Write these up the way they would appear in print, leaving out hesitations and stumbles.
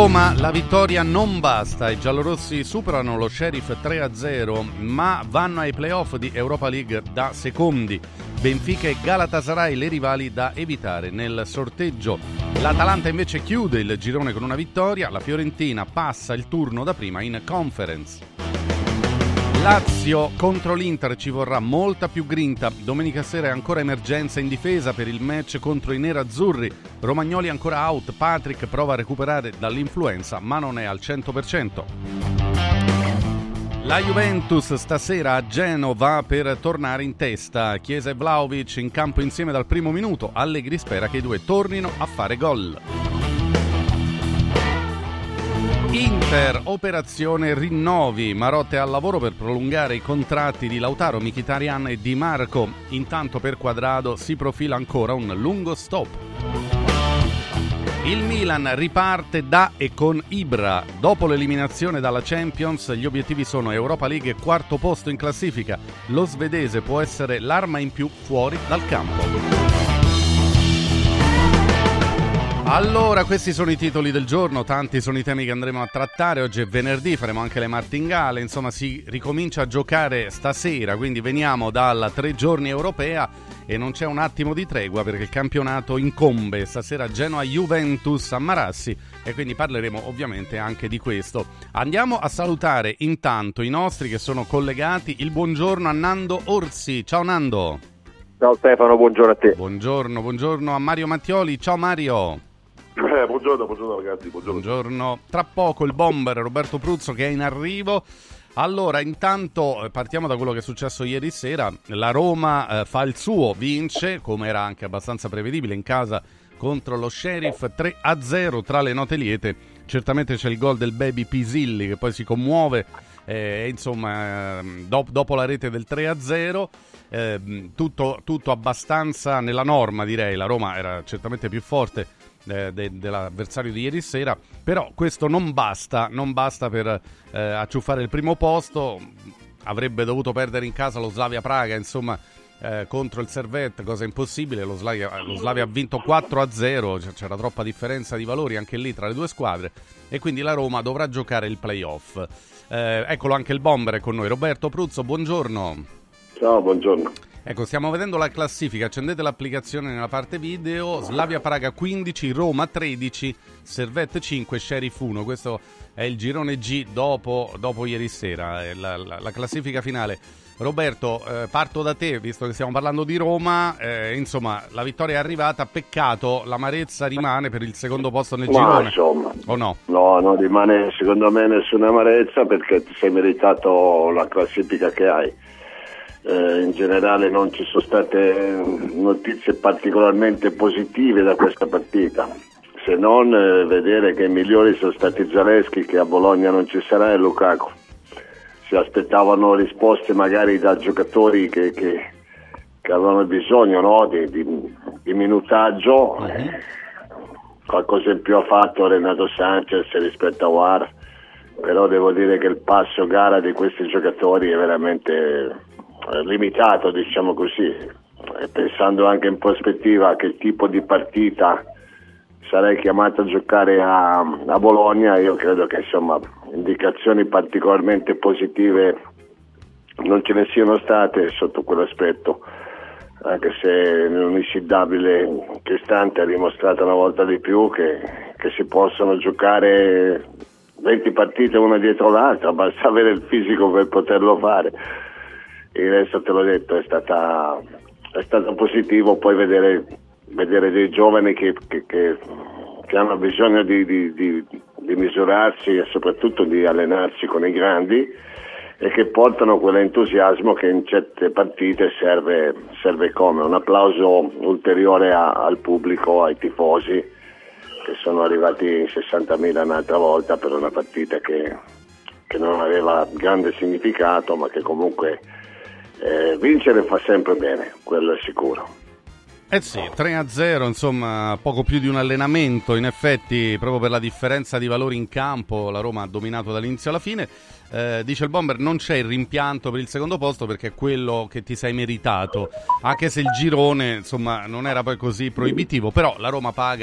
Roma, la vittoria non basta, i giallorossi superano lo Sheriff 3-0 ma vanno ai playoff di Europa League da secondi. Benfica e Galatasaray le rivali da evitare nel sorteggio. L'Atalanta invece chiude il girone con una vittoria, la Fiorentina passa il turno da prima in Conference. Lazio contro l'Inter, ci vorrà molta più grinta. Domenica sera è ancora emergenza in difesa per il match contro i nerazzurri. Romagnoli ancora out, Patrick prova a recuperare dall'influenza ma non è al 100%. La Juventus stasera a Genova per tornare in testa. Chiesa e Vlahovic in campo insieme dal primo minuto. Allegri spera che i due tornino a fare gol. Inter, operazione rinnovi. Marotta è al lavoro per prolungare i contratti di Lautaro, Mkhitaryan e Di Marco. Intanto per Quadrado si profila ancora un lungo stop. Il Milan riparte da e con Ibra. Dopo l'eliminazione dalla Champions, gli obiettivi sono Europa League e quarto posto in classifica. Lo svedese può essere l'arma in più fuori dal campo. Allora, questi sono i titoli del giorno, tanti sono i temi che andremo a trattare. Oggi è venerdì, faremo anche le martingale, insomma si ricomincia a giocare stasera, quindi veniamo dalla 3 giorni europea e non c'è un attimo di tregua perché il campionato incombe. Stasera Genoa-Juventus a Marassi e quindi parleremo ovviamente anche di questo. Andiamo a salutare intanto i nostri che sono collegati. Il buongiorno a Nando Orsi. Ciao Nando. Ciao Stefano, buongiorno a te. Buongiorno a Mario Mattioli. Ciao Mario. Buongiorno ragazzi, buongiorno. Tra poco il bomber Roberto Pruzzo che è in arrivo. Allora, intanto partiamo da quello che è successo ieri sera. La Roma fa il suo, vince, come era anche abbastanza prevedibile, in casa contro lo Sheriff 3-0. Tra le note liete certamente c'è il gol del baby Pisilli che poi si commuove, insomma dopo la rete del 3-0. Tutto abbastanza nella norma, direi. La Roma era certamente più forte dell'avversario di ieri sera, però questo non basta per acciuffare il primo posto. Avrebbe dovuto perdere in casa lo Slavia Praga, insomma, contro il Servette, cosa impossibile. Lo Slavia ha vinto 4-0, c'era troppa differenza di valori anche lì tra le due squadre e quindi la Roma dovrà giocare il playoff. Eccolo anche il bomber è con noi, Roberto Pruzzo, buongiorno. Ciao, buongiorno. Ecco, stiamo vedendo la classifica, accendete l'applicazione nella parte video. Slavia Praga 15, Roma 13, Servette 5, Sheriff 1. Questo è il girone G dopo ieri sera, la classifica finale. Roberto, parto da te, visto che stiamo parlando di Roma. Insomma, la vittoria è arrivata, peccato, l'amarezza rimane per il secondo posto nel girone. Insomma, o no? No, non rimane secondo me nessuna amarezza perché ti sei meritato la classifica che hai. In generale non ci sono state notizie particolarmente positive da questa partita, se non vedere che i migliori sono stati Zalewski, che a Bologna non ci sarà, e Lukaku. Si aspettavano risposte magari da giocatori che avevano bisogno, no? di minutaggio. Qualcosa in più ha fatto Renato Sanchez rispetto a War, però devo dire che il passo gara di questi giocatori è veramente limitato, diciamo così, e pensando anche in prospettiva a che tipo di partita sarei chiamato a giocare a Bologna, io credo che insomma indicazioni particolarmente positive non ce ne siano state sotto quell'aspetto, anche se l'inossidabile Cristante ha dimostrato una volta di più che si possono giocare 20 partite una dietro l'altra, basta avere il fisico per poterlo fare. Il resto, te l'ho detto, è stato positivo poi vedere dei giovani che hanno bisogno di misurarsi e soprattutto di allenarsi con i grandi e che portano quell'entusiasmo che in certe partite serve come un applauso ulteriore al pubblico, ai tifosi che sono arrivati in 60.000 un'altra volta per una partita che non aveva grande significato, ma che comunque vincere fa sempre bene, quello è sicuro. Sì, 3-0, insomma, poco più di un allenamento, in effetti, proprio per la differenza di valori in campo, la Roma ha dominato dall'inizio alla fine. Dice il bomber, non c'è il rimpianto per il secondo posto perché è quello che ti sei meritato, anche se il girone, insomma, non era poi così proibitivo, però la Roma paga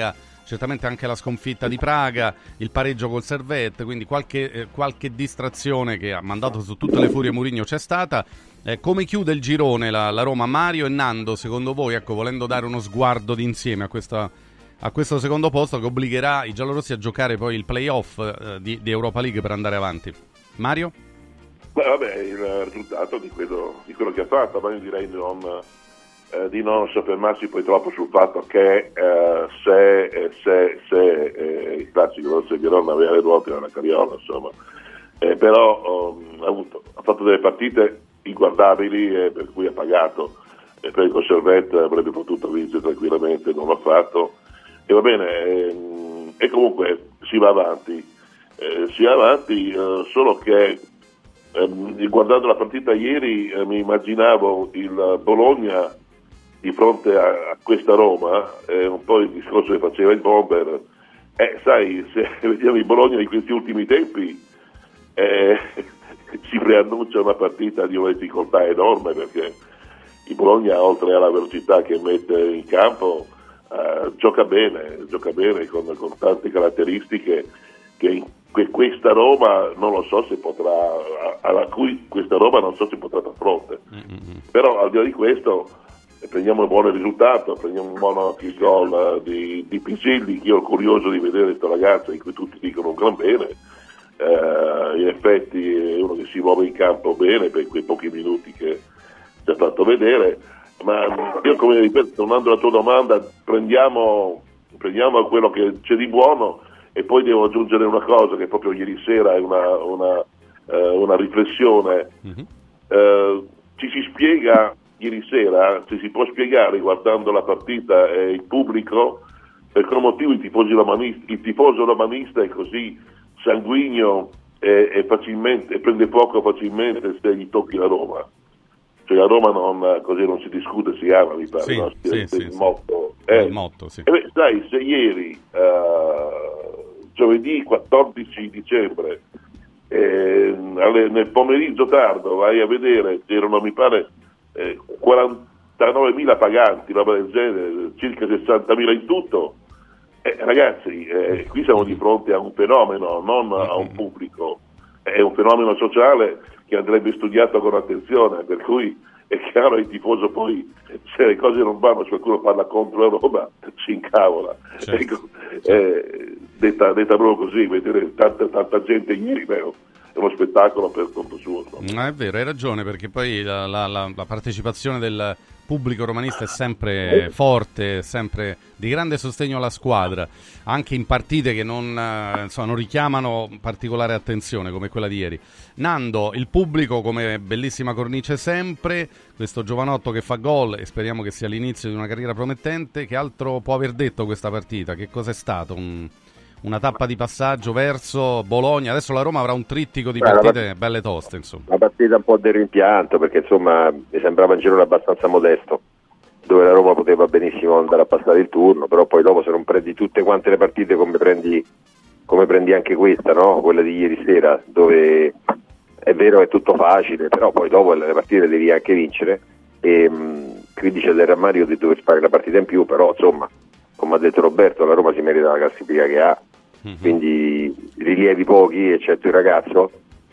certamente anche la sconfitta di Praga, il pareggio col Servette, quindi qualche distrazione che ha mandato su tutte le furie Mourinho c'è stata. Come chiude il girone la Roma? Mario e Nando, secondo voi, ecco, volendo dare uno sguardo d'insieme a questo secondo posto che obbligherà i giallorossi a giocare poi il play-off di Europa League per andare avanti? Mario? Beh, vabbè, il risultato di quello che ha fatto, ma io direi di non soffermarsi poi troppo sul fatto che se il classico Rossi Verona aveva le ruote nella carriola, insomma, però ha fatto delle partite inguardabili, per cui ha pagato, e per il Servette avrebbe potuto vincere tranquillamente, non l'ha fatto, e va bene, e comunque si va avanti, solo che guardando la partita ieri mi immaginavo il Bologna di fronte a questa Roma, un po' il discorso che faceva il Bomber, sai, se vediamo il Bologna di questi ultimi tempi si preannuncia una partita di una difficoltà enorme, perché il Bologna, oltre alla velocità che mette in campo, gioca bene con tante caratteristiche che questa Roma non lo so se potrà, alla cui questa Roma non so se potrà far fronte. Però al di là di questo prendiamo un buon risultato, prendiamo un buon gol di Pisilli, che io ero curioso di vedere questa ragazza di cui tutti dicono un gran bene. In effetti è uno che si muove in campo bene per quei pochi minuti che ci ha fatto vedere, ma io, come ripeto, tornando alla tua domanda, prendiamo quello che c'è di buono, e poi devo aggiungere una cosa che proprio ieri sera è una riflessione. Ci si spiega ieri sera, ci si può spiegare guardando la partita e il pubblico per quale motivo il tifoso romanista è così sanguigno e prende poco facilmente se gli tocchi la Roma. Cioè la Roma non si discute, si ama, mi pare. Sì, no? sì. Motto. Il motto, sì. Sai, se ieri, giovedì 14 dicembre, nel pomeriggio tardo vai a vedere, c'erano, mi pare, 49.000 paganti, roba del genere, circa 60.000 in tutto. Ragazzi, qui siamo di fronte a un fenomeno, non a un pubblico, è un fenomeno sociale che andrebbe studiato con attenzione, per cui è chiaro il tifoso poi, se le cose non vanno, se qualcuno parla contro la Roma, si incavola. Certo. Ecco, detta proprio così, vedere tanta gente ieri, è uno spettacolo per conto suo. È vero, hai ragione, perché poi la partecipazione del pubblico romanista è sempre forte, sempre di grande sostegno alla squadra, anche in partite che non richiamano particolare attenzione come quella di ieri. Nando, il pubblico come bellissima cornice sempre, questo giovanotto che fa gol e speriamo che sia l'inizio di una carriera promettente. Che altro può aver detto questa partita? Che cos'è stato? Una tappa di passaggio verso Bologna. Adesso la Roma avrà un trittico di partite belle toste, insomma. Una partita un po' del rimpianto, perché insomma mi sembrava un girone abbastanza modesto, dove la Roma poteva benissimo andare a passare il turno, però poi dopo, se non prendi tutte quante le partite come prendi anche questa, no? Quella di ieri sera, dove è vero è tutto facile, però poi dopo le partite devi anche vincere, e quindi c'è del rammario di dover fare la partita in più, però insomma, come ha detto Roberto, la Roma si merita la classifica che ha, quindi rilievi pochi, eccetto il ragazzo,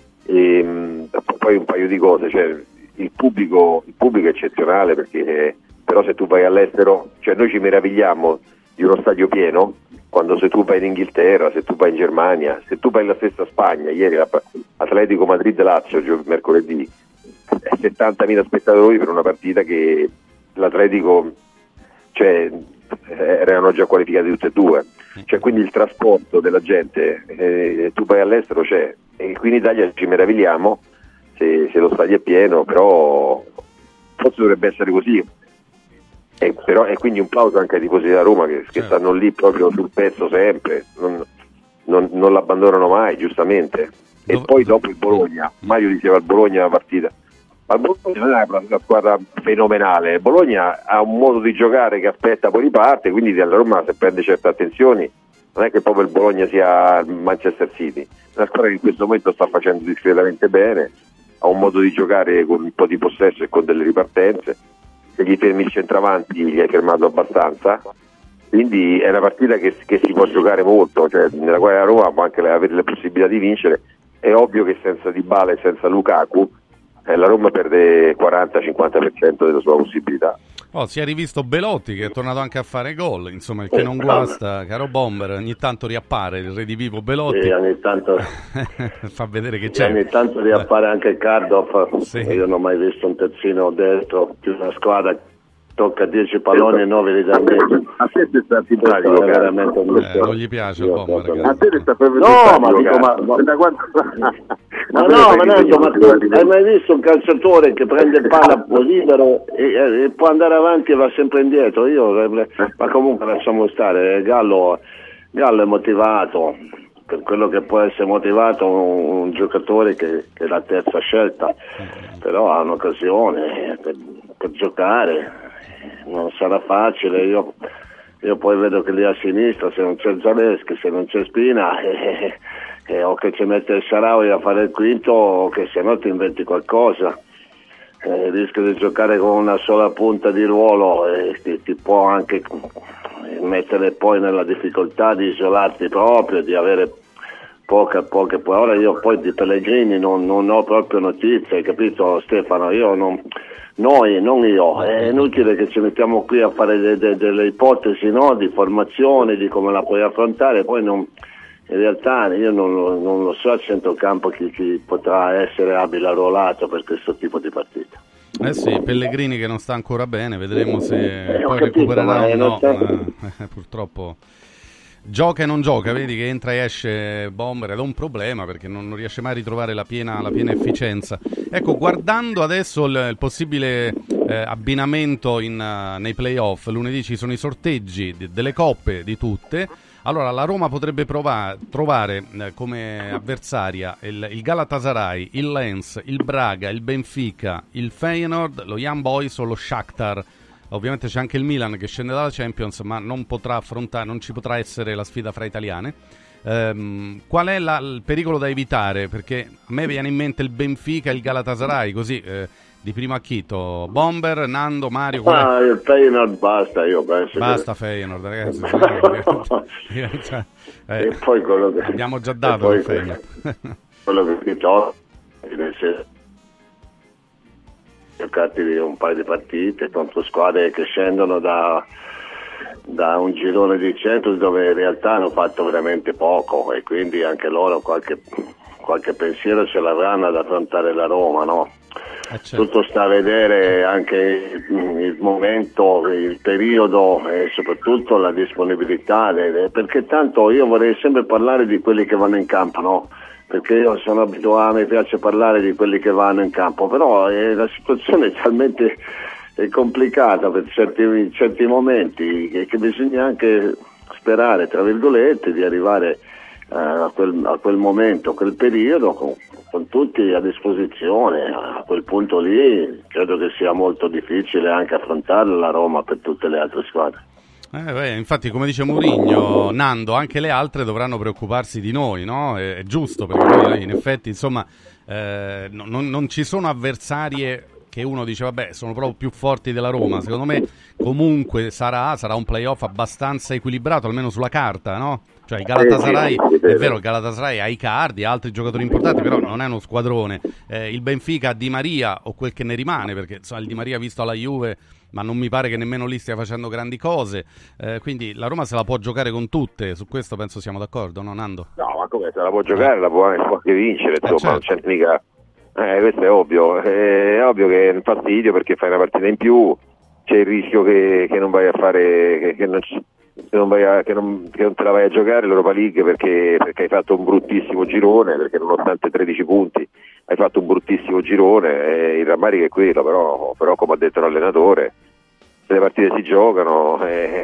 e poi un paio di cose, cioè il pubblico è eccezionale, perché però se tu vai all'estero, cioè noi ci meravigliamo di uno stadio pieno, quando se tu vai in Inghilterra, se tu vai in Germania, se tu vai nella stessa Spagna, ieri Atletico Madrid-Lazio mercoledì, 70.000 spettatori per una partita che l'Atletico, cioè, erano già qualificati tutte e due, cioè quindi il trasporto della gente, tu vai all'estero c'è, e qui in Italia ci meravigliamo se lo stadio è pieno, però forse dovrebbe essere così, però è quindi un plauso anche ai tifosi della Roma che stanno lì proprio sul pezzo sempre, non l'abbandonano mai, giustamente. E poi dopo il Bologna, Mario diceva il Bologna è una partita, ma il Bologna non è una squadra fenomenale, il Bologna ha un modo di giocare che aspetta, poi riparte, quindi la Roma, se prende certe attenzioni, non è che proprio il Bologna sia il Manchester City, è una squadra che in questo momento sta facendo discretamente bene, ha un modo di giocare con un po' di possesso e con delle ripartenze, se gli fermi il centravanti gli hai fermato abbastanza, quindi è una partita che si può giocare molto, cioè, nella quale la Roma può anche avere la possibilità di vincere. È ovvio che senza Dybala e senza Lukaku la Roma perde 40-50% della sua possibilità. Si è rivisto Belotti che è tornato anche a fare gol, insomma, il che non guasta, caro Bomber, ogni tanto riappare il redivivo Belotti. Sì, ogni tanto fa vedere che c'è. Ogni tanto riappare anche Cardoff. Sì. Io non ho mai visto un terzino destro più una squadra tocca 10 palloni e 9 li dà dentro. A te sta simpatico, veramente un non gli piace il Bomber. A te sta proprio no, ma dico, da quanto... Ma Nando, ma tu hai mai visto un calciatore che prende il palla libero e può andare avanti e va sempre indietro? Ma comunque lasciamo stare, Gallo è motivato, per quello che può essere motivato un giocatore che è la terza scelta, però ha un'occasione per giocare, non sarà facile. Io poi vedo che lì a sinistra, se non c'è Zaleschi, se non c'è Spina, o che ci mette il Shaarawy a fare il quinto, o che se no ti inventi qualcosa. Rischio di giocare con una sola punta di ruolo e ti può anche mettere poi nella difficoltà di isolarti proprio, di avere poche. Ora io poi di Pellegrini non ho proprio notizie, hai capito Stefano? Noi, non io, è inutile che ci mettiamo qui a fare delle ipotesi, no? Di formazione, di come la puoi affrontare, poi in realtà io non lo so a centrocampo chi potrà essere abile arruolato per questo tipo di partita. Sì, Pellegrini che non sta ancora bene, vedremo se poi recupererà o no. Purtroppo gioca e non gioca, vedi che entra e esce Bomber ed è un problema perché non riesce mai a ritrovare la piena efficienza. Ecco, guardando adesso il possibile abbinamento nei playoff, lunedì ci sono i sorteggi delle coppe di tutte. Allora la Roma potrebbe trovare come avversaria il Galatasaray, il Lens, il Braga, il Benfica, il Feyenoord, lo Young Boys o lo Shakhtar. Ovviamente c'è anche il Milan che scende dalla Champions, ma non ci potrà essere la sfida fra italiane. Qual è il pericolo da evitare? Perché a me viene in mente il Benfica e il Galatasaray, così di primo acchito. Bomber, Nando, Mario. Il Feyenoord basta, io penso. Basta Feyenoord, ragazzi. E poi quello che abbiamo già dato il Feyenoord. Quello che ti tocca giocati un paio di partite contro squadre che scendono da un girone di centro dove in realtà hanno fatto veramente poco e quindi anche loro qualche pensiero ce l'avranno ad affrontare la Roma, no? Certo. Tutto sta a vedere anche il momento, il periodo e soprattutto la disponibilità, perché tanto io vorrei sempre parlare di quelli che vanno in campo, no? Perché io sono abituato, mi piace parlare di quelli che vanno in campo, però la situazione è talmente complicata per certi momenti che bisogna anche sperare, tra virgolette, di arrivare a quel momento, a quel periodo con tutti a disposizione. A quel punto lì credo che sia molto difficile anche affrontare la Roma per tutte le altre squadre. Infatti, come dice Mourinho, Nando, anche le altre dovranno preoccuparsi di noi, no? È giusto, perché noi, in effetti, insomma, non ci sono avversarie che uno dice, vabbè, sono proprio più forti della Roma. Secondo me, comunque, sarà un playoff abbastanza equilibrato, almeno sulla carta, no? Cioè il Galatasaray, è vero, il Galatasaray ha Icardi, ha altri giocatori importanti, però non è uno squadrone. Il Benfica ha Di Maria, o quel che ne rimane, perché insomma, il Di Maria visto alla Juve, ma non mi pare che nemmeno lì stia facendo grandi cose, quindi la Roma se la può giocare con tutte, su questo penso siamo d'accordo, no Nando? No, ma come se la può giocare, la può anche vincere, insomma, certo. Non c'è mica... questo è ovvio che è un fastidio perché fai una partita in più, c'è il rischio che non vai a fare, che non te la vai a giocare l'Europa League perché hai fatto un bruttissimo girone, perché nonostante 13 punti hai fatto un bruttissimo girone, il rammarico è quello, però come ha detto l'allenatore, se le partite si giocano,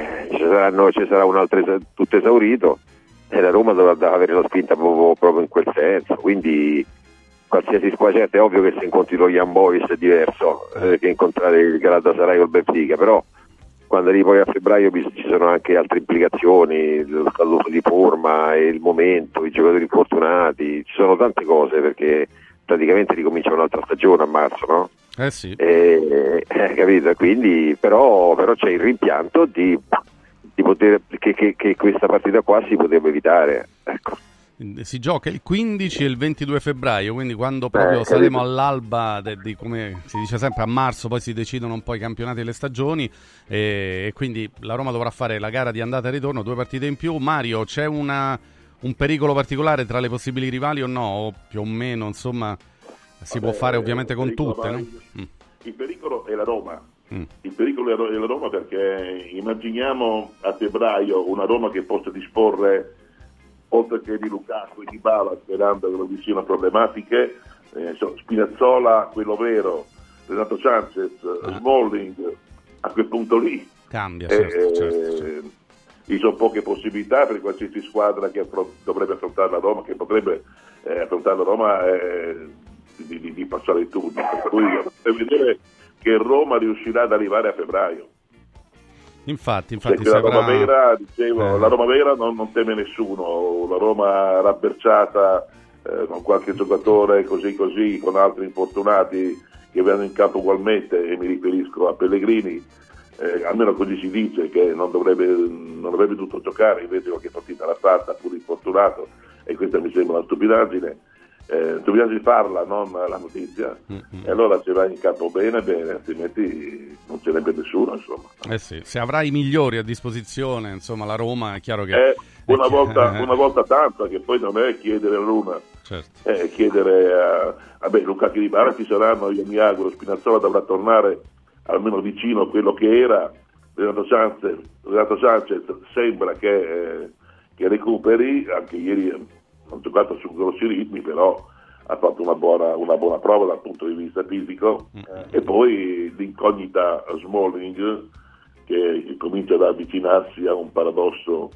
ci sarà un altro tutto esaurito e la Roma dovrà avere la spinta proprio in quel senso, quindi qualsiasi squadra, certo è ovvio che se incontri lo Young Boys è diverso che incontrare il Galatasaray o il Benfica, però quando arrivi poi a febbraio ci sono anche altre implicazioni, lo stato di forma, il momento, i giocatori infortunati, ci sono tante cose perché praticamente ricomincia un'altra stagione a marzo, no? Sì. Capito? Quindi però c'è il rimpianto di che questa partita qua si poteva evitare, ecco. Si gioca il 15 e il 22 febbraio, quindi quando proprio saremo all'alba di, come si dice sempre, a marzo poi si decidono un po' i campionati e le stagioni, e quindi la Roma dovrà fare la gara di andata e ritorno, 2 partite in più. Mario, c'è un pericolo particolare tra le possibili rivali o no? O più o meno, insomma, si può fare ovviamente con tutte, no? Il pericolo è la Roma. Il pericolo è la Roma, perché immaginiamo a febbraio una Roma che possa disporre, oltre che di Lukaku e di Dybala, sperando che non vi siano problematiche, Spinazzola, quello vero, Renato Sanchez, Smalling, a quel punto lì cambia, certo. Ci sono poche possibilità per qualsiasi squadra che dovrebbe affrontare la Roma, che potrebbe affrontare la Roma, di passare il turno. Per cui per vedere che Roma riuscirà ad arrivare a febbraio. Infatti la Roma vera, la Roma vera non teme nessuno, la Roma rabberciata con qualche giocatore così, con altri infortunati che vanno in campo ugualmente, e mi riferisco a Pellegrini, almeno così si dice, che non avrebbe dovuto giocare, invece qualche partita l'ha fatta pur infortunato, e questa mi sembra una stupidaggine. Dobbiamo farla, non la notizia, e allora se va in campo bene, altrimenti non ce n'è nessuno, insomma. Sì, se avrà i migliori a disposizione, insomma, la Roma è chiaro che una volta tanto, che poi non è chiedere a Luna, certo. È chiedere Lukaku e Dybala ci saranno, io mi auguro. Spinazzola dovrà tornare almeno vicino a quello che era. Renato Sanchez sembra che recuperi, anche ieri ha giocato su grossi ritmi, però ha fatto una buona prova dal punto di vista fisico. E poi l'incognita Smalling, che comincia ad avvicinarsi a un paradosso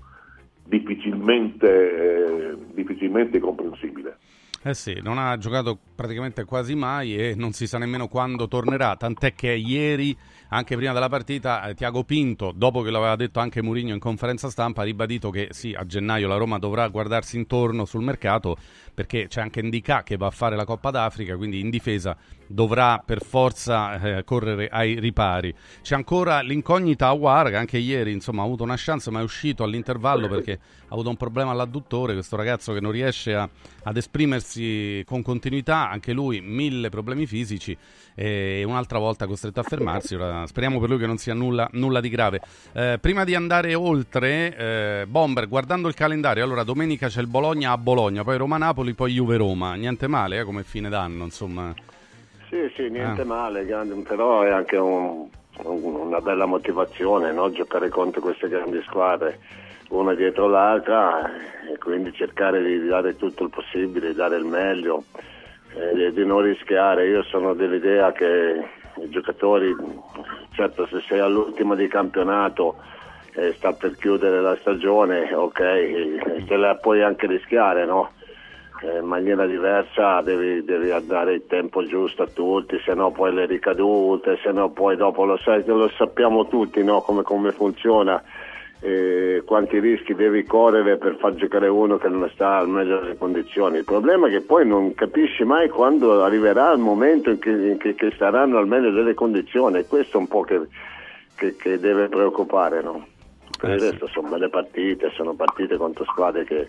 difficilmente comprensibile. Sì, non ha giocato praticamente quasi mai e non si sa nemmeno quando tornerà, tant'è che ieri, anche prima della partita, Tiago Pinto, dopo che l'aveva detto anche Mourinho in conferenza stampa, ha ribadito che sì, a gennaio la Roma dovrà guardarsi intorno sul mercato, perché c'è anche Ndicà che va a fare la Coppa d'Africa, quindi in difesa dovrà per forza correre ai ripari. C'è ancora l'incognita Aouar, che anche ieri insomma ha avuto una chance, ma è uscito all'intervallo perché ha avuto un problema all'adduttore, questo ragazzo che non riesce ad esprimersi con continuità, anche lui 1000 problemi fisici, e un'altra volta costretto a fermarsi. Ora speriamo per lui che non sia nulla di grave. Prima di andare oltre, Bomber, guardando il calendario, allora domenica c'è il Bologna a Bologna, poi Roma-Napoli, poi Juve-Roma, niente male come fine d'anno, insomma. Sì, niente male, però è anche una bella motivazione, no? Giocare contro queste grandi squadre, una dietro l'altra, e quindi cercare di dare tutto il possibile, di dare il meglio, di non rischiare. Io sono dell'idea che i giocatori, certo, se sei all'ultimo di campionato e sta per chiudere la stagione, ok, te la puoi anche rischiare, no? In maniera diversa devi dare il tempo giusto a tutti, se no poi le ricadute, se no poi dopo lo sappiamo tutti, no? Come funziona, quanti rischi devi correre per far giocare uno che non sta al meglio delle condizioni. Il problema è che poi non capisci mai quando arriverà il momento in che staranno al meglio delle condizioni, e questo è un po' che deve preoccupare, no? Per il resto sono belle partite, sono partite contro squadre che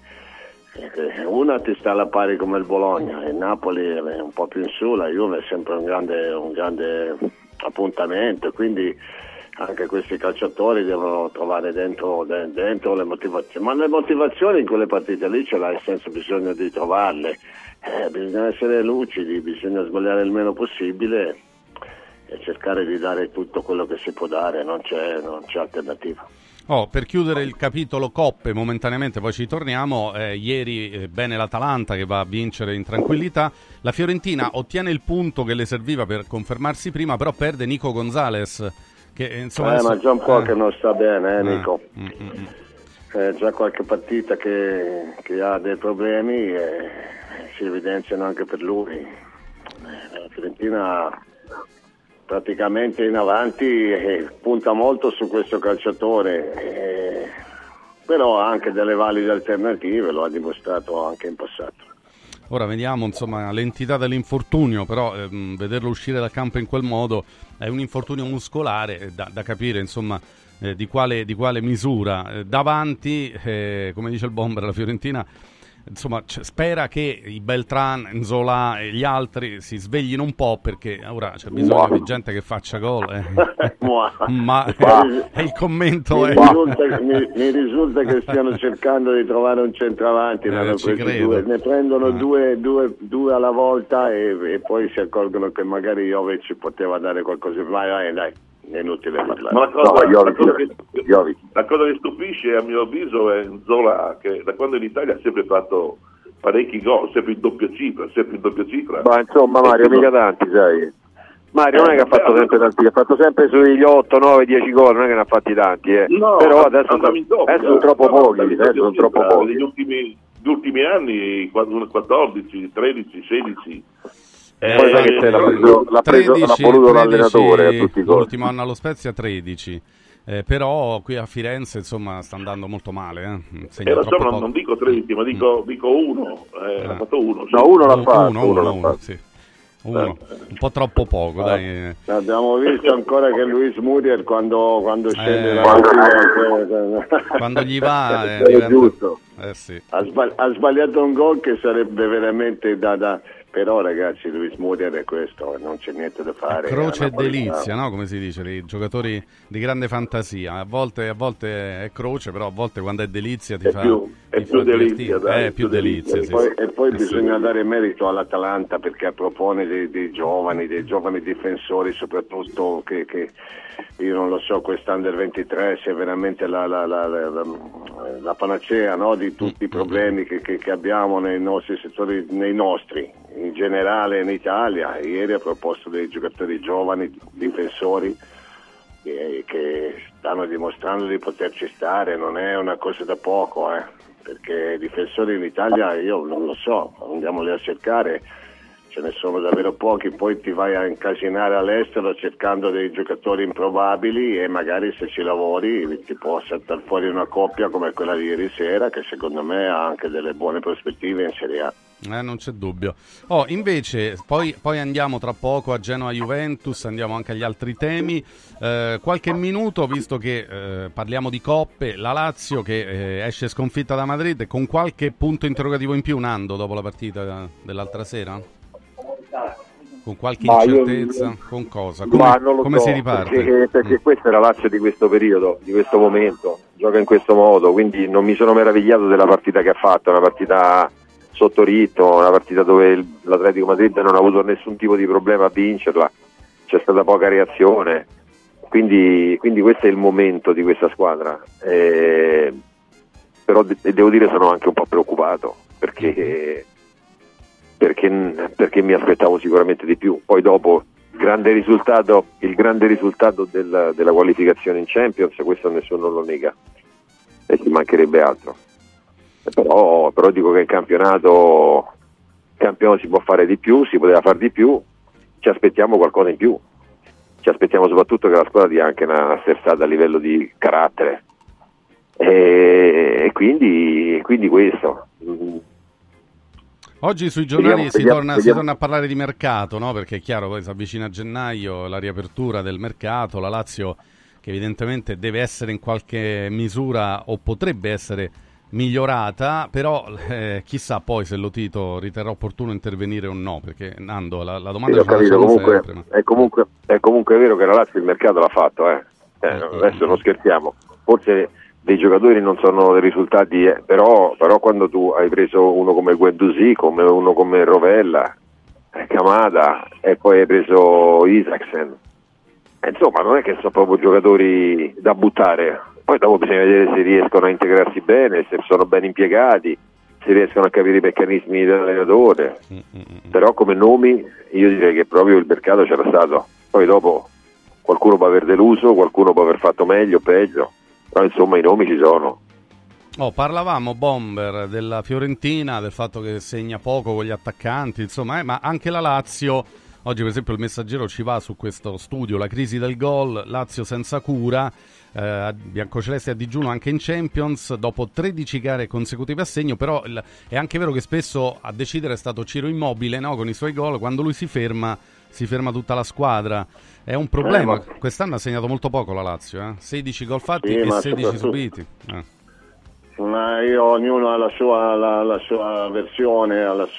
una ti sta alla pari come il Bologna, il Napoli è un po' più in su, la Juve è sempre un grande appuntamento, quindi anche questi calciatori devono trovare dentro le motivazioni, ma le motivazioni in quelle partite lì ce l'hai, senza bisogno di trovarle, bisogna essere lucidi, bisogna sbagliare il meno possibile e cercare di dare tutto quello che si può dare, non c'è alternativa. Per chiudere il capitolo coppe momentaneamente, poi ci torniamo, ieri bene l'Atalanta che va a vincere in tranquillità, la Fiorentina ottiene il punto che le serviva per confermarsi prima, però perde Nico Gonzalez, che insomma ma già un po' che non sta bene, Nico. Già qualche partita che ha dei problemi e si evidenziano anche per lui. La Fiorentina praticamente in avanti punta molto su questo calciatore, però ha anche delle valide alternative, lo ha dimostrato anche in passato. Ora vediamo insomma l'entità dell'infortunio, però vederlo uscire dal campo in quel modo è un infortunio muscolare, da capire insomma di quale misura. Davanti, come dice il Bomber, la Fiorentina insomma spera che i Beltran, Nzola e gli altri si sveglino un po', perché ora c'è bisogno di gente che faccia gol. Ma il commento mi risulta che stiano cercando di trovare un centravanti, ne prendono due alla volta e poi si accorgono che magari Jovic poteva dare qualcosa. Vai, dai. È inutile parlare. Ma la cosa che stupisce, a mio avviso, è Nzola, che da quando in Italia ha sempre fatto parecchi gol, sempre in doppia cifra. Ma insomma, Mario, mica tanti, sai. Mario non è che ha fatto sempre tanti, ha fatto sempre sugli 8, 9, 10 gol, non è che ne ha fatti tanti, No, però adesso sono troppo pochi, Negli ultimi anni, 14, 13, 16. Poi sai che l'ha voluto l'allenatore a tutti i costi. L'ultimo anno allo Spezia 13, però qui a Firenze insomma sta andando molto male. Non dico 13, ma dico 1. Ha fatto 1. No, uno l'ha fatto. Sì. Un po' troppo poco, dai. Abbiamo visto ancora che Luis Muriel quando scende quando gli va è giusto. Sì. Ha sbagliato un gol che sarebbe veramente da però ragazzi, Luis Muriel è questo, non c'è niente da fare. Croce e delizia, no? Come si dice, i giocatori di grande fantasia. A volte è croce, però a volte quando è delizia ti fa delizia, dai, è più delizia. E poi bisogna dare merito all'Atalanta, perché propone dei giovani difensori, soprattutto che io non lo so, quest'Under 23 se è veramente la panacea, no, di tutti i problemi che abbiamo nei nostri settori, in generale in Italia. Ieri ha proposto dei giocatori giovani, difensori, che stanno dimostrando di poterci stare, non è una cosa da poco, perché difensori in Italia io non lo so, andiamoli a cercare, ce ne sono davvero pochi, poi ti vai a incasinare all'estero cercando dei giocatori improbabili e magari se ci lavori ti può saltare fuori una coppia come quella di ieri sera, che secondo me ha anche delle buone prospettive in Serie A. Non c'è dubbio. Invece poi andiamo tra poco a Genoa-Juventus, andiamo anche agli altri temi. Qualche minuto, visto che parliamo di coppe, la Lazio che esce sconfitta da Madrid, con qualche punto interrogativo in più, Nando, dopo la partita dell'altra sera? Con qualche incertezza? Con cosa? Come si riparte? Perché questa è la Lazio di questo periodo, di questo momento, gioca in questo modo, quindi non mi sono meravigliato della partita che ha fatto, una partita sotto ritmo, una partita dove l'Atletico Madrid non ha avuto nessun tipo di problema a vincerla, c'è stata poca reazione, quindi questo è il momento di questa squadra, però devo dire sono anche un po' preoccupato perché mi aspettavo sicuramente di più. Poi dopo il grande risultato della qualificazione in Champions, questo nessuno lo nega e ci mancherebbe altro. Però dico che il campionato si può fare di più, si poteva fare di più, ci aspettiamo qualcosa in più, ci aspettiamo soprattutto che la squadra dia anche una sterzata a livello di carattere e quindi questo. Oggi sui giornali si torna a parlare di mercato, no? Perché è chiaro, poi si avvicina a gennaio, la riapertura del mercato, la Lazio che evidentemente deve essere in qualche misura o potrebbe essere migliorata, però chissà poi se Lotito riterrà opportuno intervenire o no, perché Nando la domanda ho capito, comunque, sempre. È comunque vero che la Lazio il mercato l'ha fatto, adesso non scherziamo, forse dei giocatori non sono dei risultati, però quando tu hai preso uno come Guendouzi, come uno come Rovella, Kamada e poi hai preso Isaacsen, insomma non è che sono proprio giocatori da buttare. Poi dopo bisogna vedere se riescono a integrarsi bene, se sono ben impiegati, se riescono a capire i meccanismi dell'allenatore. Però come nomi io direi che proprio il mercato c'era stato. Poi dopo qualcuno può aver deluso, qualcuno può aver fatto meglio o peggio, però insomma i nomi ci sono. Parlavamo, Bomber, della Fiorentina, del fatto che segna poco con gli attaccanti, insomma, ma anche la Lazio. Oggi per esempio il Messaggero ci va su questo studio, la crisi del gol, Lazio senza cura, biancocelesti a digiuno anche in Champions, dopo 13 gare consecutive a segno, però è anche vero che spesso a decidere è stato Ciro Immobile, no? Con i suoi gol, quando lui si ferma si ferma tutta la squadra. È un problema. Quest'anno ha segnato molto poco la Lazio, 16 gol fatti e 16 subiti. Ma ognuno ha la sua versione,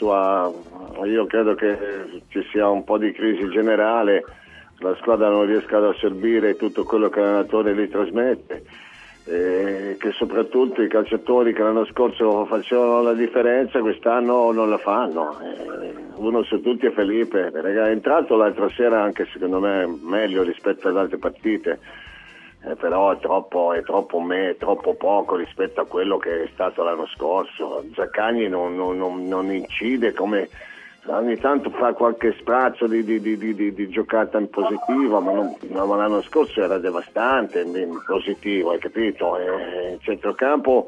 io credo che ci sia un po' di crisi generale, la squadra non riesca ad assorbire tutto quello che l'allenatore gli trasmette, che soprattutto i calciatori che l'anno scorso facevano la differenza quest'anno non la fanno. Uno su tutti è Felipe, è entrato l'altra sera anche secondo me meglio rispetto ad altre partite, però è troppo poco rispetto a quello che è stato l'anno scorso. Zaccagni non incide, come ogni tanto fa qualche sprazzo di giocata in positivo, ma l'anno scorso era devastante in positivo, hai capito? In centrocampo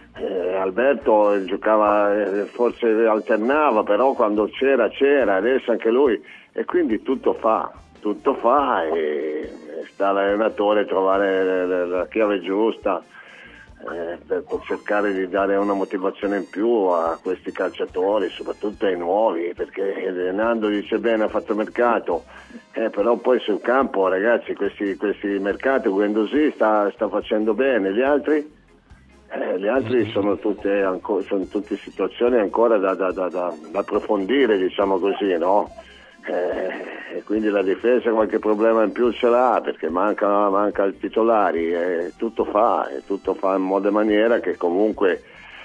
Alberto giocava, forse alternava, però quando c'era, adesso anche lui, e quindi tutto fa e sta all'allenatore trovare la chiave giusta per cercare di dare una motivazione in più a questi calciatori, soprattutto ai nuovi, perché Nando dice bene, ha fatto mercato, però poi sul campo, ragazzi, questi mercati Guendouzi sta facendo bene, gli altri sono tutte situazioni ancora da approfondire, diciamo così, no? E quindi la difesa qualche problema in più ce l'ha, perché manca i titolari, tutto fa in modo e maniera che comunque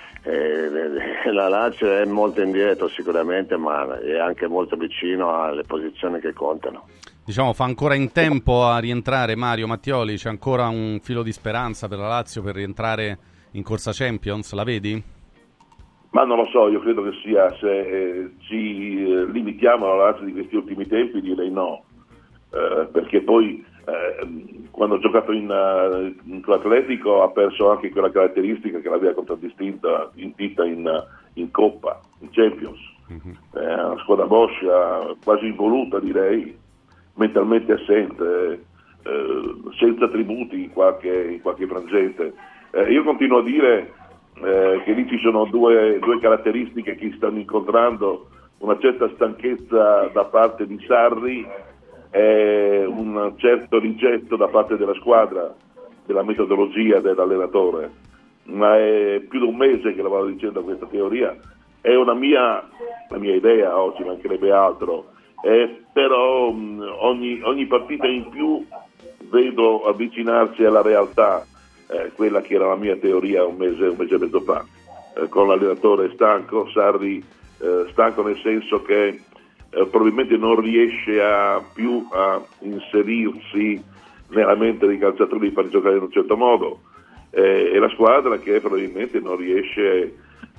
la Lazio è molto indietro sicuramente, ma è anche molto vicino alle posizioni che contano. Diciamo, fa ancora in tempo a rientrare Mario Mattioli, c'è ancora un filo di speranza per la Lazio per rientrare in corsa Champions, la vedi? Ma non lo so, io credo che sia, se ci limitiamo alla Lazio di questi ultimi tempi, direi no, perché poi quando ha giocato in Atletico ha perso anche quella caratteristica che l'aveva contraddistinta in Coppa, in Champions. È una squadra moscia, quasi involuta direi, mentalmente assente, senza attributi in qualche frangente. Io continuo a dire che lì ci sono due caratteristiche che stanno incontrando: una certa stanchezza da parte di Sarri e un certo rigetto da parte della squadra della metodologia dell'allenatore. Ma è più di un mese che la vado dicendo questa teoria, è la mia idea, oggi mancherebbe altro, però ogni partita in più vedo avvicinarsi alla realtà, quella che era la mia teoria un mese e mezzo fa, con l'allenatore stanco, Sarri stanco nel senso che probabilmente non riesce più a inserirsi nella mente dei calciatori di far giocare in un certo modo, e la squadra che probabilmente non riesce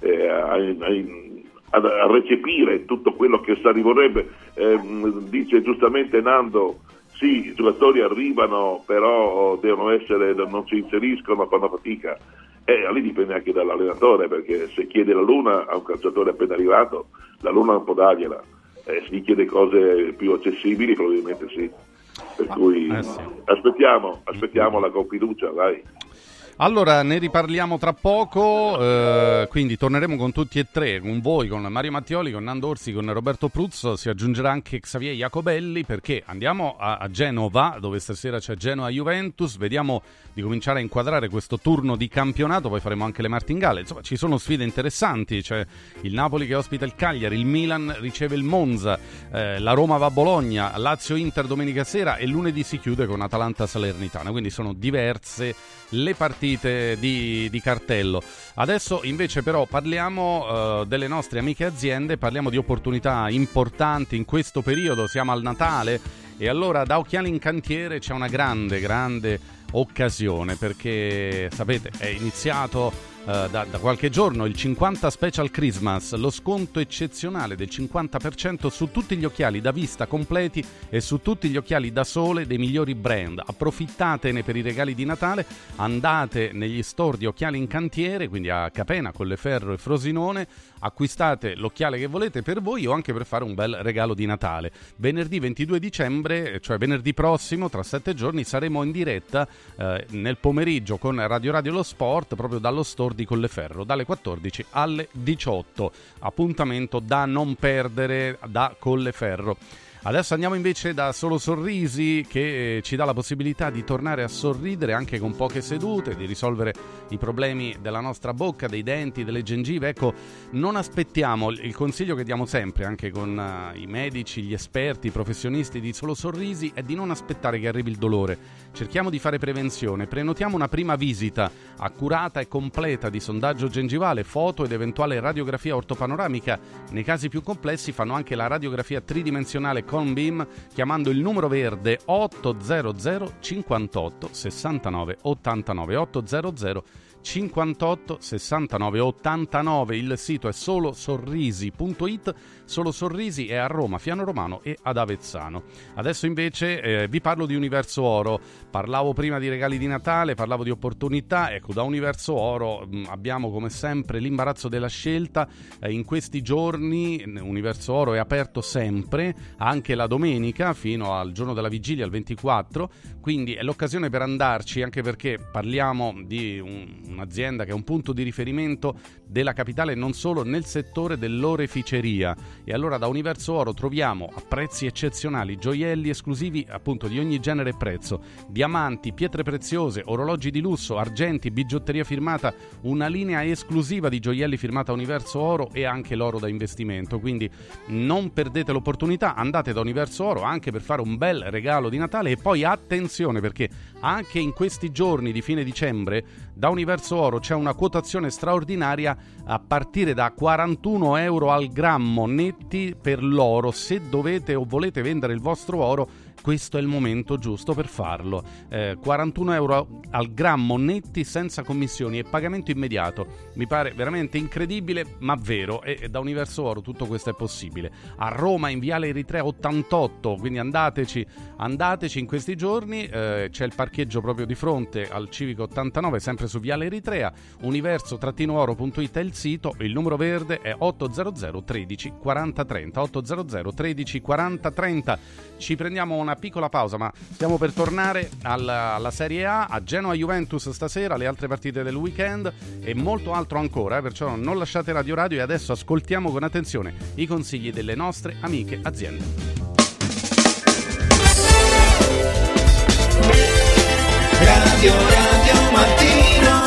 a recepire tutto quello che Sarri vorrebbe. Dice giustamente Nando, sì, i giocatori arrivano, però non si inseriscono, fanno fatica. Lì dipende anche dall'allenatore, perché se chiede la luna a un calciatore appena arrivato, la luna non può dargliela. Se gli chiede cose più accessibili, probabilmente sì. Per cui sì. Aspettiamola con fiducia, dai. Allora, ne riparliamo tra poco, quindi torneremo con tutti e tre, con voi, con Mario Mattioli, con Nando Orsi, con Roberto Pruzzo, si aggiungerà anche Xavier Jacobelli, perché andiamo a Genova, dove stasera c'è Genoa-Juventus, vediamo di cominciare a inquadrare questo turno di campionato, poi faremo anche le martingale, insomma ci sono sfide interessanti, c'è il Napoli che ospita il Cagliari, il Milan riceve il Monza, la Roma va a Bologna, Lazio-Inter domenica sera e lunedì si chiude con Atalanta-Salernitana, quindi sono diverse le partite di cartello. Adesso invece però parliamo delle nostre amiche aziende, parliamo di opportunità importanti in questo periodo, siamo al Natale e allora da Occhiali in Cantiere c'è una grande occasione, perché sapete è iniziato da qualche giorno il 50 Special Christmas, lo sconto eccezionale del 50% su tutti gli occhiali da vista completi e su tutti gli occhiali da sole dei migliori brand. Approfittatene per i regali di Natale, andate negli store di Occhiali in Cantiere, quindi a Capena, Colleferro e Frosinone, acquistate l'occhiale che volete per voi o anche per fare un bel regalo di Natale. Venerdì 22 dicembre, cioè venerdì prossimo, tra 7 giorni, saremo in diretta nel pomeriggio con Radio Lo Sport, proprio dallo store di Colleferro, dalle 14 alle 18. Appuntamento da non perdere da Colleferro. Adesso andiamo invece da Solo Sorrisi, che ci dà la possibilità di tornare a sorridere anche con poche sedute, di risolvere i problemi della nostra bocca, dei denti, delle gengive. Ecco, non aspettiamo, il consiglio che diamo sempre anche con i medici, gli esperti, i professionisti di Solo Sorrisi è di non aspettare che arrivi il dolore. Cerchiamo di fare prevenzione, prenotiamo una prima visita accurata e completa di sondaggio gengivale, foto ed eventuale radiografia ortopanoramica. Nei casi più complessi fanno anche la radiografia tridimensionale con BIM chiamando il numero verde 800 58 69 89 800 58 69 89. Il sito è solosorrisi.it. Solo Sorrisi è a Roma, Fiano Romano e ad Avezzano. Adesso invece vi parlo di Universo Oro. Parlavo prima di regali di Natale, parlavo di opportunità. Ecco, da Universo Oro abbiamo come sempre l'imbarazzo della scelta. In questi giorni Universo Oro è aperto sempre, anche la domenica fino al giorno della vigilia, il 24, quindi è l'occasione per andarci, anche perché parliamo di un'azienda che è un punto di riferimento della capitale non solo nel settore dell'oreficeria. E allora da Universo Oro troviamo a prezzi eccezionali gioielli esclusivi appunto di ogni genere e prezzo, diamanti, pietre preziose, orologi di lusso, argenti, bigiotteria firmata, una linea esclusiva di gioielli firmata Universo Oro e anche l'oro da investimento. Quindi non perdete l'opportunità, andate da Universo Oro anche per fare un bel regalo di Natale. E poi attenzione, perché anche in questi giorni di fine dicembre da Universo Oro c'è una quotazione straordinaria a partire da 41 euro al grammo netti per l'oro. Se dovete o volete vendere il vostro oro, questo è il momento giusto per farlo. 41 euro al grammo netti senza commissioni e pagamento immediato. Mi pare veramente incredibile, ma vero, e da Universo Oro tutto questo è possibile. A Roma in Viale Eritrea 88, quindi andateci in questi giorni. C'è il parcheggio proprio di fronte al Civico 89, sempre su Viale Eritrea. Universo-oro.it è il sito, il numero verde è 800 13 40 30, 800 13 40 30. Ci prendiamo una piccola pausa, ma stiamo per tornare alla Serie A, a Genoa-Juventus stasera, le altre partite del weekend e molto altro ancora, perciò non lasciate Radio e adesso ascoltiamo con attenzione i consigli delle nostre amiche aziende. Radio Mattino,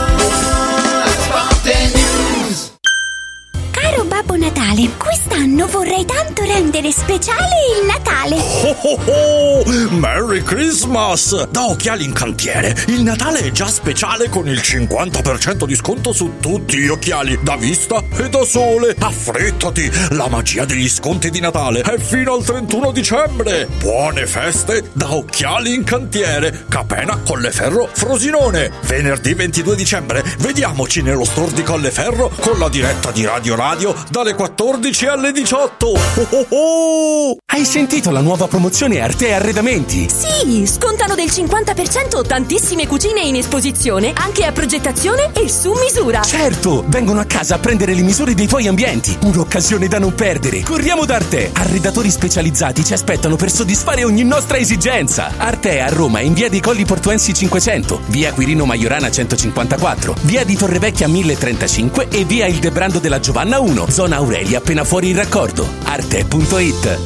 Sport News. Caro Babbo Natale, quest'anno vorrei tanto rendere speciale il Natale. Oh oh oh! Merry Christmas! Da Occhiali in Cantiere il Natale è già speciale con il 50% di sconto su tutti gli occhiali da vista e da sole. Affrettati! La magia degli sconti di Natale è fino al 31 dicembre. Buone feste da Occhiali in Cantiere, Capena, Colleferro, Frosinone. Venerdì 22 dicembre vediamoci nello store di Colleferro con la diretta di Radio dalle 14 alle 18. Oh oh oh! Hai sentito la nuova promozione Arte Arredamenti? Sì, scontano del 50% tantissime cucine in esposizione, anche a progettazione e su misura. Certo, vengono a casa a prendere le misure dei tuoi ambienti. Un'occasione da non perdere. Corriamo da Arte. Arredatori specializzati ci aspettano per soddisfare ogni nostra esigenza. Arte a Roma in via dei Colli Portuensi 500, via Quirino Maiorana 154, via di Torrevecchia 1035 e via Ildebrando della Giovanna 1, zona Aurelia, appena fuori il raccordo. Arte.it.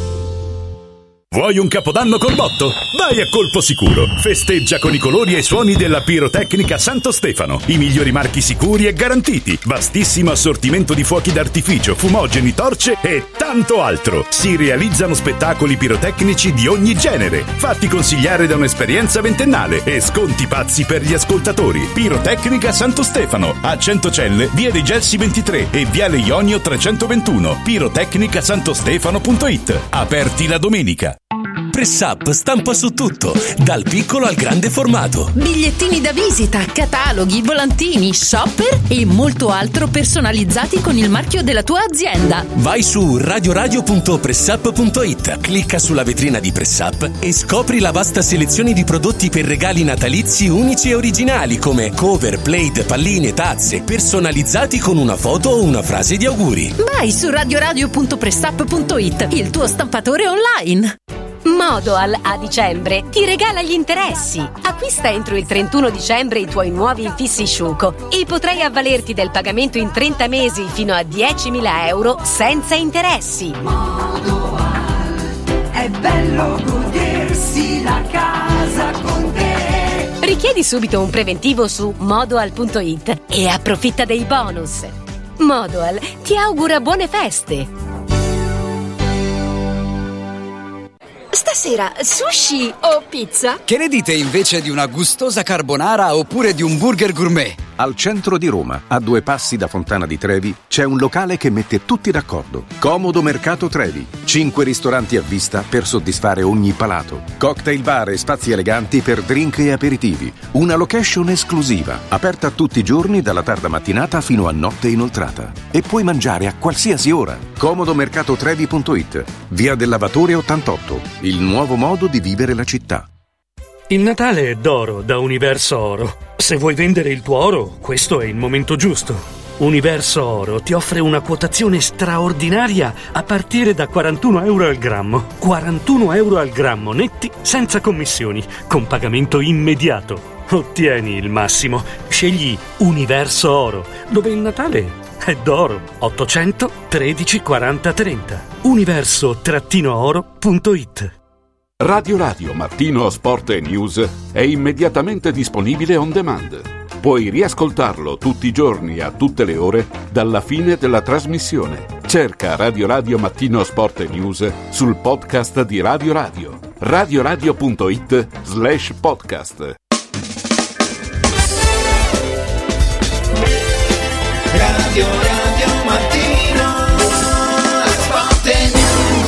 Vuoi un capodanno col botto? Vai a Colpo Sicuro. Festeggia con i colori e i suoni della pirotecnica Santo Stefano. I migliori marchi sicuri e garantiti. Vastissimo assortimento di fuochi d'artificio, fumogeni, torce e tanto altro. Si realizzano spettacoli pirotecnici di ogni genere. Fatti consigliare da un'esperienza ventennale e sconti pazzi per gli ascoltatori. Pirotecnica Santo Stefano. A Centocelle, via dei Gelsi 23 e viale Ionio 321. pirotecnicasantostefano.it. Aperti la domenica. Press Up stampa su tutto, dal piccolo al grande formato. Bigliettini da visita, cataloghi, volantini, shopper e molto altro personalizzati con il marchio della tua azienda. Vai su radioradio.pressup.it, clicca sulla vetrina di Press Up e scopri la vasta selezione di prodotti per regali natalizi unici e originali come cover, plate, palline, tazze, personalizzati con una foto o una frase di auguri. Vai su radioradio.pressup.it, il tuo stampatore online. Modoal a dicembre ti regala gli interessi. Acquista entro il 31 dicembre i tuoi nuovi infissi Sciuco e potrai avvalerti del pagamento in 30 mesi fino a 10.000 euro senza interessi. Modoal è è bello godersi la casa con te. Richiedi subito un preventivo su modoal.it e approfitta dei bonus. Modoal ti augura buone feste. Stasera sushi o pizza? Che ne dite invece di una gustosa carbonara oppure di un burger gourmet? Al centro di Roma, a 2 passi da Fontana di Trevi, c'è un locale che mette tutti d'accordo. Comodo Mercato Trevi. 5 ristoranti a vista per soddisfare ogni palato. Cocktail bar e spazi eleganti per drink e aperitivi. Una location esclusiva, aperta tutti i giorni dalla tarda mattinata fino a notte inoltrata. E puoi mangiare a qualsiasi ora. Comodomercatotrevi.it. Via del Lavatore 88. Il nuovo modo di vivere la città. Il Natale è d'oro da Universo Oro. Se vuoi vendere il tuo oro, questo è il momento giusto. Universo Oro ti offre una quotazione straordinaria a partire da €41 al grammo. €41 al grammo netti, senza commissioni, con pagamento immediato. Ottieni il massimo. Scegli Universo Oro, dove il Natale è d'oro. 800 13 40 30. Universo-oro.it. Radio Mattino Sport e News è immediatamente disponibile on demand. Puoi riascoltarlo tutti i giorni a tutte le ore dalla fine della trasmissione. Cerca Radio Mattino Sport e News sul podcast di Radio. radioradio.it/podcast. Radio Mattino Sport e News.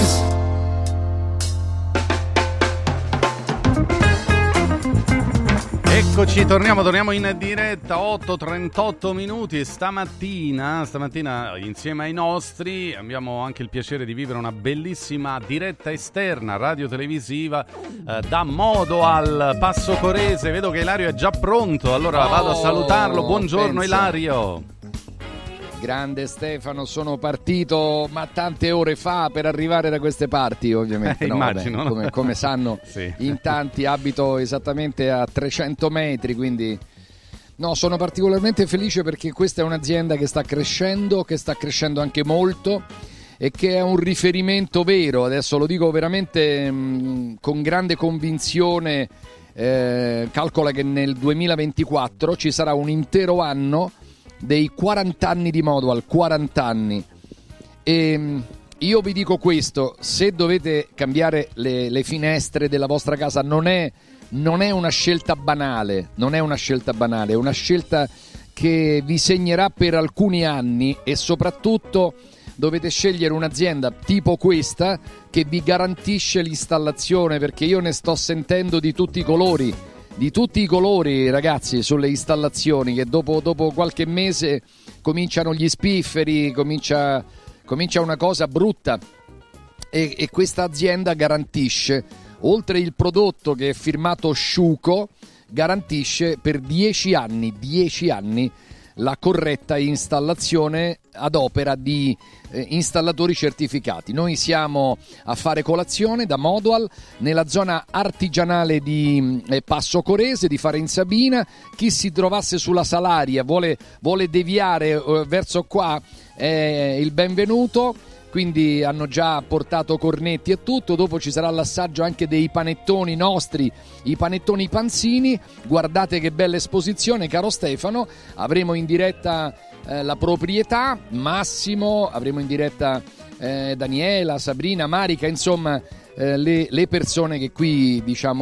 Eccoci, torniamo in diretta, 8:38 minuti. Stamattina insieme ai nostri abbiamo anche il piacere di vivere una bellissima diretta esterna radiotelevisiva da Modoal Passo Corese. Vedo che Ilario è già pronto, allora vado a salutarlo. Buongiorno Ilario. Grande Stefano, sono partito ma tante ore fa per arrivare da queste parti, ovviamente. Immagino, vabbè, come sanno sì. In tanti, abito esattamente a 300 metri, quindi sono particolarmente felice perché questa è un'azienda che sta crescendo anche molto e che è un riferimento vero. Adesso lo dico veramente con grande convinzione. Calcola che nel 2024 ci sarà un intero anno dei 40 anni di Modoal, 40 anni. E io vi dico questo: se dovete cambiare le finestre della vostra casa, non è una scelta banale, è una scelta che vi segnerà per alcuni anni, e soprattutto dovete scegliere un'azienda tipo questa che vi garantisce l'installazione, perché io ne sto sentendo di tutti i colori, ragazzi, sulle installazioni, che dopo qualche mese cominciano gli spifferi, comincia una cosa brutta, e questa azienda garantisce, oltre il prodotto che è firmato Sciuco, garantisce per 10 anni la corretta installazione ad opera di installatori certificati. Noi siamo a fare colazione da Modoal nella zona artigianale di Passo Corese, di Farensabina. Chi si trovasse sulla Salaria vuole deviare verso qua, il benvenuto. Quindi hanno già portato cornetti e tutto. Dopo ci sarà l'assaggio anche dei panettoni nostri, i panettoni panzini. Guardate che bella esposizione, caro Stefano. Avremo in diretta la proprietà, Massimo, avremo in diretta Daniela, Sabrina, Marica, insomma le persone che qui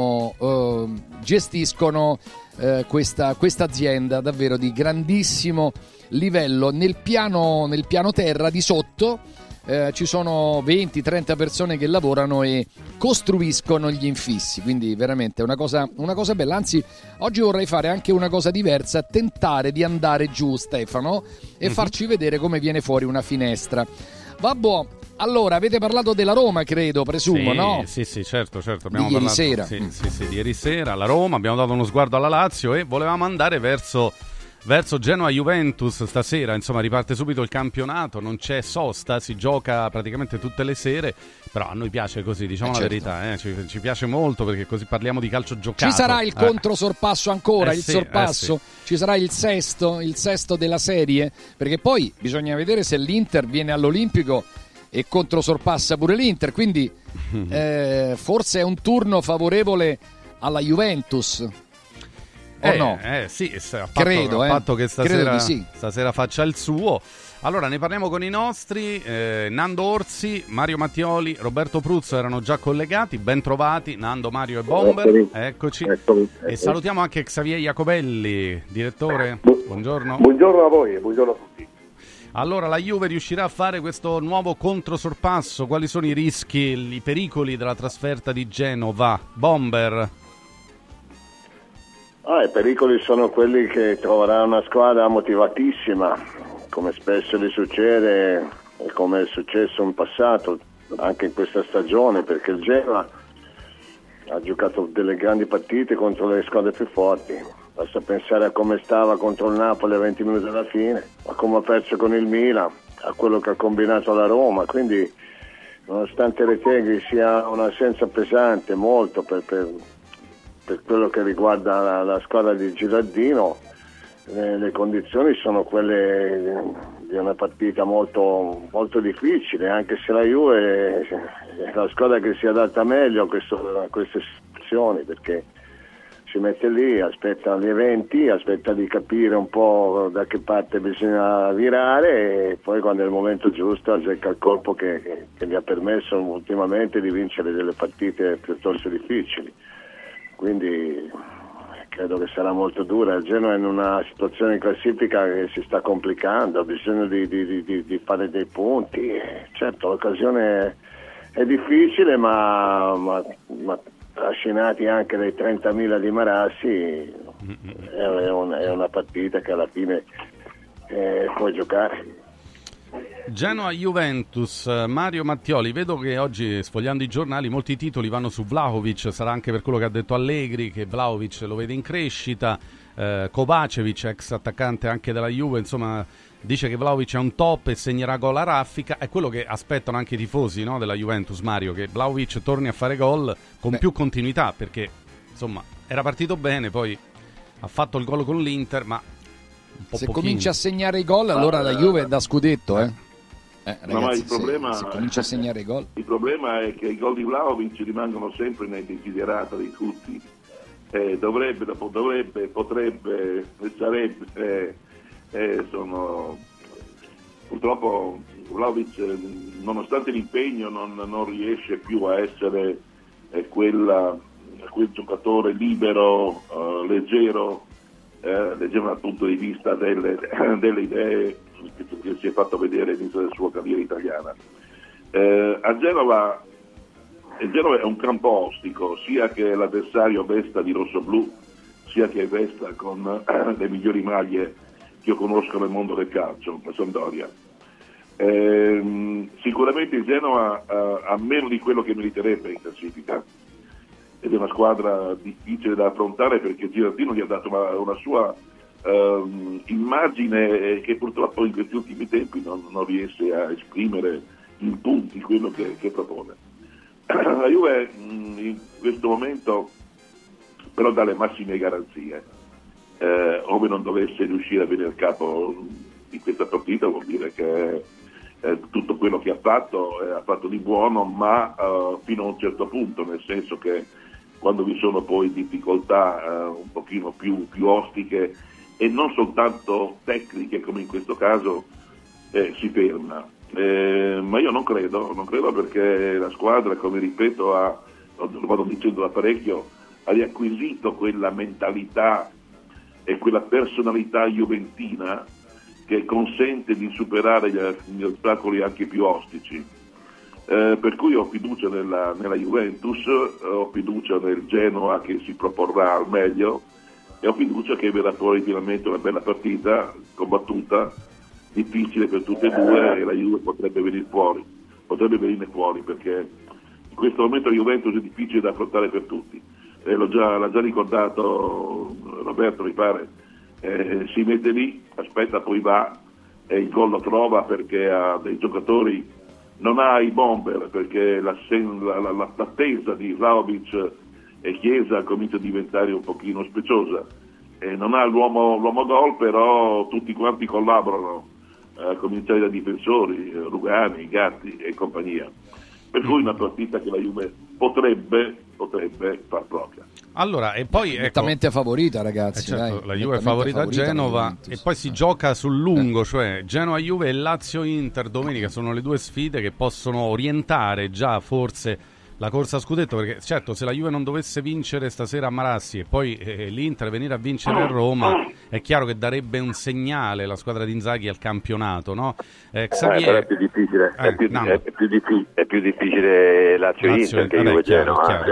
gestiscono questa azienda davvero di grandissimo livello. Nel piano terra di sotto ci sono 20-30 persone che lavorano e costruiscono gli infissi, quindi veramente una cosa bella. Anzi, oggi vorrei fare anche una cosa diversa, tentare di andare giù, Stefano, e farci vedere come viene fuori una finestra. Vabbè, allora avete parlato della Roma, presumo, no? Sì, certo, abbiamo di ieri parlato sera. Sì, di ieri sera alla Roma, abbiamo dato uno sguardo alla Lazio e volevamo andare verso Genoa-Juventus stasera. Insomma, riparte subito il campionato, non c'è sosta, si gioca praticamente tutte le sere, però a noi piace così, diciamo la verità, ci piace molto, perché così parliamo di calcio giocato. Ci sarà il controsorpasso ancora, il sorpasso, sì. Ci sarà il sesto della serie, perché poi bisogna vedere se l'Inter viene all'Olimpico e controsorpassa pure l'Inter, quindi forse è un turno favorevole alla Juventus. O no? Sì, ha fatto che stasera faccia il suo. Allora ne parliamo con i nostri. Nando Orsi, Mario Mattioli, Roberto Pruzzo erano già collegati. Ben trovati Nando, Mario e Bomber. Eccoci. E salutiamo anche Xavier Jacobelli, direttore. Buongiorno. Buongiorno a voi e buongiorno a tutti. Allora, la Juve riuscirà a fare questo nuovo controsorpasso? Quali sono i rischi, i pericoli della trasferta di Genova? Bomber. I pericoli sono quelli che troverà una squadra motivatissima, come spesso gli succede e come è successo in passato, anche in questa stagione, perché il Genoa ha giocato delle grandi partite contro le squadre più forti. Basta pensare a come stava contro il Napoli a 20 minuti alla fine, a come ha perso con il Milan, a quello che ha combinato la Roma, quindi nonostante Retegui sia un'assenza pesante molto per quello che riguarda la squadra di Girardino, le condizioni sono quelle di una partita molto, molto difficile, anche se la Juve è la squadra che si adatta meglio a queste situazioni, perché si mette lì, aspetta gli eventi, aspetta di capire un po' da che parte bisogna virare e poi quando è il momento giusto azzecca il colpo che gli ha permesso ultimamente di vincere delle partite piuttosto difficili. Quindi credo che sarà molto dura. Il Genoa è in una situazione in classifica che si sta complicando, ha bisogno di fare dei punti. Certo, l'occasione è difficile, ma trascinati anche dai 30.000 di Marassi è una partita che alla fine puoi giocare. Genoa-Juventus, Mario Mattioli, vedo che oggi sfogliando i giornali molti titoli vanno su Vlahovic, sarà anche per quello che ha detto Allegri, che Vlahovic lo vede in crescita, Kovacevic, ex attaccante anche della Juve, insomma dice che Vlahovic è un top e segnerà gol a raffica, è quello che aspettano anche i tifosi, no, della Juventus, Mario, che Vlahovic torni a fare gol con più continuità, perché insomma era partito bene, poi ha fatto il gol con l'Inter, ma un po' se pochino. Comincia a segnare i gol, allora la Juve è da scudetto, ragazzi, ma il problema, se comincia a segnare i gol. Il problema è che i gol di Vlahovic rimangono sempre nei desiderata di tutti. Dovrebbe, potrebbe, sarebbe. Purtroppo Vlahovic, nonostante l'impegno, non riesce più a essere quel giocatore libero, leggero dal punto di vista delle idee che si è fatto vedere all'inizio della sua carriera italiana. A Genova è un campo ostico, sia che l'avversario vesta di rosso-blu, sia che vesta con le migliori maglie che io conosco nel mondo del calcio, la Sampdoria. Sicuramente il Genoa ha meno di quello che meriterebbe in classifica ed è una squadra difficile da affrontare perché Girardino gli ha dato una sua immagine che purtroppo in questi ultimi tempi non riesce a esprimere in punti quello che propone. La Juve in questo momento però dà le massime garanzie, ove non dovesse riuscire a venire a capo di questa partita vuol dire che tutto quello che ha fatto di buono, ma fino a un certo punto, nel senso che quando vi sono poi difficoltà un pochino più ostiche e non soltanto tecniche come in questo caso, si ferma. Ma io non credo perché la squadra, come ripeto, lo vado dicendo da parecchio, ha riacquisito quella mentalità e quella personalità juventina che consente di superare gli ostacoli anche più ostici. Per cui ho fiducia nella Juventus, ho fiducia nel Genoa che si proporrà al meglio e ho fiducia che verrà fuori finalmente una bella partita combattuta, difficile per tutte e due, e la Juve potrebbe venirne fuori perché in questo momento la Juventus è difficile da affrontare per tutti. L'ha già ricordato Roberto, mi pare, si mette lì, aspetta, poi va e il gol lo trova perché ha dei giocatori, non ha i bomber perché l'attesa di Vlahovic e Chiesa comincia a diventare un pochino speciosa, non ha l'uomo gol, però tutti quanti collaborano a cominciare da difensori, Rugani, Gatti e compagnia. Per cui una partita che la Juve potrebbe far propria. Allora, e poi nettamente favorita, ragazzi. Certo, dai, la Juve è favorita a Genova e poi si gioca sul lungo, cioè Genoa-Juve e Lazio-Inter domenica sono le due sfide che possono orientare già forse la corsa a scudetto, perché certo se la Juve non dovesse vincere stasera a Marassi e poi l'Inter venire a vincere a Roma, è chiaro che darebbe un segnale la squadra di Inzaghi al campionato, no? Xavier... però è più difficile, è più difficile Lazio-Inter che Juve-Genoa.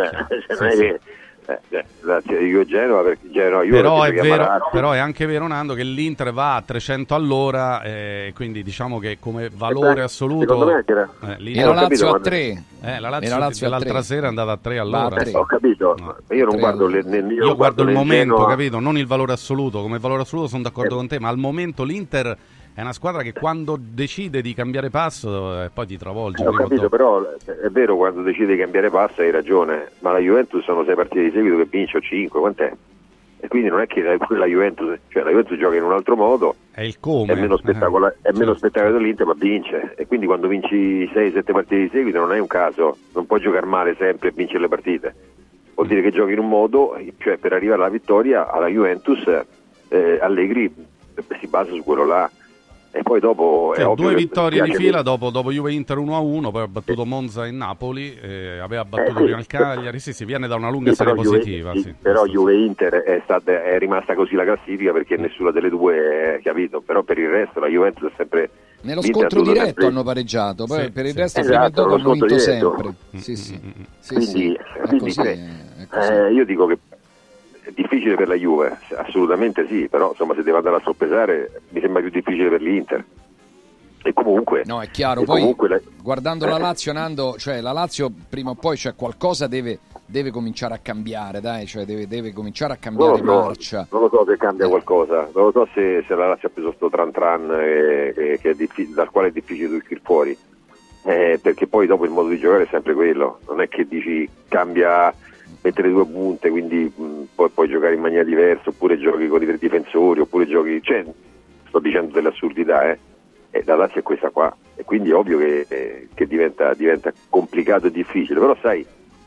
Lazio-Genoa, perché Genoa-Juve però è anche vero, Nando, che l'Inter va a 300 all'ora, quindi diciamo che come valore assoluto la Lazio a 3. La Lazio dell'altra sera è andata a 3 all'ora. Ho capito, io non guardo io guardo il momento, capito? Non il valore assoluto. Come valore assoluto sono d'accordo con te, ma al momento l'Inter è una squadra che quando decide di cambiare passo poi ti travolge. Ho capito, però è vero, quando decide di cambiare passo hai ragione, ma la Juventus sono 6 partite di seguito che vince o 5, quant'è? E quindi non è che la Juventus gioca in un altro modo, è il come, è meno spettacolo, meno spettacolo dell'Inter, ma vince, e quindi quando vinci 6-7 partite di seguito non è un caso, non puoi giocare male sempre e vincere le partite, vuol dire che giochi in un modo, cioè per arrivare alla vittoria alla Juventus Allegri si basa su quello là. E poi dopo è ovvio 2 vittorie di fila che... dopo Juve-Inter 1-1, poi ha battuto Monza in Napoli, aveva battuto prima il Cagliari, sì, viene da una lunga serie positiva. Però Juve-Inter è rimasta così la classifica perché nessuna delle due è capito, però per il resto la Juventus è sempre... Nello scontro diretto sempre... hanno pareggiato, poi per il resto prima e dopo hanno vinto diretto. Sempre. Quindi io dico che è difficile per la Juve, assolutamente sì, però insomma se deve andare a soppesare mi sembra più difficile per l'Inter. E comunque no, è chiaro, poi guardando la Lazio, Nando, cioè la Lazio prima o poi qualcosa deve cominciare a cambiare, dai, cioè deve cominciare a cambiare marcia. Non lo so se cambia qualcosa, non lo so se la Lazio ha preso sto tran che è difficile, dal quale è difficile uscire fuori, perché poi dopo il modo di giocare è sempre quello, non è che dici cambia, mettere 2 punte, quindi poi puoi giocare in maniera diversa, oppure giochi con i 3 difensori, oppure giochi, cioè sto dicendo delle assurdità, e la Lazio è questa qua, e quindi è ovvio che diventa complicato e difficile, però sai,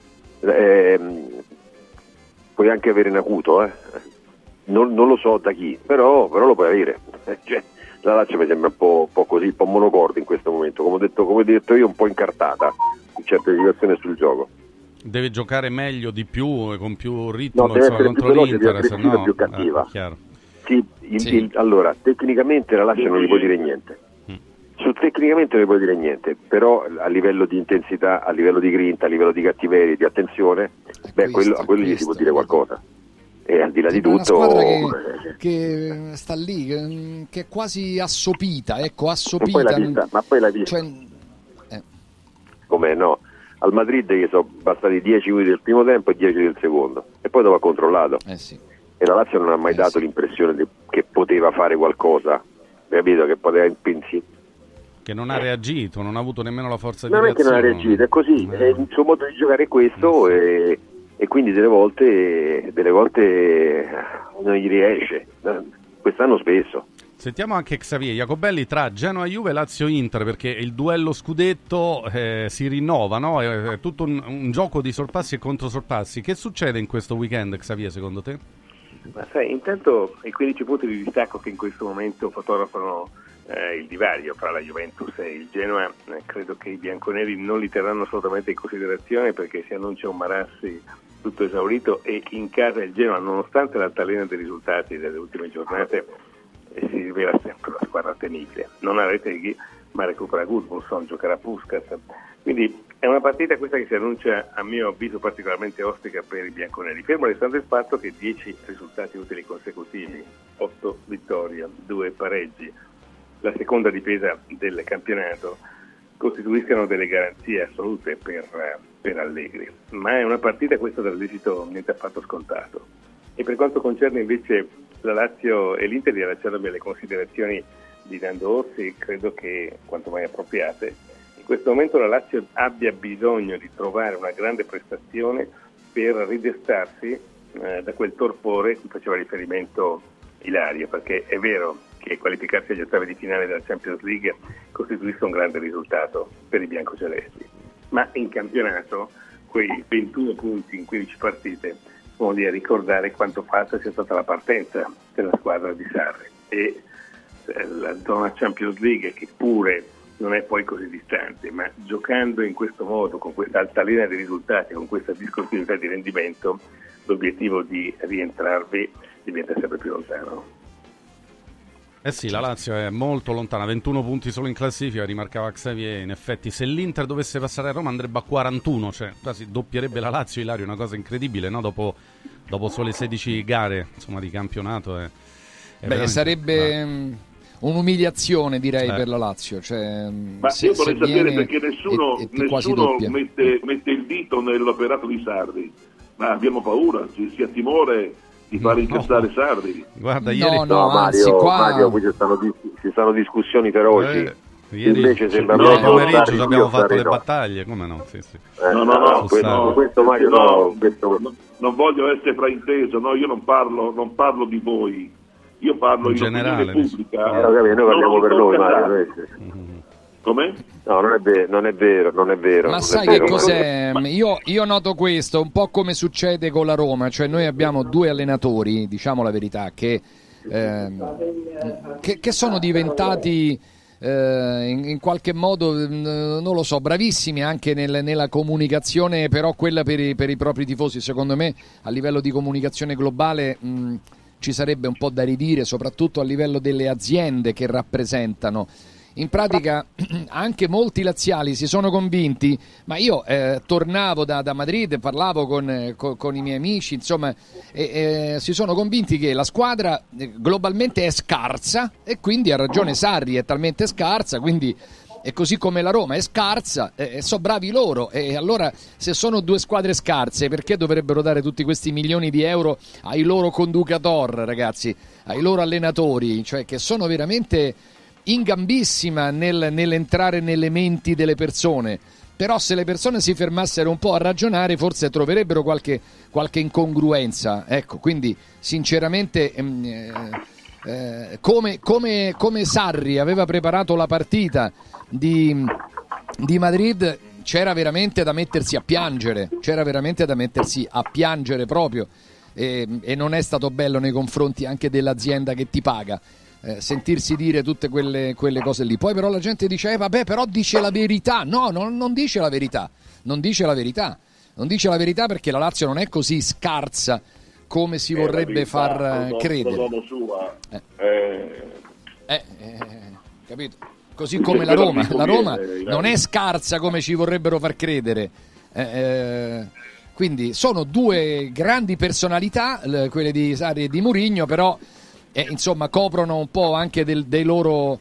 puoi anche avere in acuto, non lo so da chi, però lo puoi avere, cioè, la Lazio mi sembra un po' così, un po' monocorde in questo momento, come ho detto io, un po' incartata in certe situazioni sul gioco. Deve giocare meglio, di più, con più ritmo, deve essere contro più veloce, l'Inter, se no più cattiva. Chiaro. Allora, tecnicamente la Lazio non gli può dire niente. Tecnicamente non gli può dire niente, però a livello di intensità, a livello di grinta, a livello di cattiveria, di attenzione, a quello gli si può dire qualcosa. E al di là di tutto, una squadra che sta lì, che è quasi assopita, assopita. Ma poi l'hai vista. Come no? Al Madrid che sono bastati 10 minuti del primo tempo e 10 del secondo, e poi dopo ha controllato. E la Lazio non ha mai dato l'impressione che poteva fare qualcosa, capito? Che poteva impensire. Che non ha reagito, non ha avuto nemmeno la forza di reazione. Non è che non ha reagito, è così, il suo modo di giocare è questo, e quindi delle volte non gli riesce, quest'anno spesso. Sentiamo anche Xavier Jacobelli tra Genoa-Juve e Lazio-Inter, perché il duello scudetto si rinnova, no? È tutto un gioco di sorpassi e controsorpassi. Che succede in questo weekend, Xavier, secondo te? Ma sai, intanto i 15 punti di distacco che in questo momento fotografano il divario fra la Juventus e il Genoa, credo che i bianconeri non li terranno assolutamente in considerazione, perché si annuncia un Marassi tutto esaurito, e in casa il Genoa, nonostante l'altalena dei risultati delle ultime giornate, si rivela sempre una squadra temibile. Non ha Retegui, ma recupera Gudmundsson, giocherà Puskas, quindi è una partita questa che si annuncia, a mio avviso, particolarmente ostica per i bianconeri, fermo restando il fatto che 10 risultati utili consecutivi, 8 vittorie, 2 pareggi, la seconda difesa del campionato, costituiscano delle garanzie assolute per Allegri, ma è una partita questa dall'esito niente affatto scontato. E per quanto concerne invece la Lazio e l'Inter, riallacciandomi alle considerazioni di Nando Orsi, credo che quanto mai appropriate, in questo momento la Lazio abbia bisogno di trovare una grande prestazione per ridestarsi da quel torpore cui faceva riferimento Ilaria, perché è vero che qualificarsi agli ottavi di finale della Champions League costituisce un grande risultato per i biancocelesti. Ma in campionato quei 21 punti in 15 partite vuol dire ricordare quanto falsa sia stata la partenza della squadra di Sarri e la zona Champions League, che pure non è poi così distante, ma giocando in questo modo, con questa altalena di risultati, con questa discontinuità di rendimento, l'obiettivo di rientrarvi diventa sempre più lontano. Eh sì, la Lazio è molto lontana, 21 punti solo in classifica, rimarcava Xavier. In effetti se l'Inter dovesse passare a Roma andrebbe a 41, cioè quasi doppierebbe la Lazio. Ilario, una cosa incredibile, no? Dopo sole 16 gare, insomma, di campionato sarebbe un'umiliazione, direi, per la Lazio. Cioè, ma io vorrei sapere perché nessuno mette il dito nell'operato di Sarri, ma abbiamo paura, si ha timore di fare incazzare Sarri. Guarda, ieri Mario, qui ci stanno discussioni feroci. Ieri invece sembra pomeriggio abbiamo fatto le battaglie, come no? Sì. Questo Mario non voglio essere frainteso, no, io non parlo di voi, io parlo in generale pubblica. Noi parliamo per noi, Mario. Come? No, non è vero. Ma sai che cos'è? Io noto questo, un po' come succede con la Roma, cioè noi abbiamo due allenatori, diciamo la verità, che sono diventati in qualche modo, non lo so, bravissimi anche nella comunicazione, però quella per i propri tifosi. Secondo me a livello di comunicazione globale ci sarebbe un po' da ridire, soprattutto a livello delle aziende che rappresentano. In pratica anche molti laziali si sono convinti, ma io tornavo da Madrid, parlavo con i miei amici, insomma, si sono convinti che la squadra globalmente è scarsa e quindi ha ragione Sarri, è talmente scarsa, quindi è così come la Roma è scarsa, sono bravi loro, e allora se sono due squadre scarse perché dovrebbero dare tutti questi milioni di euro ai loro conducator, ragazzi, ai loro allenatori, cioè che sono veramente in gambissima nell'entrare nelle menti delle persone. Però se le persone si fermassero un po' a ragionare forse troverebbero qualche incongruenza, ecco. Quindi sinceramente come Sarri aveva preparato la partita di Madrid, c'era veramente da mettersi a piangere, proprio, e non è stato bello nei confronti anche dell'azienda che ti paga. Sentirsi dire tutte quelle cose lì. Poi però la gente dice vabbè, però dice la verità. No, non dice la verità. Non dice la verità perché la Lazio non è così scarsa come si vorrebbe far credere. Capito? Così come la Roma non è scarsa come ci vorrebbero far credere. Quindi sono due grandi personalità, quelle di Sarri e di Mourinho, però insomma coprono un po' anche dei loro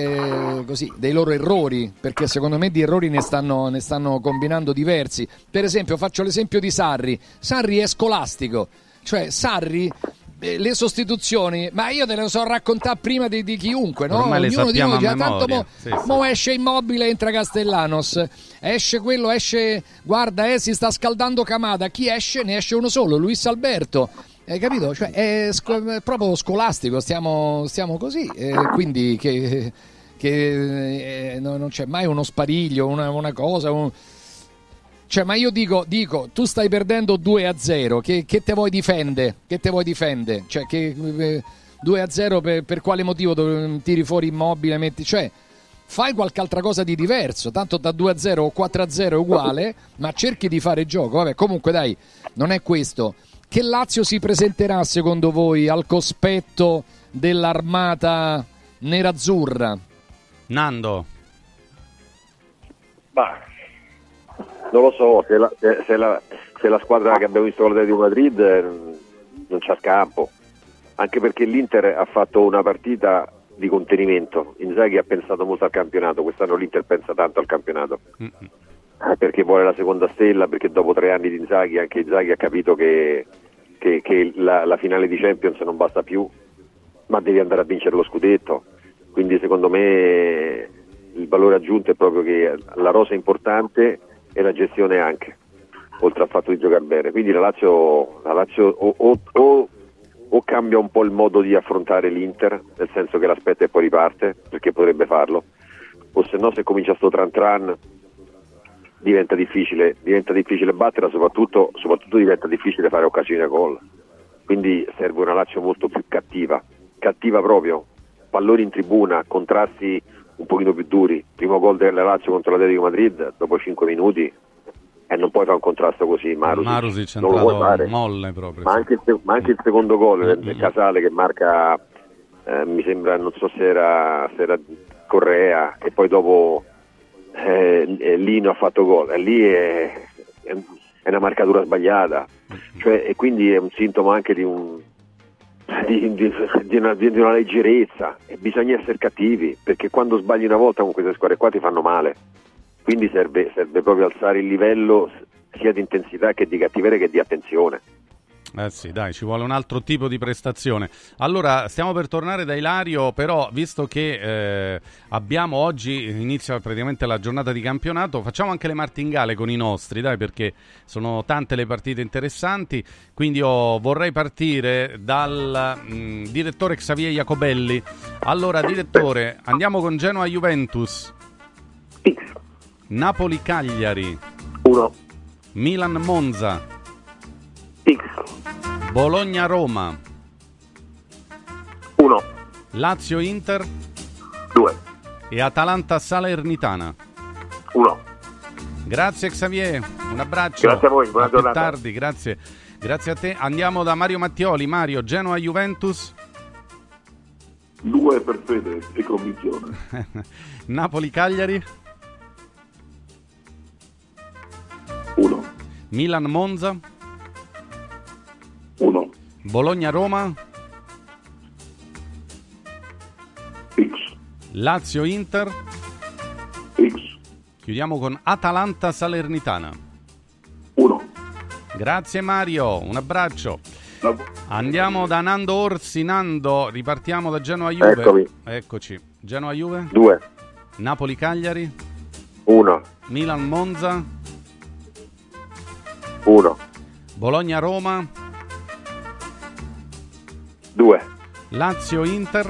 errori, perché secondo me di errori ne stanno combinando diversi. Per esempio faccio l'esempio di Sarri è scolastico, cioè Sarri le sostituzioni, ma io te le so raccontare prima di chiunque, no? Ormai ognuno di noi già tanto mo esce Immobile, entra Castellanos, esce quello, guarda si sta scaldando Kamada, chi esce? Ne esce uno solo, Luis Alberto. Capito? Cioè, è proprio scolastico, stiamo così, quindi che non c'è mai uno spariglio, una cosa. Cioè, ma io dico, tu stai perdendo 2-0, che te vuoi difendere? Cioè, che 2-0 per quale motivo tiri fuori Immobile, cioè, fai qualche altra cosa di diverso, tanto da 2-0 o 4-0 è uguale, ma cerchi di fare gioco. Vabbè, comunque dai, non è questo. Che Lazio si presenterà secondo voi al cospetto dell'armata nerazzurra? Nando? Bah, non lo so, se la squadra che abbiamo visto con l'Atletico Madrid non c'ha scampo, anche perché l'Inter ha fatto una partita di contenimento. Inzaghi ha pensato molto al campionato, quest'anno l'Inter pensa tanto al campionato. Perché vuole la seconda stella, perché dopo 3 anni di Inzaghi anche Inzaghi ha capito che la finale di Champions non basta più, ma devi andare a vincere lo scudetto. Quindi secondo me il valore aggiunto è proprio che la rosa è importante e la gestione anche, oltre al fatto di giocare bene. Quindi la Lazio o o cambia un po' il modo di affrontare l'Inter, nel senso che l'aspetta e poi riparte, perché potrebbe farlo, o se no, se comincia sto tran diventa difficile batterla, soprattutto diventa difficile fare occasioni a gol. Quindi serve una Lazio molto più cattiva proprio, palloni in tribuna, contrasti un pochino più duri. Primo gol della Lazio contro l'Atletico Madrid dopo 5 minuti, e non puoi fare un contrasto così. Marusic è non lo puoi fare. Molle proprio. Ma anche il secondo gol, Casale che marca, mi sembra, non so se era Correa, e poi dopo Lino ha fatto gol, e lì è una marcatura sbagliata, cioè, e quindi è un sintomo anche di una leggerezza, e bisogna essere cattivi, perché quando sbagli una volta con queste squadre qua ti fanno male. Quindi serve proprio alzare il livello sia di intensità che di cattiveria che di attenzione. Sì, dai, ci vuole un altro tipo di prestazione. Allora, stiamo per tornare da Ilario, però visto che abbiamo oggi, inizia praticamente la giornata di campionato, facciamo anche le martingale con i nostri, dai, perché sono tante le partite interessanti. Quindi io vorrei partire dal direttore Xavier Jacobelli. Allora, direttore, andiamo con Genoa-Juventus. Napoli-Cagliari. 1. Milan-Monza. X. Bologna-Roma. 1. Lazio-Inter. 2. E Atalanta-Salernitana. 1. Grazie Xavier, un abbraccio. Grazie a voi, buona giornata. Più tardi, grazie a te. Andiamo da Mario Mattioli. Mario, Genoa-Juventus. 2 per fede e convinzione. Napoli-Cagliari. 1. Milan-Monza. 1. Bologna-Roma. X. Lazio-Inter. X. Chiudiamo con Atalanta-Salernitana. 1. Grazie Mario, un abbraccio. Andiamo da Nando Orsi. Nando, ripartiamo da Genoa-Juve. Eccoci. Genoa-Juve. 2. Napoli-Cagliari. 1. Milan-Monza. 1. Bologna-Roma. 2. Lazio-Inter.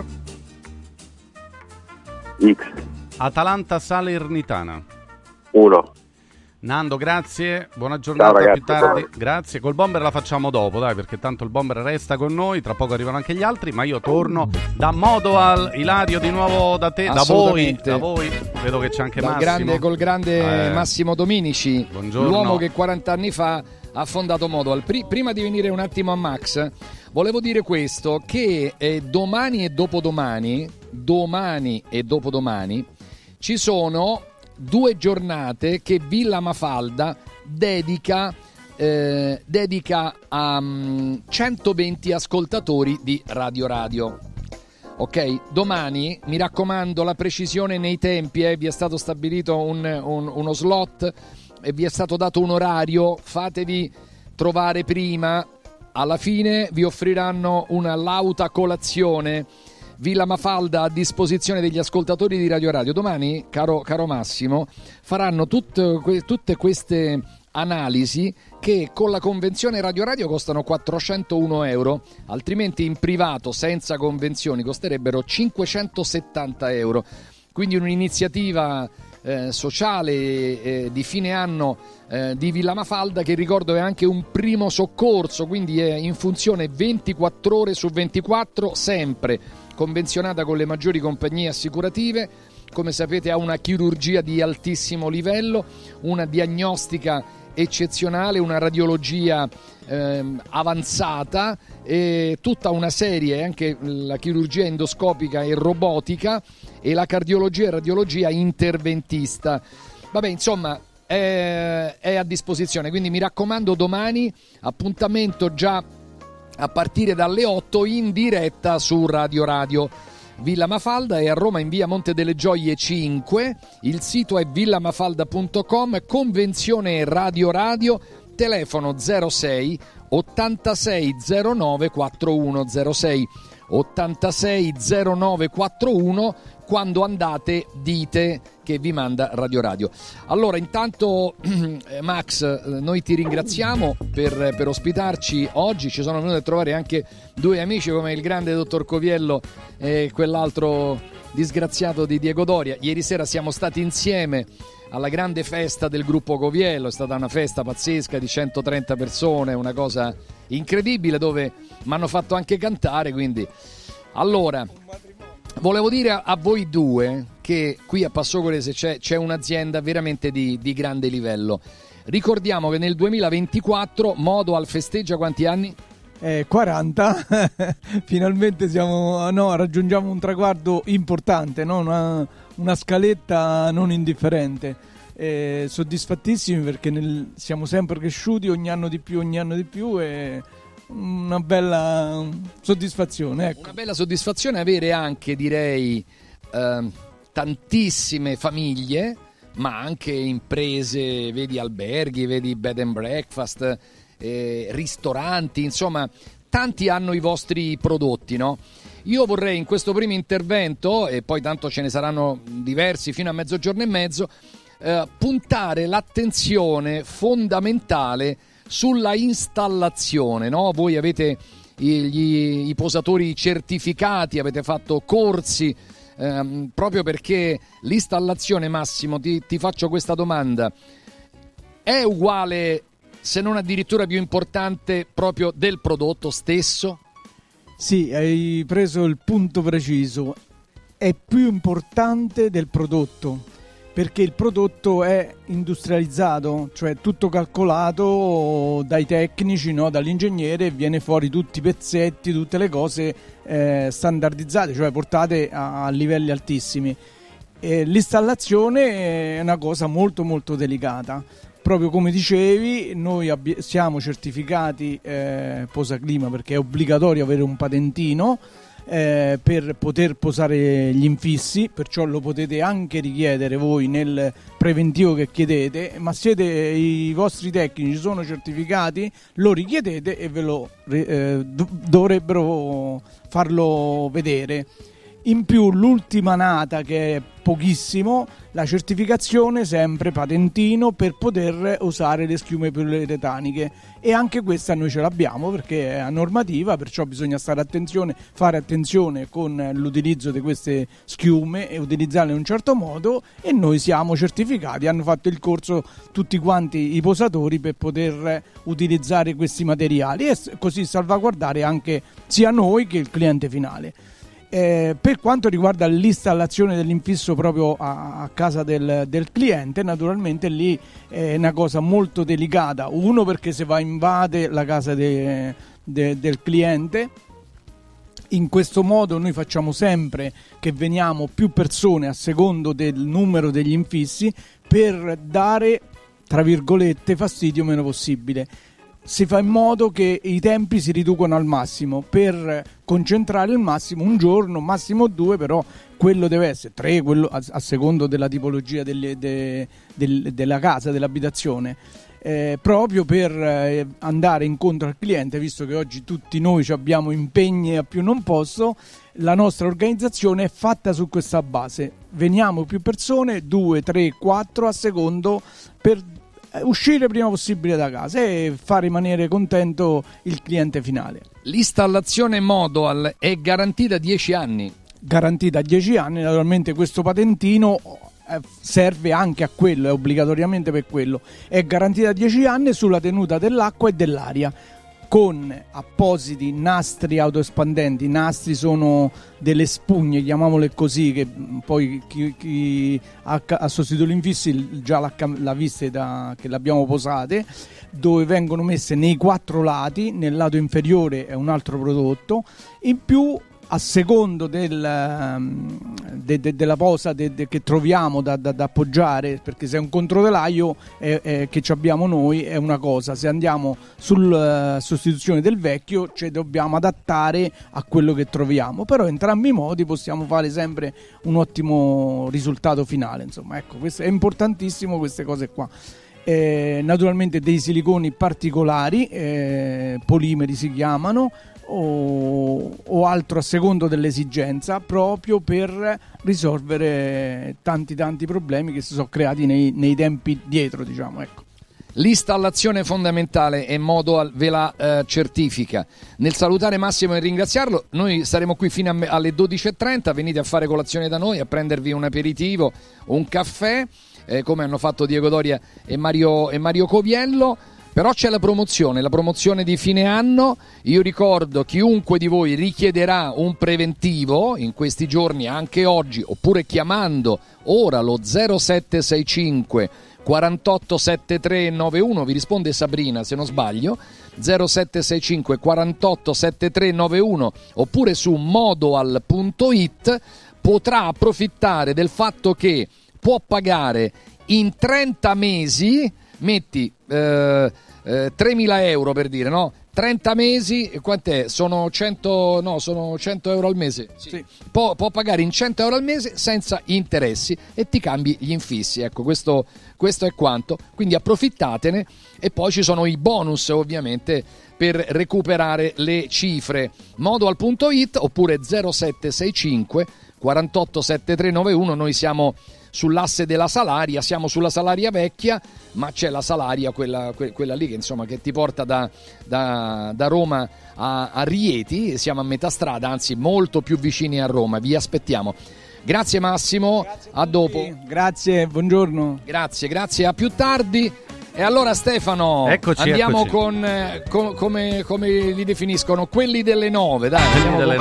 X. Atalanta-Salernitana. 1. Nando, grazie, buona giornata. Ciao, ragazzi, più tardi. Grazie. Col bomber la facciamo dopo, dai, perché tanto il bomber resta con noi. Tra poco arrivano anche gli altri, ma io torno da Modoal. Ilario, di nuovo da te, da voi. Vedo che c'è anche Massimo. Col grande Massimo Dominici. Buongiorno. L'uomo che 40 anni fa ha fondato Modoal. Prima di venire un attimo a Max, volevo dire questo, che domani e dopodomani ci sono 2 giornate che Villa Mafalda dedica a 120 ascoltatori di Radio. Ok, domani, mi raccomando, la precisione nei tempi, vi è stato stabilito uno slot e vi è stato dato un orario, fatevi trovare prima. Alla fine vi offriranno una lauta colazione Villa Mafalda a disposizione degli ascoltatori di Radio. Domani, caro Massimo, faranno tutte queste analisi che con la convenzione Radio costano 401 euro, altrimenti in privato senza convenzioni costerebbero 570 euro. Quindi un'iniziativa sociale di fine anno di Villa Mafalda, che ricordo è anche un primo soccorso, quindi è in funzione 24 ore su 24, sempre convenzionata con le maggiori compagnie assicurative. Come sapete ha una chirurgia di altissimo livello, una diagnostica eccezionale, una radiologia avanzata e tutta una serie, anche la chirurgia endoscopica e robotica e la cardiologia e radiologia interventista. Vabbè, insomma, è a disposizione, quindi mi raccomando, domani appuntamento già a partire dalle 8 in diretta su Radio. Villa Mafalda è a Roma in via Monte delle Gioie 5, il sito è villamafalda.com, convenzione Radio, telefono 06 86 09 41, 06 86 0941. Quando andate dite che vi manda Radio. Allora, intanto Max, noi ti ringraziamo per ospitarci oggi. Ci sono venuti a trovare anche due amici come il grande dottor Coviello e quell'altro disgraziato di Diego Doria. Ieri sera siamo stati insieme alla grande festa del gruppo Coviello, è stata una festa pazzesca di 130 persone, una cosa incredibile, dove mi hanno fatto anche cantare, quindi allora volevo dire a voi due che qui a Passogorese c'è un'azienda veramente di grande livello. Ricordiamo che nel 2024 Modoal festeggia quanti anni? 40. Finalmente raggiungiamo un traguardo importante, no? Una scaletta non indifferente. Soddisfattissimi perché siamo sempre cresciuti ogni anno di più e una bella soddisfazione, ecco. Una bella soddisfazione avere anche, direi, tantissime famiglie, ma anche imprese, vedi alberghi, vedi bed and breakfast, ristoranti, insomma tanti hanno i vostri prodotti, no? Io vorrei in questo primo intervento, e poi tanto ce ne saranno diversi fino a mezzogiorno e mezzo, puntare l'attenzione fondamentale sulla installazione, no? Voi avete i posatori certificati, avete fatto corsi, proprio perché l'installazione, Massimo, ti faccio questa domanda, è uguale, se non addirittura più importante, proprio del prodotto stesso? Sì, hai preso il punto preciso, è più importante del prodotto, perché il prodotto è industrializzato, cioè tutto calcolato dai tecnici, no? Dall'ingegnere, viene fuori tutti i pezzetti, tutte le cose standardizzate, cioè portate a livelli altissimi. L'installazione è una cosa molto molto delicata. Proprio come dicevi, noi siamo certificati Posaclima, perché è obbligatorio avere un patentino per poter posare gli infissi, perciò lo potete anche richiedere voi nel preventivo che chiedete, ma siete i vostri tecnici sono certificati, lo richiedete e ve lo dovrebbero farlo vedere. In più l'ultima nata, che è pochissimo, la certificazione sempre patentino per poter usare le schiume poliuretaniche, e anche questa noi ce l'abbiamo perché è a normativa, perciò bisogna fare attenzione con l'utilizzo di queste schiume e utilizzarle in un certo modo, e noi siamo certificati, hanno fatto il corso tutti quanti i posatori per poter utilizzare questi materiali e così salvaguardare anche sia noi che il cliente finale. Per quanto riguarda l'installazione dell'infisso proprio a casa del cliente, naturalmente lì è una cosa molto delicata, uno perché se va invade la casa del cliente. In questo modo noi facciamo sempre che veniamo più persone a secondo del numero degli infissi, per dare, tra virgolette, fastidio meno possibile. Si fa in modo che i tempi si riducano al massimo per concentrare il massimo un giorno, massimo 2, però quello deve essere 3, quello a secondo della tipologia della casa, dell'abitazione, proprio per andare incontro al cliente, visto che oggi tutti noi abbiamo impegni a più non posso. La nostra organizzazione è fatta su questa base, veniamo più persone, 2, 3, 4 a secondo, per uscire prima possibile da casa e far rimanere contento il cliente finale. L'installazione Modoal è garantita 10 anni. Garantita 10 anni, naturalmente questo patentino serve anche a quello, è obbligatoriamente per quello. È garantita 10 anni sulla tenuta dell'acqua e dell'aria, con appositi nastri autoespandenti. I nastri sono delle spugne, chiamiamole così, che poi chi ha sostituito l'infissi già l'ha viste che l'abbiamo posate, dove vengono messe nei 4 lati. Nel lato inferiore è un altro prodotto, in più a secondo della posa che troviamo da appoggiare, perché se è un controtelaio che abbiamo noi è una cosa, se andiamo sulla sostituzione del vecchio dobbiamo adattare a quello che troviamo, però entrambi i modi possiamo fare sempre un ottimo risultato finale. Insomma, ecco, questo è importantissimo, queste cose qua. Naturalmente dei siliconi particolari, polimeri si chiamano, o altro a secondo dell'esigenza, proprio per risolvere tanti problemi che si sono creati nei tempi dietro, diciamo, ecco. L'installazione fondamentale e Modoal ve la certifica. Nel salutare Massimo e ringraziarlo, noi saremo qui fino alle 12.30, venite a fare colazione da noi, a prendervi un aperitivo, un caffè, come hanno fatto Diego Doria e Mario Coviello. Però c'è la promozione di fine anno. Io ricordo, chiunque di voi richiederà un preventivo in questi giorni, anche oggi, oppure chiamando ora lo 0765 48 73 91, vi risponde Sabrina se non sbaglio, 0765 48 73 91, oppure su modoal.it, potrà approfittare del fatto che può pagare in 30 mesi, metti 3.000 euro per dire, no? 30 mesi, quant'è? Sono 100 euro al mese. Sì. Può pagare in 100 euro al mese senza interessi e ti cambi gli infissi. Ecco, questo è quanto. Quindi approfittatene, e poi ci sono i bonus ovviamente per recuperare le cifre. Modoal.it oppure 0765 48 7391. Noi siamo sull'asse della Salaria, siamo sulla Salaria vecchia, ma c'è la Salaria, quella lì che insomma che ti porta da Roma a Rieti. Siamo a metà strada, anzi molto più vicini a Roma. Vi aspettiamo. Grazie Massimo, a dopo. Grazie, buongiorno. Grazie, a più tardi. E allora Stefano, andiamo con come li definiscono, quelli delle 9, dai, quelli delle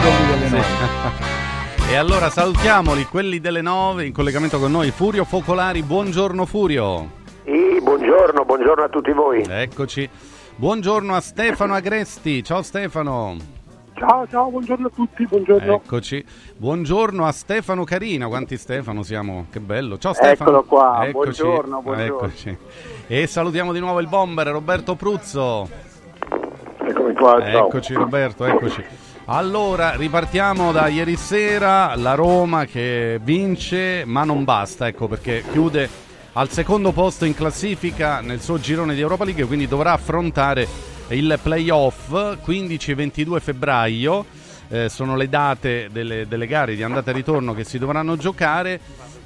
9. E allora salutiamoli, quelli delle 9, in collegamento con noi Furio Focolari. Buongiorno Furio. Buongiorno a tutti voi. Eccoci. Buongiorno a Stefano Agresti. Ciao Stefano. Ciao, buongiorno a tutti, buongiorno. Eccoci. Buongiorno a Stefano Carina. Quanti Stefano siamo? Che bello. Ciao Stefano. Eccolo qua. Eccoci. Buongiorno. Eccoci. E salutiamo di nuovo il bomber Roberto Pruzzo. Eccomi qua. Ciao. Eccoci Roberto, eccoci. Allora, ripartiamo da ieri sera, la Roma che vince, ma non basta, ecco, perché chiude al secondo posto in classifica nel suo girone di Europa League, quindi dovrà affrontare il playoff 15 e 22 febbraio, sono le date delle gare di andata e ritorno che si dovranno giocare.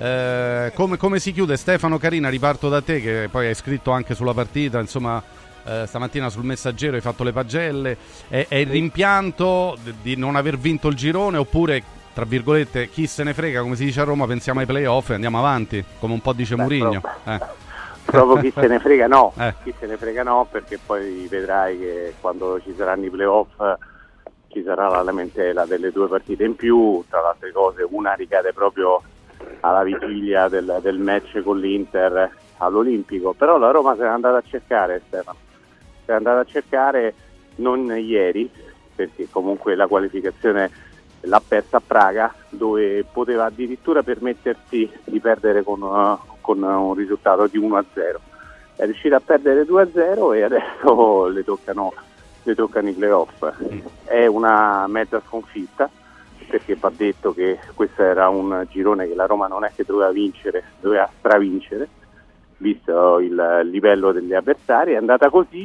Come si chiude? Stefano Carina, riparto da te, che poi hai scritto anche sulla partita, insomma. Stamattina sul Messaggero hai fatto le pagelle. È il rimpianto di non aver vinto il girone, oppure, tra virgolette, chi se ne frega, come si dice a Roma, pensiamo ai playoff e andiamo avanti, come un po' dice Mourinho? Proprio chi se ne frega no. Chi se ne frega no, perché poi vedrai che quando ci saranno i playoff ci sarà la lamentela delle 2 partite in più. Tra le altre cose, una ricade proprio alla vigilia del match con l'Inter all'Olimpico. Però la Roma se n'è andata a cercare, Stefano, se n'è andata a cercare, non ieri, perché comunque la qualificazione l'ha persa a Praga, dove poteva addirittura permettersi di perdere con un risultato di 1-0. È riuscita a perdere 2-0 e adesso le toccano i playoff. È una mezza sconfitta, perché va detto che questo era un girone che la Roma non è che doveva vincere, doveva stravincere, visto il livello degli avversari. È andata così,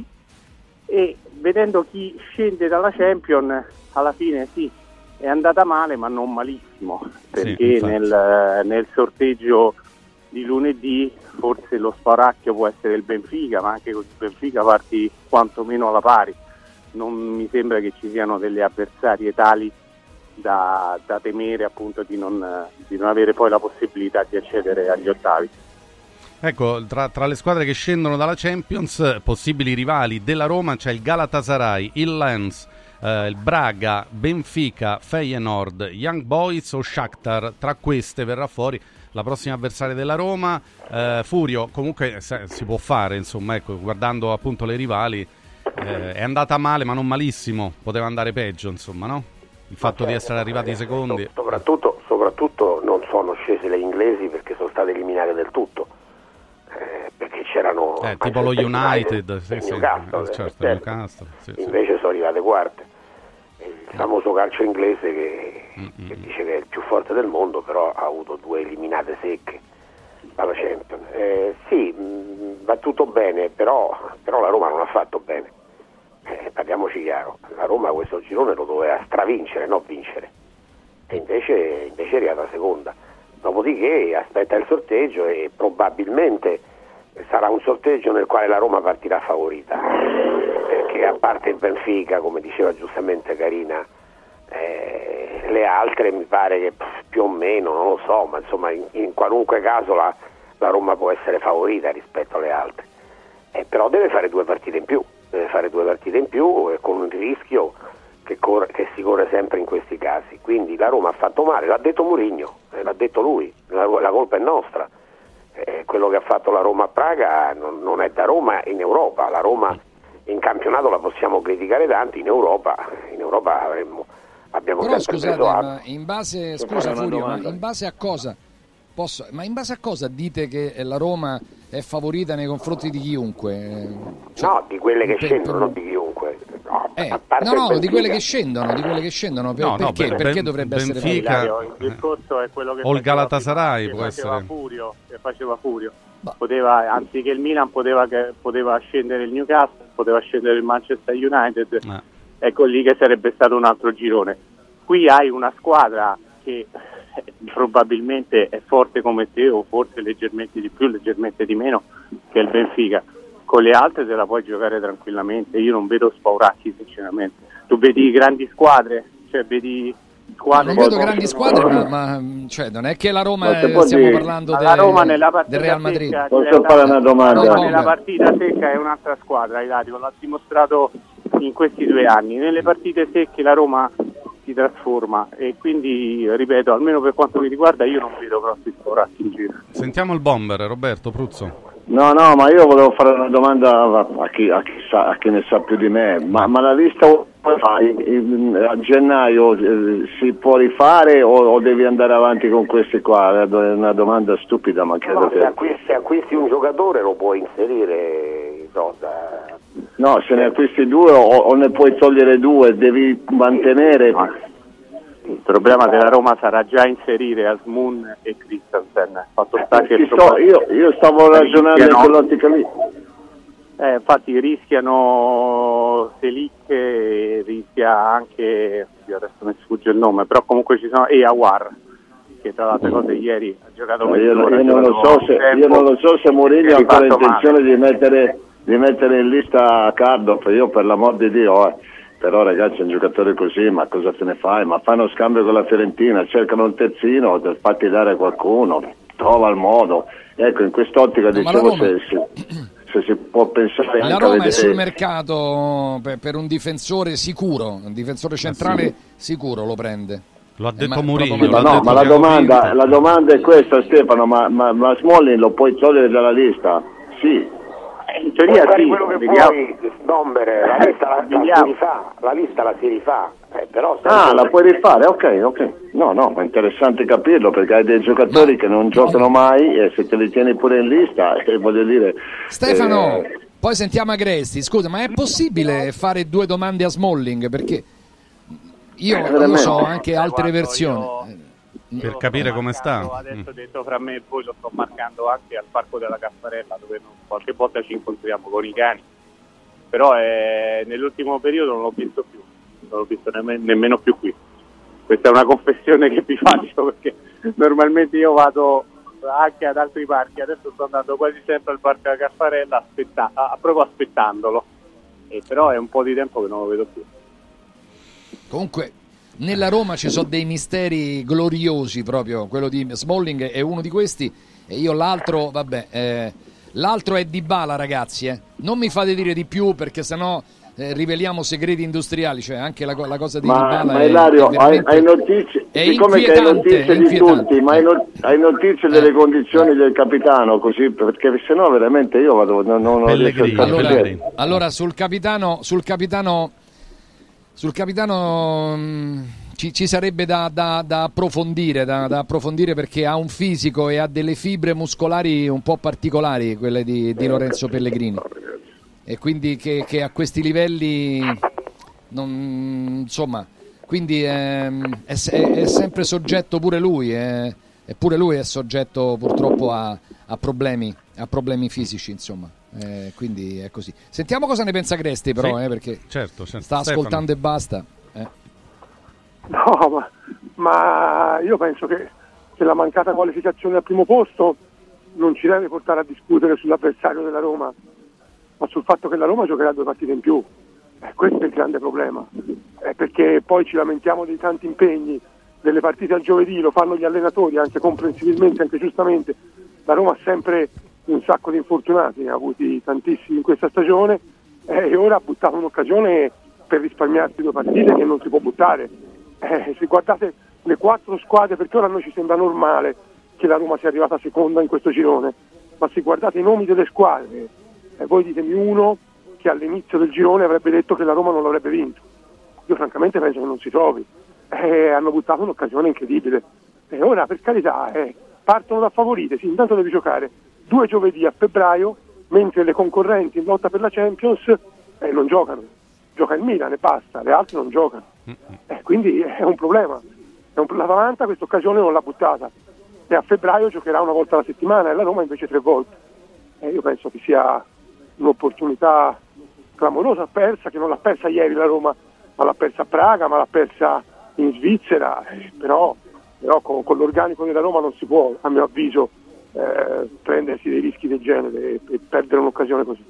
e vedendo chi scende dalla Champions, alla fine sì, è andata male, ma non malissimo, perché nel sorteggio di lunedì forse lo spauracchio può essere il Benfica, ma anche con il Benfica parti quantomeno alla pari. Non mi sembra che ci siano delle avversarie tali da temere, appunto, di non avere poi la possibilità di accedere agli ottavi. Ecco, tra le squadre che scendono dalla Champions, possibili rivali della Roma, c'è il Galatasaray, il Lens, il Braga, Benfica, Feyenoord, Young Boys o Shakhtar. Tra queste verrà fuori la prossima avversaria della Roma. Furio, comunque si può fare, insomma, ecco, guardando appunto le rivali, è andata male ma non malissimo, poteva andare peggio, insomma, no? Il fatto di essere arrivati secondi. Soprattutto non sono scese le inglesi, perché sono state eliminate del tutto. Perché c'erano tipo lo United, Newcastle, certo. Newcastle, invece sono arrivate quarte. Il famoso calcio inglese che dice che è il più forte del mondo, però ha avuto 2 eliminate secche alla Champions. Sì, va tutto bene, però la Roma non ha fatto bene. parliamoci chiaro, la Roma questo girone lo doveva stravincere, non vincere, e invece è arrivata seconda. Dopodiché aspetta il sorteggio e probabilmente sarà un sorteggio nel quale la Roma partirà favorita, perché a parte il Benfica, come diceva giustamente Carina, le altre mi pare che più o meno, non lo so, ma insomma in qualunque caso la Roma può essere favorita rispetto alle altre, però deve fare 2 partite in più, e con un rischio che si corre sempre in questi casi. Quindi la Roma ha fatto male, l'ha detto Mourinho, l'ha detto lui, la colpa è nostra. Quello che ha fatto la Roma a Praga non è da Roma in Europa. La Roma in campionato la possiamo criticare tanto, in Europa abbiamo però sempre scusate, preso ma in base, scusa Furio, ma in base a cosa dite che la Roma è favorita nei confronti di chiunque? No, di quelle che scendono, non di chiunque. No, di quelle che scendono, perché dovrebbe essere favorita? Il discorso è quello che o il Galatasaray può faceva essere Furio. Poteva, anziché il Milan poteva scendere il Newcastle, poteva scendere il Manchester United. Ecco lì che sarebbe stato un altro girone. Qui hai una squadra che probabilmente è forte come te, o forse leggermente di più, leggermente di meno, che è il Benfica. Con le altre te la puoi giocare tranquillamente. Io non vedo spauracchi, sinceramente. Tu vedi grandi squadre, non vedo grandi squadre, ma cioè, non è che la Roma stiamo parlando del Real Madrid. Posso fare una domanda? Nella partita secca è un'altra squadra, Ilario, l'ha dimostrato in questi 2 anni. Nelle partite secche la Roma si trasforma, e quindi, ripeto, almeno per quanto mi riguarda, io non vedo grossi spauracchi in giro. Sentiamo il bomber, Roberto Pruzzo. No, ma io volevo fare una domanda a chi ne sa più di me, ma la lista a gennaio si può rifare o devi andare avanti con questi qua? È una domanda stupida, ma credo che... Se acquisti un giocatore lo puoi inserire, No, se ne acquisti 2 o ne puoi togliere 2, devi mantenere... Il problema della Roma sarà già inserire Asmun e Christensen. Fatto sta che io stavo ragionando in quell'ottica lì. Infatti rischiano Selic, rischia anche, adesso mi sfugge il nome, però comunque ci sono, e Aouar, che tra le altre cose ieri ha giocato mezz'ora. Io non lo so se Mourinho ha ancora intenzione di mettere in lista Cardoff. Io, per l'amor di Dio, però ragazzi, un giocatore così, ma cosa te ne fai? Ma fanno scambio con la Fiorentina, cercano un terzino, fatti dare qualcuno, trova il modo. Ecco, in quest'ottica diciamo se si può pensare la anche Roma a vedere... è sul mercato per un difensore sicuro, un difensore centrale sicuro lo prende. Lo ha detto Mourinho. Ma la domanda è questa, Stefano, ma Smalling lo puoi togliere dalla lista? Sì. In teoria sì, quello che vuoi, Snombere, la lista la si rifà, però la puoi rifare, ok. No, ma è interessante capirlo, perché hai dei giocatori che non giocano mai, e se te li tieni pure in lista, voglio dire... Stefano, poi sentiamo Agresti. Scusa, ma è possibile fare 2 domande a Smalling? Perché io non lo so, anche altre versioni. Per capire come sta. Adesso detto fra me e voi, lo sto marcando anche al Parco della Caffarella, dove qualche volta ci incontriamo con i cani, però nell'ultimo periodo non l'ho visto più, non l'ho visto nemmeno più qui. Questa è una confessione che vi faccio, perché normalmente io vado anche ad altri parchi, adesso sto andando quasi sempre al Parco della Caffarella proprio aspettandolo, però è un po' di tempo che non lo vedo più. Comunque nella Roma ci sono dei misteri gloriosi, proprio quello di Smalling è uno di questi, e io l'altro, l'altro è Dybala, ragazzi, non mi fate dire di più, perché sennò riveliamo segreti industriali, cioè anche la cosa di Dybala ma Ilario, hai notizie, siccome che hai notizie di tutti, ma hai notizie delle condizioni del capitano, così, perché sennò veramente io vado non riesco a allora sul capitano ci sarebbe da approfondire, da approfondire, perché ha un fisico e ha delle fibre muscolari un po' particolari, quelle di Lorenzo Pellegrini, e quindi che a questi livelli insomma, quindi è sempre soggetto pure lui, e pure lui è soggetto purtroppo a problemi fisici, insomma. Quindi è così. Sentiamo cosa ne pensa Cresti però, Sì, perché certo, sta ascoltando e basta. No, ma io penso che la mancata qualificazione al primo posto non ci deve portare a discutere sull'avversario della Roma, ma sul fatto che la Roma giocherà 2 partite in più. Questo è il grande problema, perché poi ci lamentiamo dei tanti impegni, delle partite al giovedì, lo fanno gli allenatori, anche comprensibilmente, anche giustamente. La Roma ha sempre un sacco di infortunati, ne ha avuti tantissimi in questa stagione, e ora ha buttato un'occasione per risparmiarsi 2 partite che non si può buttare. Se guardate le 4 squadre, perché ora a noi ci sembra normale che la Roma sia arrivata seconda in questo girone, ma se guardate i nomi delle squadre, voi ditemi uno che all'inizio del girone avrebbe detto che la Roma non l'avrebbe vinto. Io francamente penso che non si trovi. Hanno buttato un'occasione incredibile, e ora per carità partono da favorite. Sì, intanto devi giocare 2 giovedì a febbraio, mentre le concorrenti in lotta per la Champions non giocano. Gioca il Milan e basta, le altre non giocano. Quindi è un problema. L'Atalanta questa occasione non l'ha buttata, e a febbraio giocherà una volta alla settimana, e la Roma invece 3 volte. Io penso che sia un'opportunità clamorosa persa, che non l'ha persa ieri la Roma, ma l'ha persa a Praga, ma l'ha persa in Svizzera, però con l'organico della Roma non si può, a mio avviso, prendersi dei rischi del genere e perdere un'occasione così.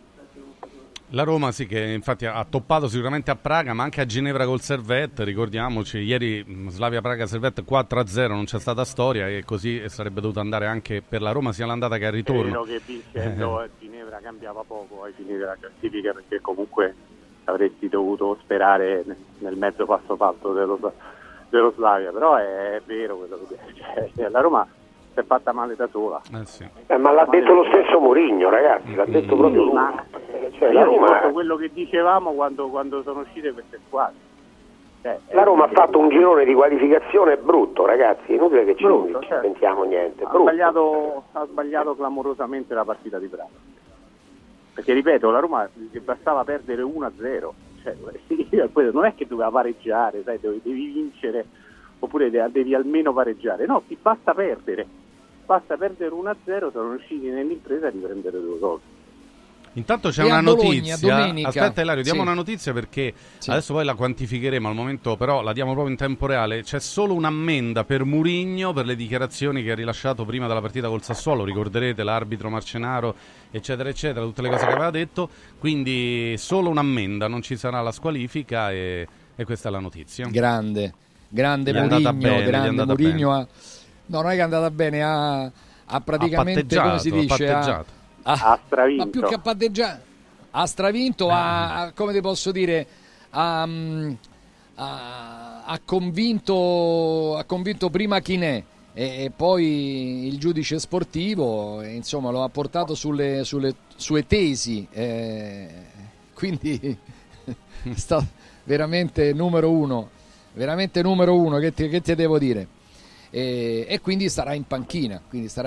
La Roma sì, che infatti ha toppato sicuramente a Praga, ma anche a Ginevra col Servette, ricordiamoci, ieri Slavia Praga Servette 4-0, non c'è stata storia, e così sarebbe dovuto andare anche per la Roma sia l'andata che al ritorno. È vero che vincendo Ginevra cambiava poco ai fini della classifica, perché comunque avresti dovuto sperare nel mezzo passo falso dello Slavia, però è vero quello che dice, la Roma si è fatta male da sola. Sì. Ma l'ha detto lo stesso Mourinho, ragazzi, l'ha detto proprio lui. La Roma è quello che dicevamo quando sono uscite queste squadre. La Roma ha fatto un girone di qualificazione brutto, ragazzi, è inutile che ci pensiamo niente. Ha sbagliato clamorosamente la partita di Praga. Perché ripeto, la Roma bastava perdere 1-0. Non è che doveva pareggiare, sai, devi vincere, oppure devi almeno pareggiare. No, ti basta perdere 1-0, sono riusciti nell'impresa a riprendere 2 gol. Intanto c'è una notizia. Domenica. Aspetta Ilario, diamo una notizia, perché adesso poi la quantificheremo, al momento però la diamo proprio in tempo reale. C'è solo un'ammenda per Mourinho per le dichiarazioni che ha rilasciato prima della partita col Sassuolo, ricorderete l'arbitro Marcenaro, eccetera eccetera, tutte le cose che aveva detto, quindi solo un'ammenda, non ci sarà la squalifica, e questa è la notizia. Grande Mourinho, no, non è che è andata bene, ha praticamente, come si dice, ha stravinto. Ma più che a patteggiare, ha stravinto, come ti posso dire, ha convinto prima Chinè e poi il giudice sportivo, insomma lo ha portato sulle sue tesi, quindi sta veramente numero uno, che ti devo dire, e quindi starà in panchina,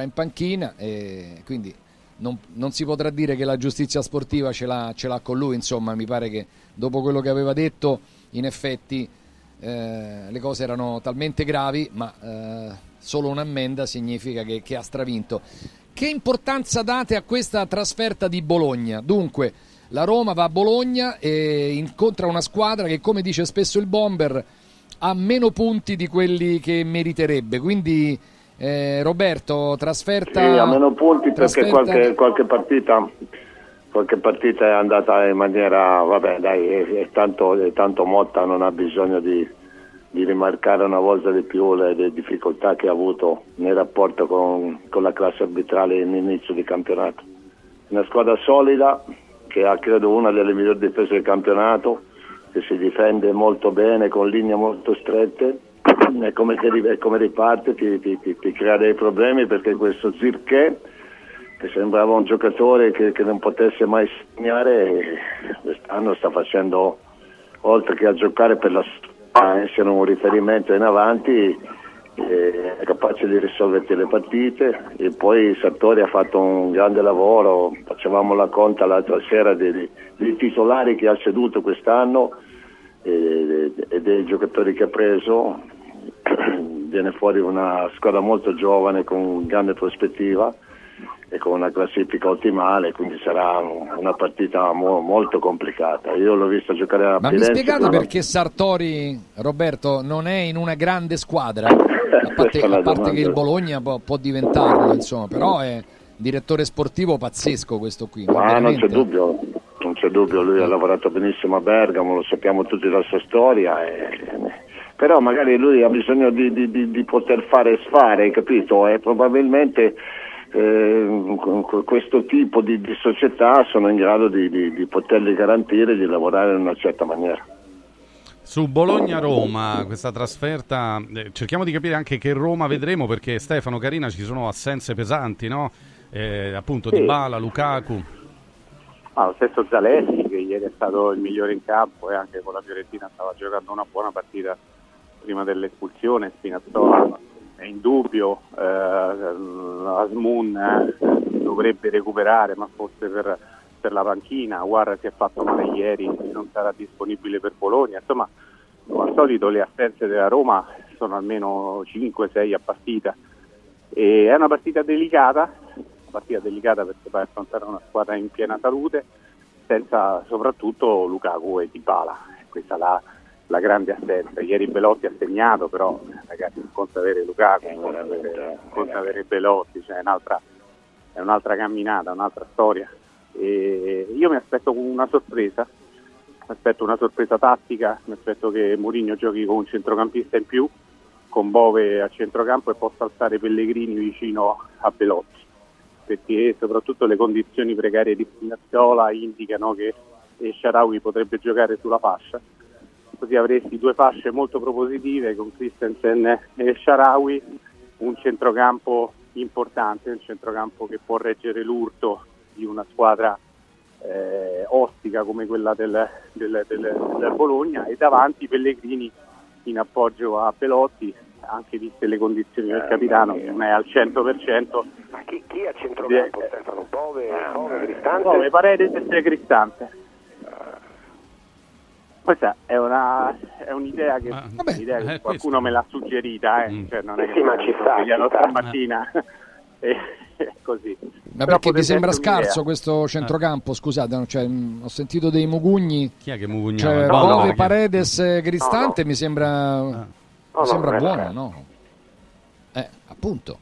e quindi non si potrà dire che la giustizia sportiva ce l'ha con lui. Insomma, mi pare che dopo quello che aveva detto, in effetti le cose erano talmente gravi, ma solo un'ammenda significa che ha stravinto. Che importanza date a questa trasferta di Bologna? Dunque, la Roma va a Bologna e incontra una squadra che, come dice spesso il Bomber, ha meno punti di quelli che meriterebbe, quindi Roberto, trasferta... Sì, ha meno punti perché qualche partita è andata in maniera, vabbè dai, è tanto Motta, non ha bisogno di rimarcare una volta di più le difficoltà che ha avuto nel rapporto con la classe arbitrale all'inizio di campionato. Una squadra solida che ha, credo, una delle migliori difese del campionato, che si difende molto bene con linee molto strette, e come riparte ti crea dei problemi, perché questo Zirkzee, che sembrava un giocatore che non potesse mai segnare, quest'anno sta facendo, oltre che a giocare per la essere un riferimento in avanti, è capace di risolverti le partite. E poi Sartori ha fatto un grande lavoro, facevamo la conta l'altra sera dei titolari che ha ceduto quest'anno e dei giocatori che ha preso. Viene fuori una squadra molto giovane con grande prospettiva, con una classifica ottimale, quindi sarà una partita molto complicata. Io l'ho vista giocare a Ma Firenze. mi spiegate perché Sartori, Roberto, non è in una grande squadra? A parte che il Bologna può diventarlo, insomma, però è direttore sportivo pazzesco questo qui. Ma non c'è dubbio, lui ha lavorato benissimo a Bergamo, lo sappiamo tutti la sua storia, però magari lui ha bisogno di poter fare e sfare, hai capito? E probabilmente questo tipo di società sono in grado di potergli garantire di lavorare in una certa maniera. Su Bologna-Roma, questa trasferta, cerchiamo di capire anche che Roma vedremo, perché Stefano, Carina, ci sono assenze pesanti, no? Appunto Sì. Dybala, Lukaku. Lo stesso Zaleschi, che ieri è stato il migliore in campo e anche con la Fiorentina stava giocando una buona partita prima dell'espulsione. Spinazzola è in dubbio, Asmun dovrebbe recuperare, ma forse per la panchina. Guarda, si è fatto male ieri, non sarà disponibile per Bologna. Insomma, come al solito le assenze della Roma sono almeno 5-6 a partita, e è una partita delicata perché va a affrontare una squadra in piena salute, senza soprattutto Lukaku e Dybala. Questa è la grande assenza. Ieri Belotti ha segnato, però ragazzi, non conta avere Lukaku, conta avere Belotti, cioè è un'altra camminata, un'altra storia. E io mi aspetto una sorpresa, tattica, mi aspetto che Mourinho giochi con un centrocampista in più, con Bove a centrocampo, e possa alzare Pellegrini vicino a Belotti, perché soprattutto le condizioni precarie di Spinazzola indicano che Shaarawy potrebbe giocare sulla fascia, così avresti due fasce molto propositive con Christensen e Shaarawy, un centrocampo importante, un centrocampo che può reggere l'urto di una squadra ostica come quella del Bologna, e davanti Pellegrini in appoggio a Belotti, anche viste le condizioni del capitano, che non è al 100%. Ma chi a centrocampo, Stefano? Bove, Cristante? Bove, Paredes e Cristante. Questa è un'idea che qualcuno me l'ha suggerita, cioè non è che ma ci sta stamattina. Così. Ma perché vi sembra scarso questo centrocampo? Scusate, cioè, ho sentito dei mugugni. Chi è che mugugnava? Cioè, Bove, Paredes, Cristante mi sembra buono, no? Appunto.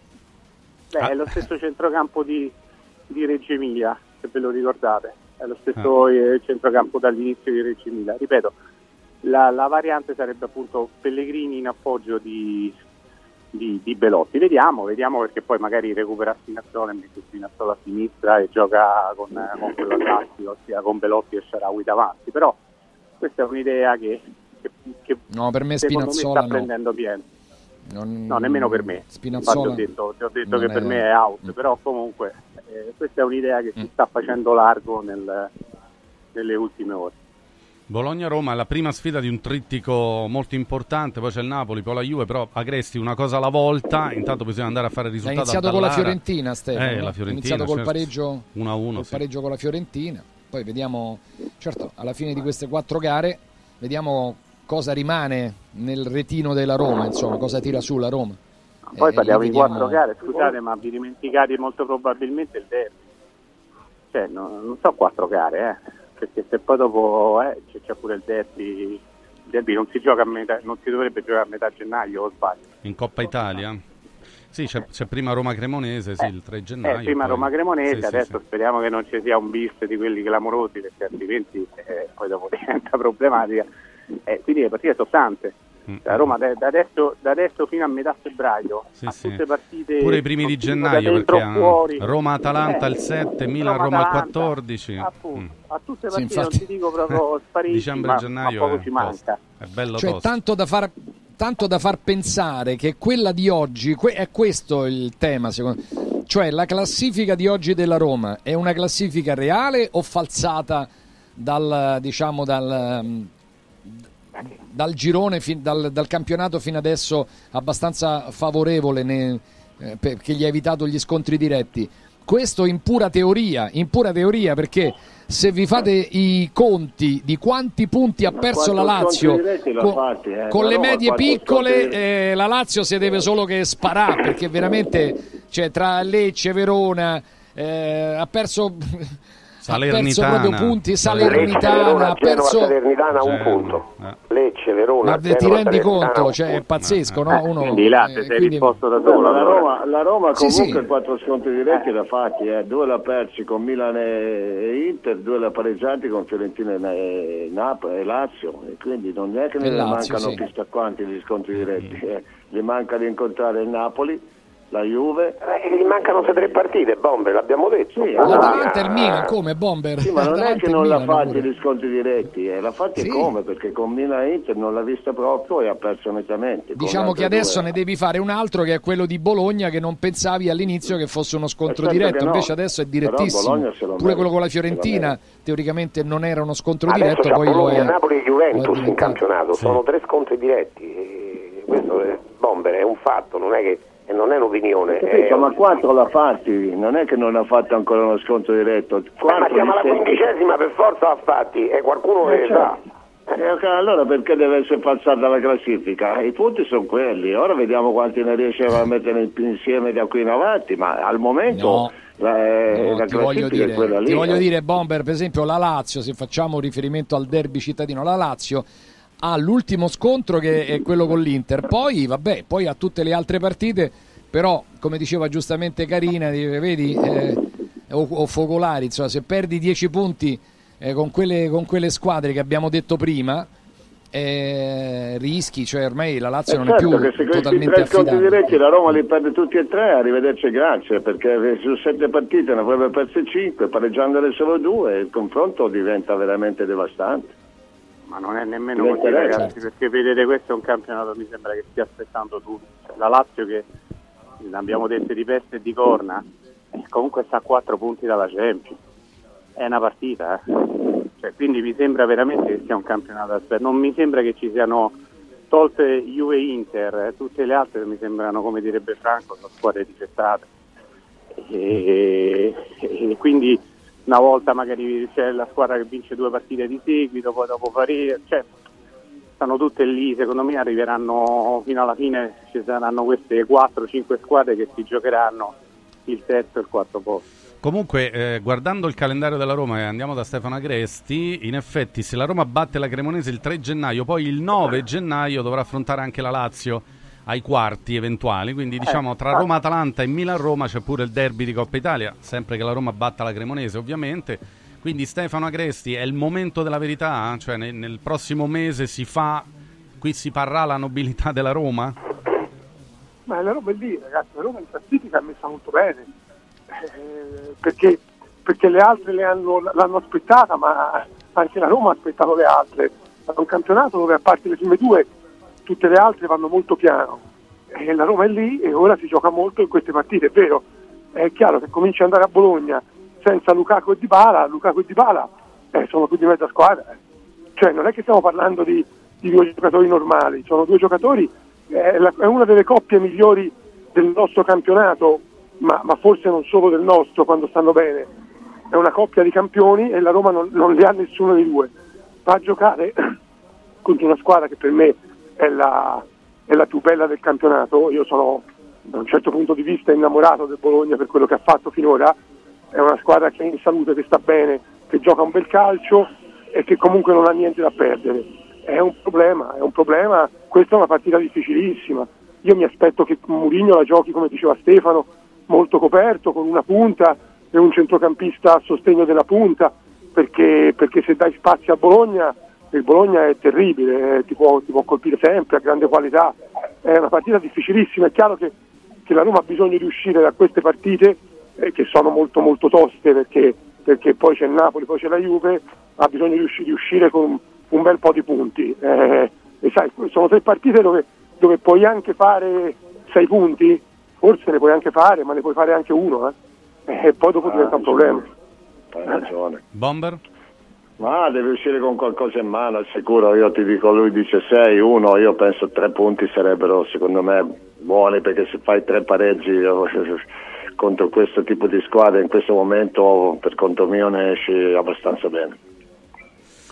È lo stesso centrocampo di Reggio Emilia, se ve lo ricordate. È lo stesso centrocampo dall'inizio di Reggio Emilia. Ripeto, la variante sarebbe appunto Pellegrini in appoggio di Belotti. Vediamo, perché poi magari recupera Spinazzola e mette Spinazzola a sinistra e gioca con quella classica, ossia con Belotti e Shaarawy davanti. Però questa è un'idea che no, per me secondo Spinazzola me sta prendendo piede. No, nemmeno per me. Spinazzola ti ho detto che per me è out, però comunque questa è un'idea che si sta facendo largo nelle ultime ore. Bologna-Roma è la prima sfida di un trittico molto importante, poi c'è il Napoli, poi la Juve, però Agresti una cosa alla volta, intanto bisogna andare a fare il risultato. Ha iniziato con la Fiorentina, Stefano, la Fiorentina, ha iniziato col pareggio 1-1, pareggio con la Fiorentina, poi vediamo, certo, alla fine di queste 4 gare, vediamo cosa rimane nel retino della Roma, insomma, cosa tira su la Roma. Poi parliamo di 4 gare, scusate, ma vi dimenticate molto probabilmente il derby. Cioè, non so 4 gare, perché se poi dopo c'è pure il derby non si gioca non si dovrebbe giocare a metà gennaio, o sbaglio? In Coppa Italia? Sì, c'è prima Roma-Cremonese, il 3 gennaio. Prima poi... Roma-Cremonese, sì, adesso speriamo che non ci sia un bis di quelli clamorosi, perché altrimenti poi dopo diventa problematica. Quindi le partite sono tante. La Roma da adesso fino a metà febbraio tutte partite, pure i primi di gennaio, perché Roma-Atalanta il 7, Milan-Roma il 14. A tutte le partite infatti, non ti dico proprio sparisci, dicembre-gennaio ma poco ci manca. È bello cioè, tosto. tanto da far pensare che quella di oggi è questo il tema, secondo me. Cioè la classifica di oggi della Roma è una classifica reale o falsata dal girone, dal campionato fino adesso abbastanza favorevole che gli ha evitato gli scontri diretti? Questo in pura teoria, perché se vi fate i conti di quanti punti ha perso la Lazio con le medie piccole, la Lazio si deve solo che sparare, perché veramente cioè tra Lecce, Verona, ha perso Salernitana, proprio punti. Salernitana, ha perso Salernitana un punto. Lecce, Verona, ma ti rendi conto? Cioè, è pazzesco, no? Uno, quindi là te sei risposto da solo. La Roma comunque sì. 4 scontri diretti l'ha fatti, 2 l'ha persi con Milan e Inter, 2 l'ha pareggiati con Fiorentina e Napoli e Lazio, e quindi non è che ne mancano chissà quanti gli scontri diretti, gli manca di incontrare il Napoli, la Juve, gli mancano 3 partite, Bomber, l'abbiamo detto. Sì, davanti al Milan, come Bomber? Sì, ma non è che non l'ha fatti pure gli scontri diretti, l'ha fatti come? Perché con Milan e Inter non l'ha vista proprio e ha perso nettamente. Diciamo che adesso ne devi fare un altro, che è quello di Bologna, che non pensavi all'inizio che fosse uno scontro diretto, invece adesso è direttissimo. Pure quello con la Fiorentina teoricamente non era uno scontro adesso diretto, poi Bologna, Napoli e Juventus in campionato, sono 3 scontri diretti, e questo è, Bomber, è un fatto, non è che e non è un'opinione. Ma 4 l'ha fatti, non è che non ha fatto ancora uno scontro diretto. Ma siamo alla 15ª, per forza l'ha fatti, e qualcuno ne sa. Allora perché deve essere falsata la classifica? I punti sono quelli, ora vediamo quanti ne riesce a mettere insieme da qui in avanti, ma al momento la classifica è quella lì. Ti voglio dire, Bomber, per esempio la Lazio, se facciamo riferimento al derby cittadino, la Lazio ha l'ultimo scontro che è quello con l'Inter, poi vabbè, poi ha tutte le altre partite, però come diceva giustamente Carina, vedi, o Focolari, insomma, se perdi 10 punti con quelle squadre che abbiamo detto prima, rischi, cioè ormai la Lazio non è più totalmente affidabile. Diretti, la Roma li perde tutti e 3, arrivederci, grazie, perché su 7 partite ne avrebbe perse 5, pareggiandole solo 2, il confronto diventa veramente devastante. Ma non è nemmeno così, ragazzi, perché vedete, questo è un campionato, mi sembra che stia aspettando tutti. La Lazio, che l'abbiamo detto di peste e di corna, comunque sta a 4 punti dalla Champions, è una partita, cioè, quindi mi sembra veramente che sia un campionato, non mi sembra che ci siano, tolte Juve e Inter, tutte le altre mi sembrano, come direbbe Franco, sono squadre difettate, e quindi una volta magari c'è la squadra che vince 2 partite di seguito, poi dopo cioè stanno tutte lì, secondo me arriveranno fino alla fine, ci saranno queste 4-5 squadre che si giocheranno il terzo e il quarto posto. Comunque, guardando il calendario della Roma, e andiamo da Stefano Agresti, in effetti se la Roma batte la Cremonese il 3 gennaio, poi il 9 gennaio dovrà affrontare anche la Lazio ai quarti eventuali, quindi diciamo tra Roma-Atalanta e Milan-Roma c'è pure il derby di Coppa Italia, sempre che la Roma batta la Cremonese ovviamente. Quindi Stefano Agresti, è il momento della verità? Cioè nel prossimo mese qui si parrà la nobiltà della Roma? Ma la Roma è lì, ragazzi, la Roma in classifica è messa molto bene, perché le altre l'hanno aspettata, ma anche la Roma ha aspettato le altre. È un campionato dove, a parte le prime 2, tutte le altre vanno molto piano, e la Roma è lì e ora si gioca molto in queste partite. È vero, è chiaro che cominci ad andare a Bologna senza Lukaku e Dybala sono più di mezza squadra, cioè non è che stiamo parlando di 2 giocatori normali, sono 2 giocatori, è una delle coppie migliori del nostro campionato, ma forse non solo del nostro quando stanno bene, è una coppia di campioni e la Roma non li ha nessuno dei 2, va a giocare contro una squadra che per me è la più bella del campionato. Io sono da un certo punto di vista innamorato del Bologna per quello che ha fatto finora, è una squadra che è in salute, che sta bene, che gioca un bel calcio e che comunque non ha niente da perdere. È un problema, questa è una partita difficilissima. Io mi aspetto che Mourinho la giochi, come diceva Stefano, molto coperto, con una punta e un centrocampista a sostegno della punta, perché se dai spazio a Bologna, il Bologna è terribile, ti può colpire sempre, ha grande qualità, è una partita difficilissima. È chiaro che la Roma ha bisogno di uscire da queste partite che sono molto molto toste, perché poi c'è il Napoli, poi c'è la Juve, ha bisogno di uscire con un bel po' di punti, e sai, sono 3 partite dove puoi anche fare 6 punti, forse ne puoi anche fare, ma ne puoi fare anche 1, e poi dopo diventa un problema. Hai ragione. Bomber? Ma deve uscire con qualcosa in mano, sicuro. Io ti dico, lui dice 6-1, io penso 3 punti sarebbero secondo me buoni, perché se fai 3 pareggi contro questo tipo di squadra in questo momento, per conto mio, ne esci abbastanza bene.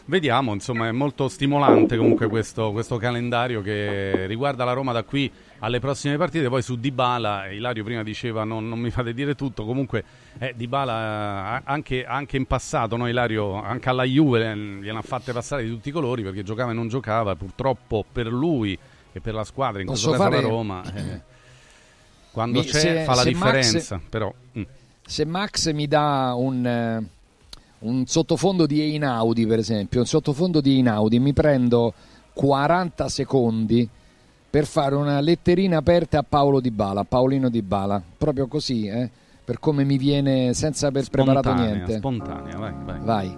Vediamo, insomma, è molto stimolante comunque questo calendario che riguarda la Roma da qui alle prossime partite. Poi su Dybala, Ilario prima diceva non mi fate dire tutto, comunque Dybala anche in passato, no Ilario, anche alla Juve gliene ha fatte passare di tutti i colori perché giocava e non giocava, purtroppo per lui e per la squadra, in questo caso la Roma, quando fa la differenza. Però se Max mi dà un sottofondo di Einaudi, per esempio, mi prendo 40 secondi per fare una letterina aperta a Paolino Dybala, proprio così, per come mi viene, senza aver preparato niente. Spontanea, vai.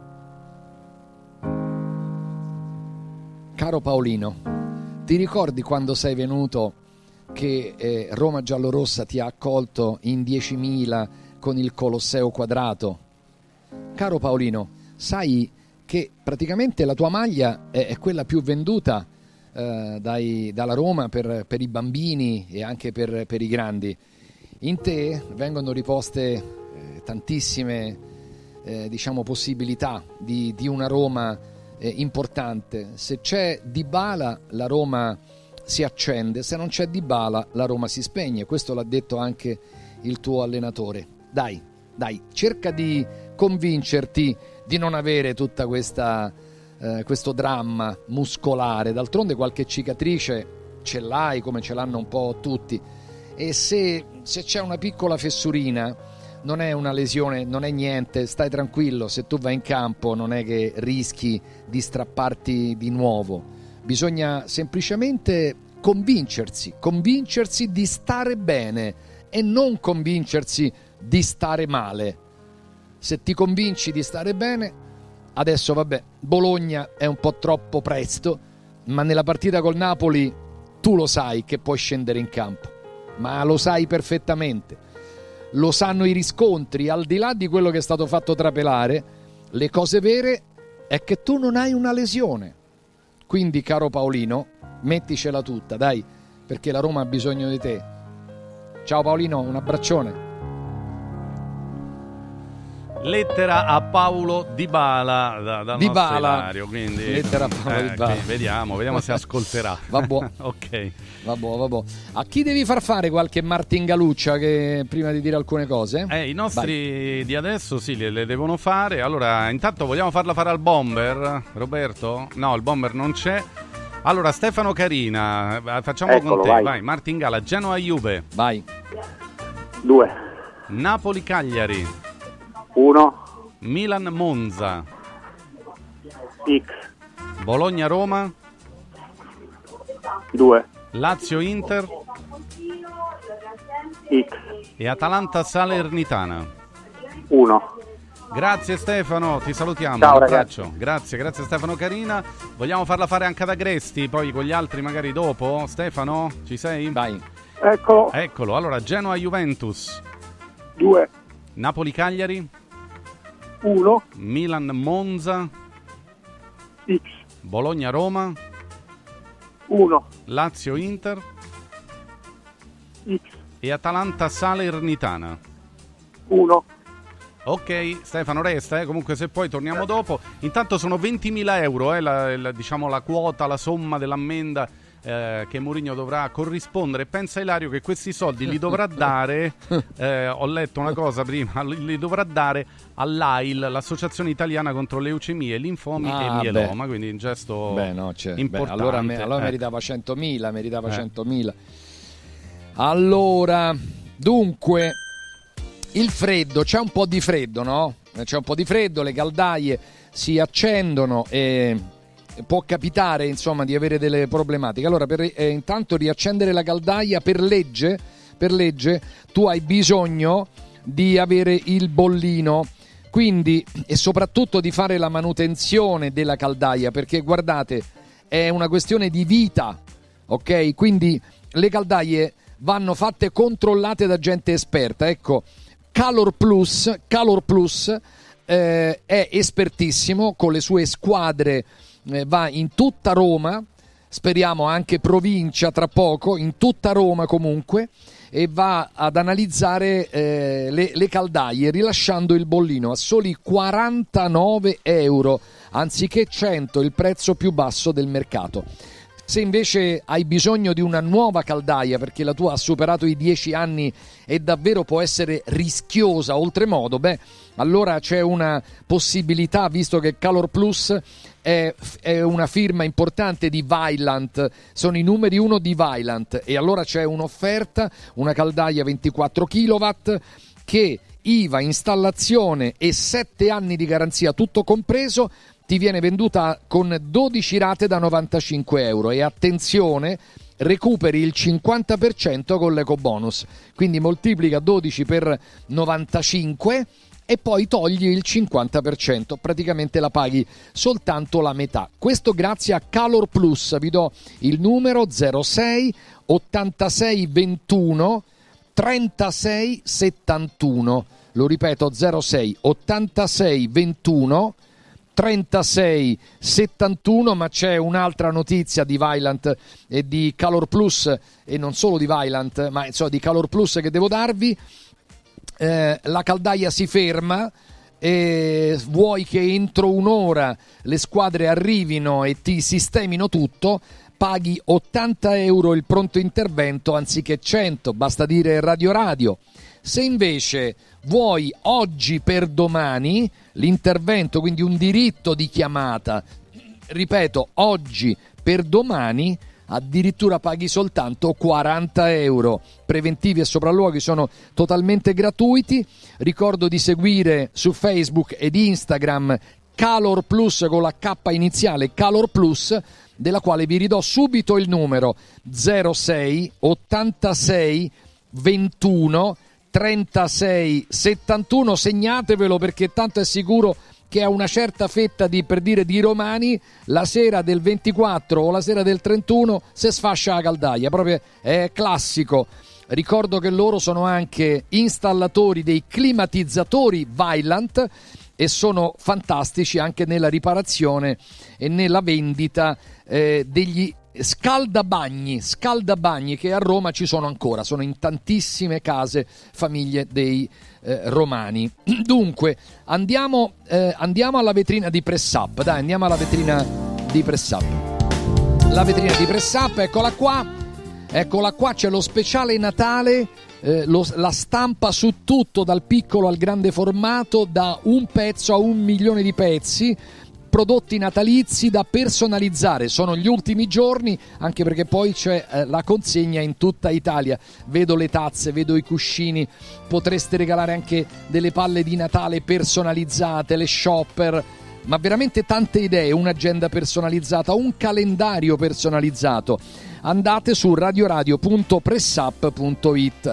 Caro Paolino, ti ricordi quando sei venuto che Roma Giallorossa ti ha accolto in 10.000 con il Colosseo quadrato? Caro Paolino, sai che praticamente la tua maglia è quella più venduta dalla Roma per i bambini e anche per i grandi. In te vengono riposte tantissime possibilità di una Roma importante. Se c'è Dybala la Roma si accende, se non c'è Dybala la Roma si spegne. Questo l'ha detto anche il tuo allenatore. Dai, cerca di convincerti di non avere tutta questo dramma muscolare. D'altronde qualche cicatrice ce l'hai, come ce l'hanno un po' tutti, e se c'è una piccola fessurina non è una lesione, non è niente, stai tranquillo. Se tu vai in campo non è che rischi di strapparti di nuovo. Bisogna semplicemente convincersi di stare bene e non convincersi di stare male. Se ti convinci di stare bene, adesso Bologna è un po' troppo presto, ma nella partita col Napoli tu lo sai che puoi scendere in campo, ma lo sai perfettamente, lo sanno i riscontri, al di là di quello che è stato fatto trapelare. Le cose vere è che tu non hai una lesione, quindi caro Paolino, metticela tutta, dai, perché la Roma ha bisogno di te. Ciao Paolino, un abbraccione. Lettera a Paolo Dybala dal nostro Ilario, quindi lettera a Paolo Dybala. Vediamo se ascolterà. Vabbè. Ok. Vabbè. A chi devi far fare qualche martingaluccia prima di dire alcune cose? I nostri di adesso sì, le devono fare. Allora, intanto vogliamo farla fare al Bomber, Roberto? No, il Bomber non c'è. Allora, Stefano Carina, facciamo con te. Vai, Martingala, Genoa Juve. Vai. 2. Napoli Cagliari. 1. Milan Monza. X. Bologna Roma. 2. Lazio Inter. X. E Atalanta Salernitana. 1. Grazie Stefano, ti salutiamo. Ciao, un abbraccio. Grazie Stefano Carina. Vogliamo farla fare anche ad Agresti, poi con gli altri magari dopo? Stefano, ci sei? Vai. Eccolo. Allora, Genoa Juventus. 2. Napoli Cagliari. 1. Milan Monza. X. Bologna Roma. 1. Lazio Inter. X. E Atalanta Salernitana. 1. Ok, Stefano resta, comunque se poi torniamo dopo. Intanto sono 20.000 euro, la quota, la somma dell'ammenda che Mourinho dovrà corrispondere. Pensa Ilario che questi soldi li dovrà dare, ho letto una cosa prima, li dovrà dare all'AIL, l'Associazione Italiana contro Leucemie, Linfomi e Mieloma, quindi un gesto importante. Allora meritava 100.000, 100.000. Allora, dunque, il freddo, c'è un po' di freddo, no? C'è un po' di freddo, le caldaie si accendono e può capitare, insomma, di avere delle problematiche. Allora, per intanto riaccendere la caldaia per legge tu hai bisogno di avere il bollino, quindi, e soprattutto di fare la manutenzione della caldaia, perché guardate, è una questione di vita, ok? Quindi le caldaie vanno fatte controllate da gente esperta. Ecco, Calor Plus è espertissimo, con le sue squadre va in tutta Roma, speriamo anche provincia tra poco, in tutta Roma comunque, e va ad analizzare le caldaie rilasciando il bollino a soli 49 euro anziché 100, il prezzo più basso del mercato. Se invece hai bisogno di una nuova caldaia perché la tua ha superato i 10 anni e davvero può essere rischiosa oltremodo, allora c'è una possibilità, visto che Calor Plus è una firma importante di Vaillant, sono i numeri 1 di Vaillant, e allora c'è un'offerta, una caldaia 24 kW che IVA, installazione e 7 anni di garanzia tutto compreso ti viene venduta con 12 rate da 95 euro, e attenzione, recuperi il 50% con l'ecobonus, quindi moltiplica 12 per 95 e poi togli il 50%, praticamente la paghi soltanto la metà. Questo grazie a Calor Plus. Vi do il numero 06 86 21 36 71, lo ripeto 06 86 21 36 71, ma c'è un'altra notizia di Vaillant e di Calor Plus, e non solo di Vaillant, ma insomma di Calor Plus che devo darvi. La caldaia si ferma, e vuoi che entro un'ora le squadre arrivino e ti sistemino tutto, paghi 80 euro il pronto intervento anziché 100, basta dire Radio Radio. Se invece vuoi oggi per domani l'intervento, quindi un diritto di chiamata, ripeto, oggi per domani, addirittura paghi soltanto 40 euro. Preventivi e sopralluoghi sono totalmente gratuiti. Ricordo di seguire su Facebook ed Instagram Calor Plus con la K iniziale, Calor Plus, della quale vi ridò subito il numero 06 86 21 36 71. Segnatevelo, perché tanto è sicuro che a una certa fetta di romani la sera del 24 o la sera del 31 si sfascia la caldaia, proprio è classico. Ricordo che loro sono anche installatori dei climatizzatori Vaillant e sono fantastici anche nella riparazione e nella vendita degli scaldabagni che a Roma ci sono ancora, sono in tantissime case famiglie dei romani. Dunque andiamo alla vetrina di Press Up, dai, andiamo alla vetrina di Press Up. La vetrina di Press Up, eccola qua, c'è lo speciale Natale, la stampa su tutto, dal piccolo al grande formato, da un pezzo a 1 milione di pezzi, prodotti natalizi da personalizzare. Sono gli ultimi giorni, anche perché poi c'è la consegna in tutta Italia. Vedo le tazze, vedo i cuscini, potreste regalare anche delle palle di Natale personalizzate, le shopper, ma veramente tante idee, un'agenda personalizzata, un calendario personalizzato. Andate su radioradio.pressup.it,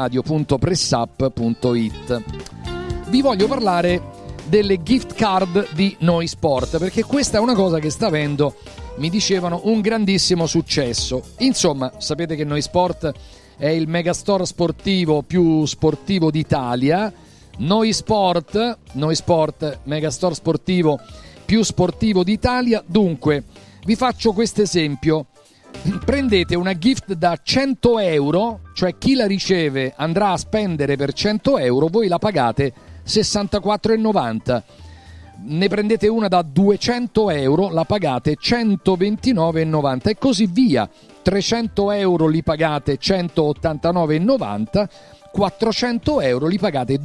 radioradio.pressup.it. Vi voglio parlare delle gift card di Noi Sport, perché questa è una cosa che sta avendo, mi dicevano, un grandissimo successo. Insomma, sapete che Noi Sport è il megastore sportivo più sportivo d'Italia. Noi Sport, megastore sportivo più sportivo d'Italia. Dunque, vi faccio questo esempio. Prendete una gift da 100 euro, cioè chi la riceve andrà a spendere per 100 euro, voi la pagate 64,90. Ne prendete una da 200 euro, la pagate 129,90 e così via. 300 euro li pagate 189,90, 400 euro li pagate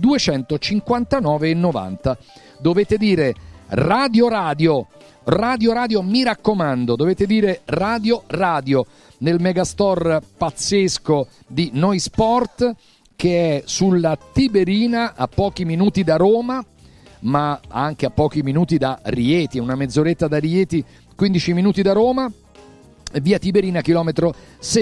259,90. Dovete dire Radio Radio, mi raccomando, dovete dire Radio Radio nel megastore pazzesco di Noi Sport, che è sulla Tiberina, a pochi minuti da Roma, ma anche a pochi minuti da Rieti, una mezz'oretta da Rieti, 15 minuti da Roma, via Tiberina, chilometro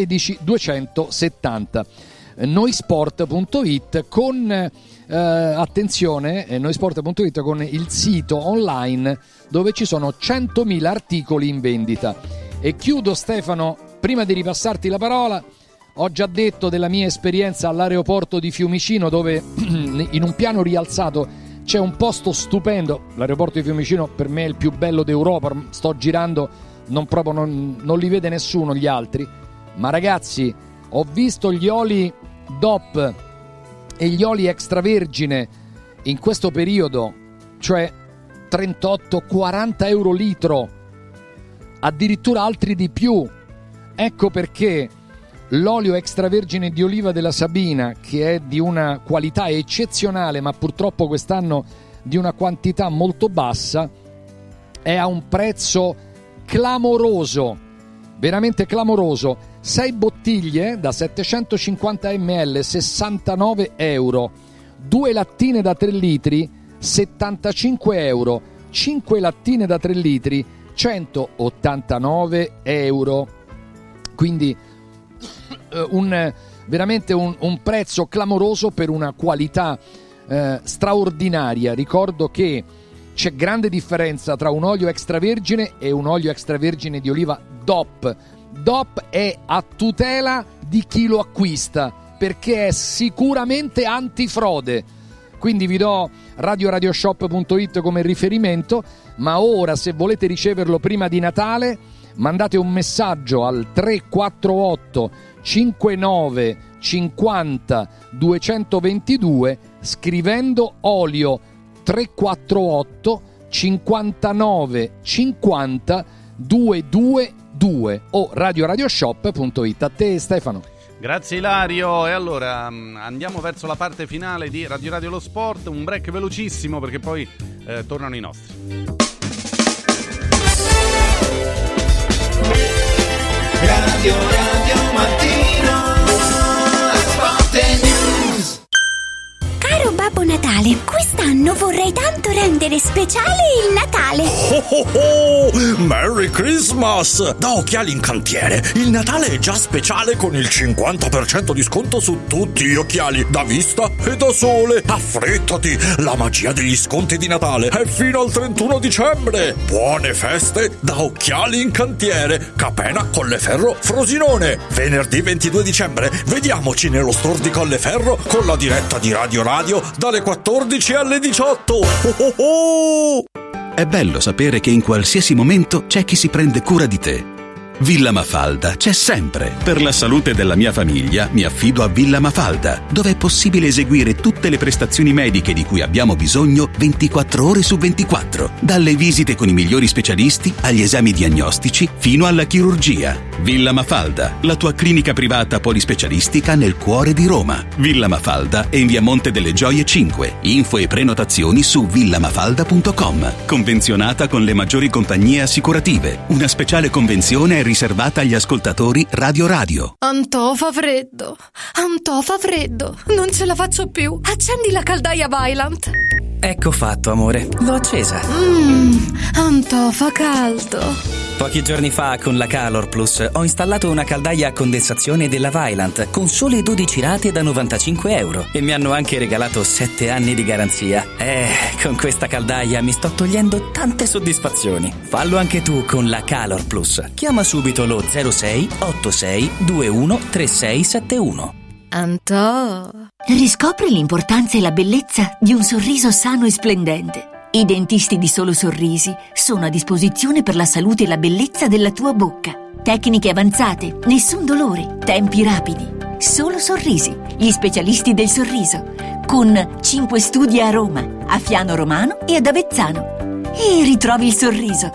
16270. Noisport.it con attenzione, noisport.it con il sito online dove ci sono 100.000 articoli in vendita. E chiudo, Stefano, prima di ripassarti la parola. Ho già detto della mia esperienza all'aeroporto di Fiumicino, dove in un piano rialzato c'è un posto stupendo. L'aeroporto di Fiumicino per me è il più bello d'Europa, sto girando non li vede nessuno gli altri, ma ragazzi, ho visto gli oli DOP e gli oli extravergine in questo periodo, cioè 38-40 euro litro, addirittura altri di più. Ecco perché l'olio extravergine di oliva della Sabina, che è di una qualità eccezionale ma purtroppo quest'anno di una quantità molto bassa, è a un prezzo clamoroso, veramente clamoroso. 6 bottiglie da 750 ml, 69 euro. 2 lattine da 3 litri, 75 euro. 5 lattine da 3 litri, 189 euro. Quindi veramente un prezzo clamoroso per una qualità straordinaria. Ricordo che c'è grande differenza tra un olio extravergine e un olio extravergine di oliva DOP. DOP è a tutela di chi lo acquista, perché è sicuramente antifrode. Quindi vi do radioshop.it come riferimento, ma ora, se volete riceverlo prima di Natale, mandate un messaggio al 348 59 50 222 scrivendo olio 348 59 50 222 o radioshop.it. A te, Stefano. Grazie Ilario, e allora andiamo verso la parte finale di Radio Lo Sport, un break velocissimo perché poi tornano i nostri. Radio Mattino, Sport e News. Caro Babbo Natale, quest'anno vorrei tanto rendere speciale il Natale. Oh oh oh! Merry Christmas! Da Occhiali in Cantiere, il Natale è già speciale con il 50% di sconto su tutti gli occhiali, da vista e da sole. Affrettati! La magia degli sconti di Natale è fino al 31 dicembre. Buone feste da Occhiali in Cantiere, Capena, Colleferro, Frosinone. Venerdì 22 dicembre, vediamoci nello store di Colleferro con la diretta di Radio dalle 14 alle 18. Oh oh oh! È bello sapere che in qualsiasi momento c'è chi si prende cura di te. Villa Mafalda c'è sempre. Per la salute della mia famiglia mi affido a Villa Mafalda, dove è possibile eseguire tutte le prestazioni mediche di cui abbiamo bisogno 24 ore su 24. Dalle visite con i migliori specialisti agli esami diagnostici fino alla chirurgia. Villa Mafalda, la tua clinica privata polispecialistica nel cuore di Roma. Villa Mafalda è in via Monte delle Gioie 5. Info e prenotazioni su villamafalda.com. Convenzionata con le maggiori compagnie assicurative. Una speciale convenzione è riservata agli ascoltatori Radio. Antò fa freddo, non ce la faccio più. Accendi la caldaia Vaillant. Ecco fatto, amore, l'ho accesa. Antò fa caldo. Pochi giorni fa con la Calor Plus ho installato una caldaia a condensazione della Vaillant con sole 12 rate da 95 euro e mi hanno anche regalato 7 anni di garanzia. Con questa caldaia mi sto togliendo tante soddisfazioni. Fallo anche tu con la Calor Plus. Chiama subito lo 06 86 21 3671. Antò. Riscopri l'importanza e la bellezza di un sorriso sano e splendente. I dentisti di Solo Sorrisi sono a disposizione per la salute e la bellezza della tua bocca. Tecniche avanzate, nessun dolore, tempi rapidi. Solo Sorrisi, gli specialisti del sorriso, con 5 studi a Roma, a Fiano Romano e ad Avezzano. E ritrovi il sorriso.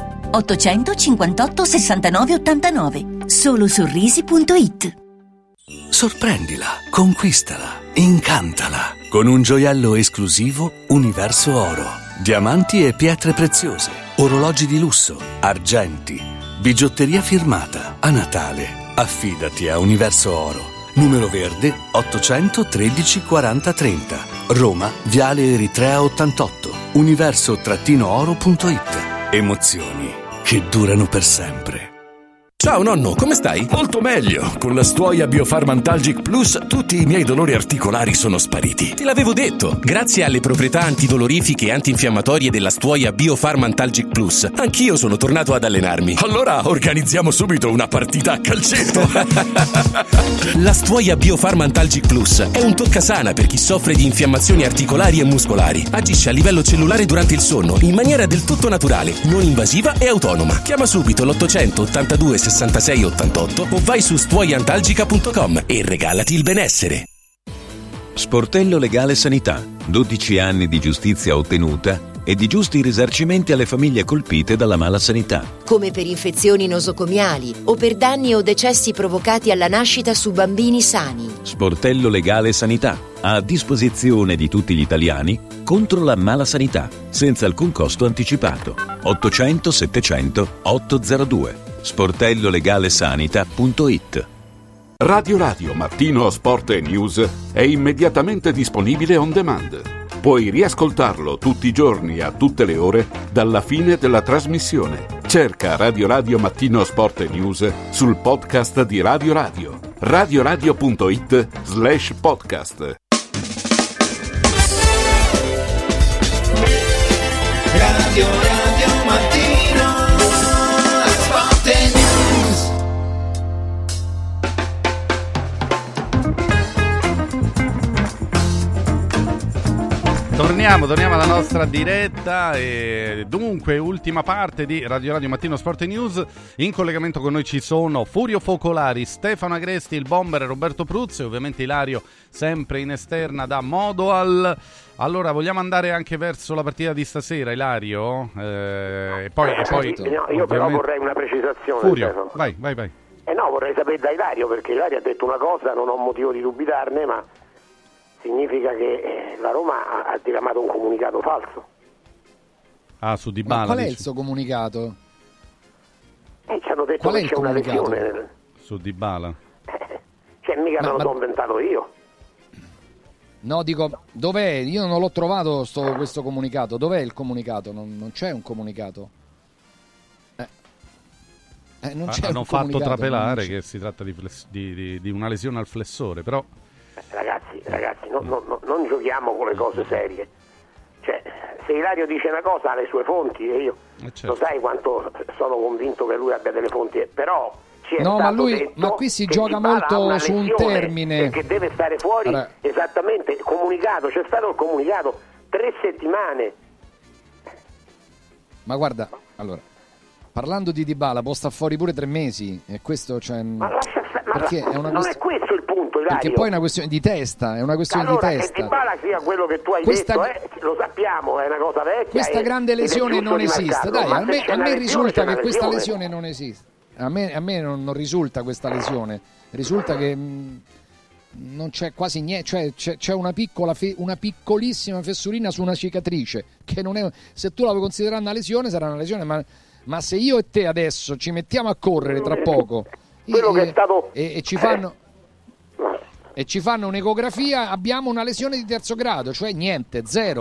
858 69 89. Solosorrisi.it. Sorprendila, conquistala, incantala con un gioiello esclusivo Universo Oro. Diamanti e pietre preziose, orologi di lusso, argenti, bigiotteria firmata. A Natale affidati a Universo Oro. Numero verde 813 40 30. Roma, Viale Eritrea 88. Universo-oro.it. Emozioni che durano per sempre. Ciao nonno, come stai? Molto meglio. Con la Stuoia Biofarm Antalgic Plus tutti i miei dolori articolari sono spariti. Te l'avevo detto. Grazie alle proprietà antidolorifiche e antinfiammatorie della Stuoia Biofarm Antalgic Plus, anch'io sono tornato ad allenarmi. Allora organizziamo subito una partita a calcetto. La Stuoia Biofarm Antalgic Plus è un toccasana per chi soffre di infiammazioni articolari e muscolari. Agisce a livello cellulare durante il sonno in maniera del tutto naturale, non invasiva e autonoma. Chiama subito l'800 82 66 88 o vai su stuoiantalgica.com e regalati il benessere. Sportello Legale Sanità. 12 anni di giustizia ottenuta e di giusti risarcimenti alle famiglie colpite dalla mala sanità. Come per infezioni nosocomiali o per danni o decessi provocati alla nascita su bambini sani. Sportello Legale Sanità. A disposizione di tutti gli italiani contro la mala sanità, senza alcun costo anticipato. 800 700 802. sportellolegalesanita.it. Radio Radio Mattino Sport e News è immediatamente disponibile on demand. Puoi riascoltarlo tutti i giorni a tutte le ore dalla fine della trasmissione. Cerca Radio Radio Mattino Sport e News sul podcast di Radio Radio. radioradio.it/podcast. Radio Radio Mattino Sport e News. Torniamo alla nostra diretta e dunque ultima parte di Radio Radio Mattino Sport e News. In collegamento con noi ci sono Furio Focolari, Stefano Agresti, il bomber Roberto Pruzzo e ovviamente Ilario sempre in esterna da Modoal. Allora vogliamo andare anche verso la partita di stasera, Ilario? E poi no, io ovviamente... però vorrei una precisazione. Furio, Stefano. vai. No, vorrei sapere da Ilario, perché Ilario ha detto una cosa, non ho motivo di dubitarne, ma significa che la Roma ha diramato un comunicato falso. Ah, su Dybala. Ma qual è il suo comunicato? Ci hanno detto che c'è una lesione. Su Dybala. Cioè mica me l'ho inventato io. No, dico, dov'è? Io non l'ho trovato questo comunicato. Dov'è il comunicato? Non c'è un comunicato. Non c'è hanno un fatto comunicato, trapelare che si tratta di una lesione al flessore, però... Ragazzi, non giochiamo con le cose serie. Cioè, se Ilario dice una cosa ha le sue fonti e io certo. Lo sai quanto sono convinto che lui abbia delle fonti, però ci è no, stato ma qui si gioca Dybala molto su un termine che deve stare fuori. Allora, esattamente, comunicato, c'è stato il comunicato 3 settimane. Ma guarda, allora, parlando di Dybala può stare fuori pure 3 mesi e questo perché è una non è questo il punto, Ilario. Perché poi è una questione di testa, Allora, che Dybala sia quello che tu hai detto, lo sappiamo, è una cosa vecchia. Questa grande lesione non esiste. Dai, a me risulta che questa lesione non esiste. A me non risulta questa lesione. Risulta che non c'è quasi niente, cioè c'è una piccolissima fessurina su una cicatrice che non è, se tu la vuoi considerare una lesione sarà una lesione, ma se io e te adesso ci mettiamo a correre tra poco e ci fanno un'ecografia, abbiamo una lesione di terzo grado, cioè niente,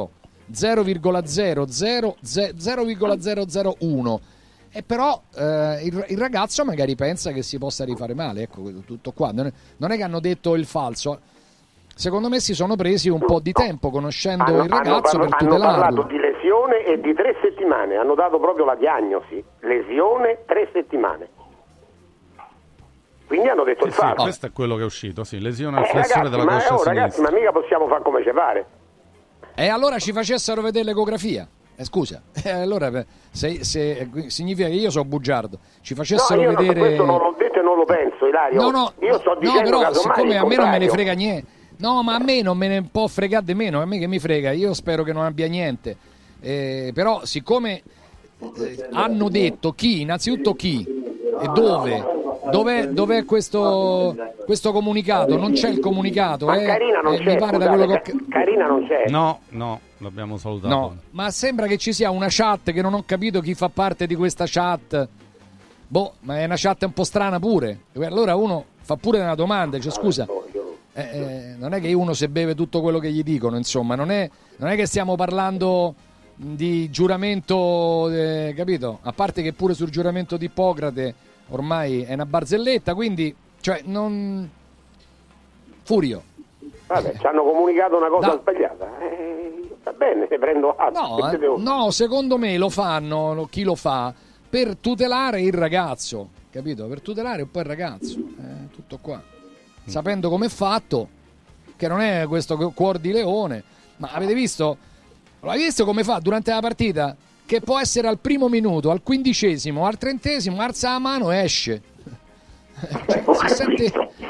0,001. E però il ragazzo magari pensa che si possa rifare male, ecco, tutto qua. Non è che hanno detto il falso. Secondo me si sono presi un po' di tempo conoscendo il ragazzo per tutelarlo. Hanno parlato di lesione e di 3 settimane, hanno dato proprio la diagnosi, lesione 3 settimane. Quindi hanno detto il falso. Questo è quello che è uscito, sì, lesione al flessore della coscia sinistra. Ragazzi, ma mica possiamo fare come ci pare. E allora ci facessero vedere l'ecografia. Scusa, allora se significa che io sono bugiardo, ci facessero vedere. Questo non l'ho detto e non lo penso, Ilario. No, io sto dicendo però siccome a me non me ne frega niente. niente. No, ma a me non me ne può fregare di meno, a me che mi frega, io spero che non abbia niente. Però siccome hanno detto innanzitutto chi e dov'è questo comunicato? Non c'è il comunicato, ma Carina non c'è, mi pare da quello che Carina non c'è. No, l'abbiamo salutato. No, ma sembra che ci sia una chat che non ho capito chi fa parte di questa chat. Ma è una chat un po' strana pure. Allora uno fa pure una domanda, cioè scusa, non è che uno se beve tutto quello che gli dicono, insomma, non è che stiamo parlando di giuramento, capito? A parte che pure sul giuramento di Ippocrate ormai è una barzelletta, quindi cioè non Furio. Vabbè, ci hanno comunicato una cosa sbagliata. Va bene, ne prendo atto. No, secondo me lo fanno, chi lo fa, per tutelare il ragazzo, capito? Per tutelare un po' il ragazzo, tutto qua. Sapendo come è fatto, che non è questo cuor di leone, ma avete visto? L'hai visto come fa durante la partita? Che può essere al primo minuto, al 15°, al 30°, alza la mano e esce. Cioè, si sente...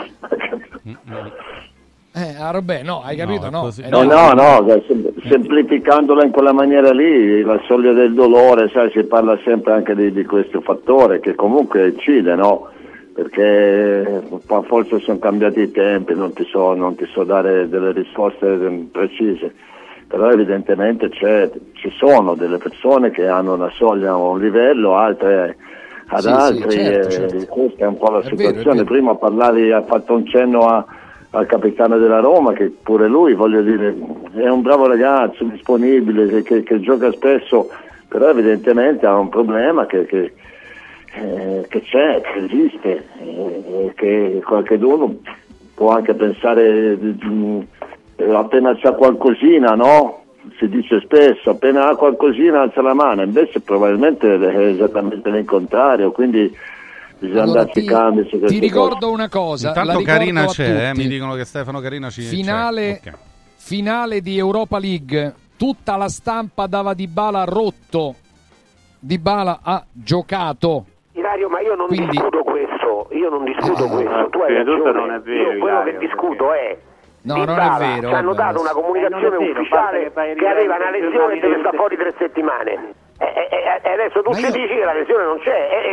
vabbè, no, hai capito? No, semplificandola in quella maniera lì, la soglia del dolore, sai, si parla sempre anche di questo fattore che comunque incide, no? Perché forse sono cambiati i tempi, non ti so dare delle risposte precise, però evidentemente ci sono delle persone che hanno una soglia a un livello, altre ad altri, certo. Questa è un po' la situazione. È vero. Prima parlavi, ha fatto un cenno al capitano della Roma, che pure lui, voglio dire, è un bravo ragazzo, disponibile, che gioca spesso, però evidentemente ha un problema che c'è, che esiste, che qualcuno può anche pensare appena c'è qualcosina, no? Si dice spesso, appena ha qualcosina alza la mano, invece probabilmente è esattamente il contrario, quindi bisogna andarci cambi su ti ricordo una cosa. Intanto Carina c'è, mi dicono che Stefano Carina c'è. Finale di Europa League, tutta la stampa dava Dybala rotto, Dybala ha giocato. Ilario, ma io non discuto questo, tu hai ragione, non è vero, quello che discuto è no, Dybala, non è vero. ci hanno dato una comunicazione ufficiale che aveva una lesione e deve stare fuori 3 settimane. E adesso tu ci dici che la lesione non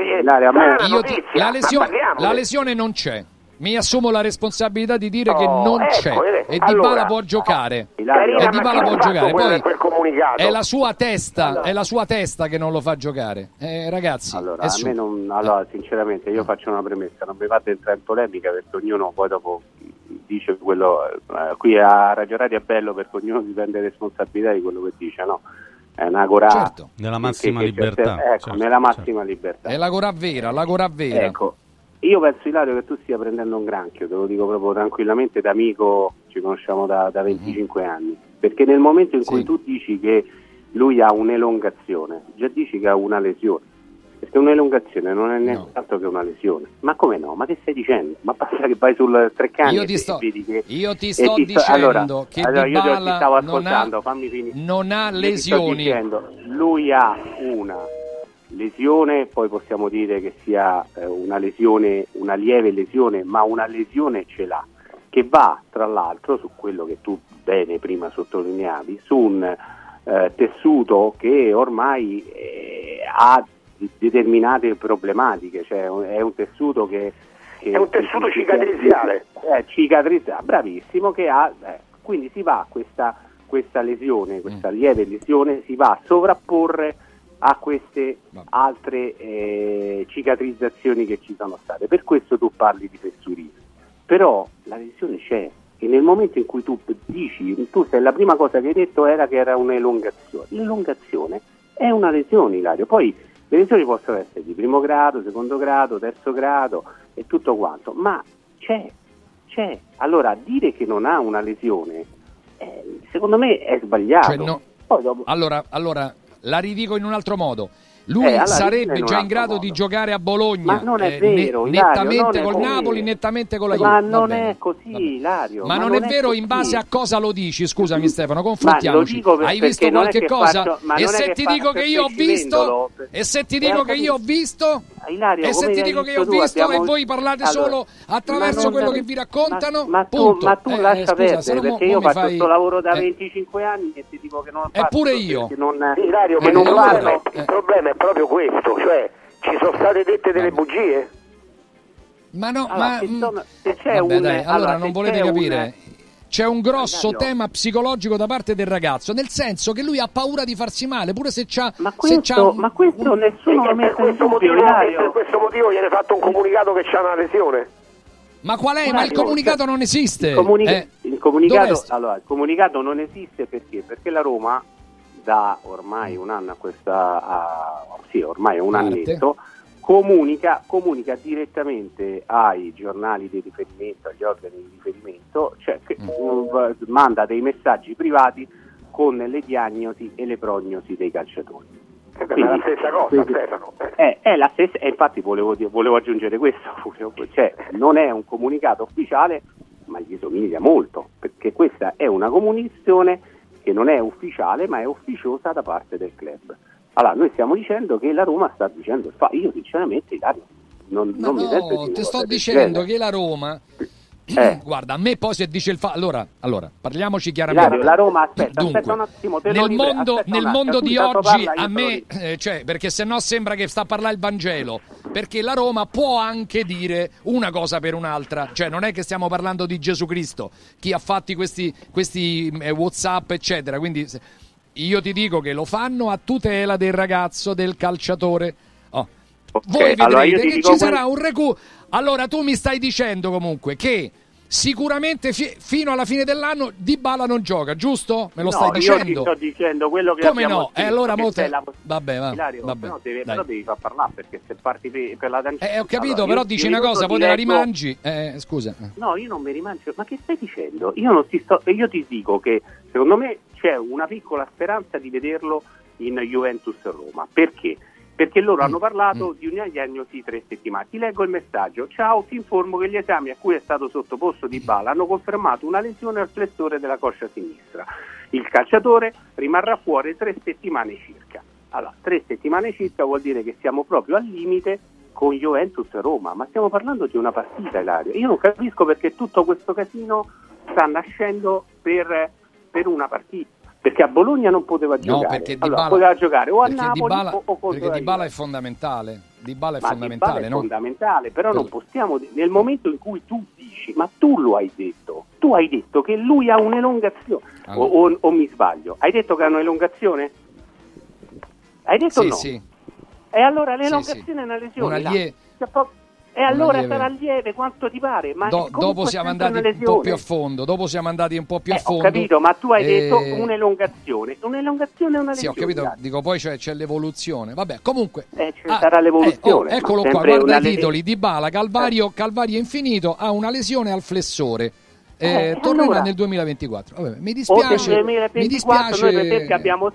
c'è. La lesione non c'è. Mi assumo la responsabilità di dire che non c'è e Dybala può giocare. Dybala può giocare. Poi è la sua testa, che non lo fa giocare. Ragazzi, allora, sinceramente io faccio una premessa, non mi vado a entrare in polemica perché ognuno poi dopo dice quello. Qui a Radio Radio è bello perché ognuno si prende responsabilità di quello che dice, no? È una Gorà, certo, nella massima libertà. Nella massima libertà. È la Gorà vera. Ecco, io penso, Ilario, che tu stia prendendo un granchio, te lo dico proprio tranquillamente, da amico, ci conosciamo da 25 anni, perché nel momento in cui tu dici che lui ha un'elongazione, già dici che ha una lesione, perché un'elongazione non è niente altro che una lesione. Ma come no? Ma che stai dicendo? Ma basta che vai sul Treccani io ti sto dicendo che Dybala non ha lesioni. Lui ha una lesione, poi possiamo dire che sia una lesione, una lieve lesione, ma una lesione ce l'ha, che va tra l'altro su quello che tu bene prima sottolineavi, su un tessuto che ormai ha determinate problematiche, cioè è un tessuto che è un tessuto cicatriziale. Cicatriziale, bravissimo, che ha quindi si va questa lesione, questa lieve lesione si va a sovrapporre a queste altre cicatrizzazioni che ci sono state. Per questo tu parli di fessurite, però la lesione c'è, e nel momento in cui tu dici, la prima cosa che hai detto era che era un'elongazione. L'elongazione è una lesione, Ilario. Poi le lesioni possono essere di primo grado, secondo grado, terzo grado e tutto quanto, ma c'è. Allora, dire che non ha una lesione, secondo me è sbagliato. Poi dopo... Allora, la ridico in un altro modo. Lui sarebbe già in grado di giocare a Bologna, ma non è vero, nettamente col Napoli, nettamente con la Juve. Ma non è così, Ilario. Ma non è vero, in base a cosa lo dici? Scusami Stefano, confrontiamoci. Hai visto qualche cosa? E se ti dico che io ho visto? E se ti dico che io ho visto? E se ti dico che io ho visto e voi parlate solo attraverso quello che vi raccontano? Ma tu lascia perdere, perché io faccio questo lavoro da 25 anni e ti dico che non faccio. Eppure io. Ilario, che non fanno. Il problema è proprio questo, cioè ci sono state dette delle bugie? Ma no, se c'è allora non volete capire. C'è un grosso tema psicologico da parte del ragazzo, nel senso che lui ha paura di farsi male, pure se c'ha... Ma questo nessuno lo mette in dubbio, per questo motivo viene fatto un comunicato che c'ha una lesione? Ma qual è? Ma il comunicato non esiste. Il comunicato non esiste perché la Roma da ormai un anno a questa ormai un annetto comunica direttamente ai giornali di riferimento, agli organi di riferimento, cioè manda dei messaggi privati con le diagnosi e le prognosi dei calciatori. Quindi, è la stessa cosa, Stefano. È la stessa, e infatti volevo aggiungere questo, cioè non è un comunicato ufficiale, ma gli somiglia molto, perché questa è una comunicazione che non è ufficiale, ma è ufficiosa da parte del club. Allora, noi stiamo dicendo che la Roma sta dicendo il fatto. Io sinceramente, Ilario, non mi sento di ti sto dicendo che la Roma... Guarda, a me poi se dice il Allora, parliamoci chiaramente. Ilario, la Roma, aspetta un attimo. Nel mondo di oggi, a me, cioè, perché sennò sembra che sta a parlare il Vangelo. Perché la Roma può anche dire una cosa per un'altra. Cioè, non è che stiamo parlando di Gesù Cristo, chi ha fatti questi WhatsApp, eccetera. Quindi io ti dico che lo fanno a tutela del ragazzo, del calciatore. Voi vedrete che ci sarà un recupero. Allora tu mi stai dicendo comunque che sicuramente fino alla fine dell'anno Dybala non gioca, giusto? Me lo stai dicendo? Io ti sto dicendo quello che come abbiamo no? Allora vabbè, Ilario, però devi far parlare, perché se parti per la tangente... ho capito, però dici una cosa, poi te la rimangi. Scusa. No, io non mi rimangio. Ma che stai dicendo? Io ti dico che secondo me c'è una piccola speranza di vederlo in Juventus Roma. Perché? Perché loro hanno parlato di una diagnosi 3 settimane. Ti leggo il messaggio. Ciao, ti informo che gli esami a cui è stato sottoposto Dybala hanno confermato una lesione al flessore della coscia sinistra. Il calciatore rimarrà fuori 3 settimane circa. Allora, 3 settimane circa vuol dire che siamo proprio al limite con Juventus Roma, ma stiamo parlando di una partita, Ilario. Io non capisco perché tutto questo casino sta nascendo per una partita. Perché a Bologna non poteva giocare, perché Dybala, poteva giocare o a Napoli o contro perché Dybala è fondamentale. Dybala è fondamentale, però non possiamo, nel momento in cui tu dici, ma tu lo hai detto, che lui ha un'elongazione, o mi sbaglio, hai detto che ha un'elongazione? Hai detto no? Sì. E allora l'elongazione è una lesione. E allora sarà lieve quanto ti pare, ma dopo siamo andati un po' più a fondo. Ho capito, ma tu hai detto un'elongazione. Un'elongazione è una lesione. Sì, ho capito, dico poi c'è l'evoluzione. Vabbè, comunque sarà l'evoluzione. Eccolo qua, guarda i titoli: Dybala, Calvario infinito, ha una lesione al flessore. Tornerà allora, nel 2024. Vabbè, mi dispiace. Nel 2024 noi perché abbiamo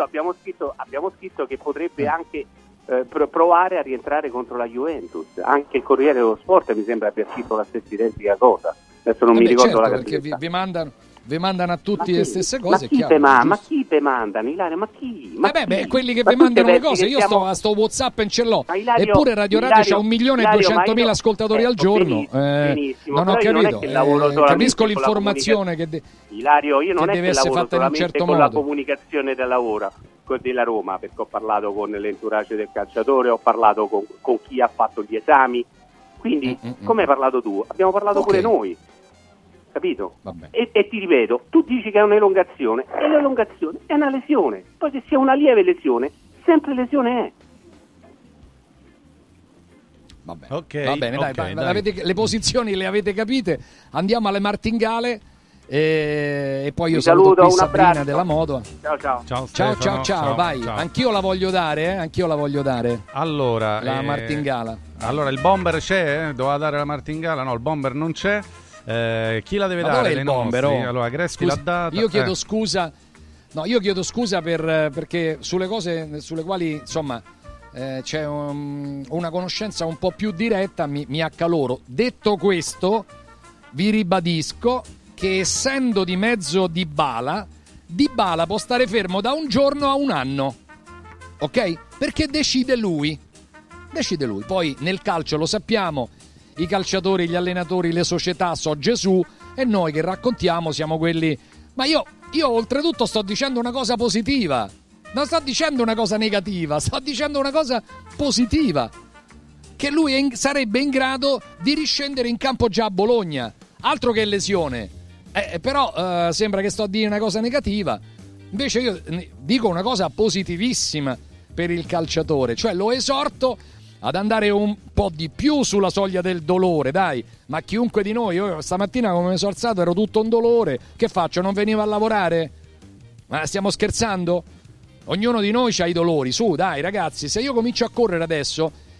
scritto che potrebbe anche provare a rientrare contro la Juventus. Anche il Corriere dello Sport mi sembra abbia scritto la stessa identica cosa. Adesso non mi ricordo la perché vi mandano a tutti le stesse Ma cose. chi te mandano, Ilario? Ma chi? quelli che vi mandano le cose. Io sto WhatsApp e ce l'ho. Eppure Radio Radio c'ha 1.200.000 ascoltatori al giorno. Benissimo, non ho capito. Capisco l'informazione che Ilario, io non deve essere fatta in un certo modo. La comunicazione della Roma, perché ho parlato con l'entourage del calciatore, ho parlato con chi ha fatto gli esami, quindi come hai parlato tu, abbiamo parlato pure noi, capito? E ti ripeto, tu dici che è un'elongazione, e l'elongazione è una lesione, poi se sia una lieve lesione, sempre lesione è. Va bene, dai. Le posizioni le avete capite, andiamo alle martingale. E poi io saluto qui Sabrina della Moto. Ciao, vai. Ciao. Anch'io la voglio dare, Allora, la martingala. Allora, il bomber c'è? Doveva dare la martingala? No, il bomber non c'è. Chi la deve dare? Il bomber? Allora, Greschi l'ha data. Io chiedo scusa. No, io chiedo scusa perché sulle cose sulle quali, insomma, c'è una conoscenza un po' più diretta, mi accaloro. Detto questo, vi ribadisco che essendo di mezzo Dybala può stare fermo da un giorno a un anno, ok? Perché decide lui. Poi nel calcio lo sappiamo, i calciatori, gli allenatori, le società so Gesù, e noi che raccontiamo siamo quelli. Ma io oltretutto sto dicendo una cosa positiva, non sto dicendo una cosa negativa, sto dicendo una cosa positiva, che lui sarebbe in grado di riscendere in campo già a Bologna. Altro che lesione. Però sembra che sto a dire una cosa negativa. Invece io dico una cosa positivissima per il calciatore, cioè lo esorto ad andare un po' di più sulla soglia del dolore, dai. Ma chiunque di noi, io stamattina come mi sono alzato ero tutto un dolore, che faccio? Non venivo a lavorare? Ma stiamo scherzando? Ognuno di noi ha i dolori, su dai ragazzi, se io comincio a correre adesso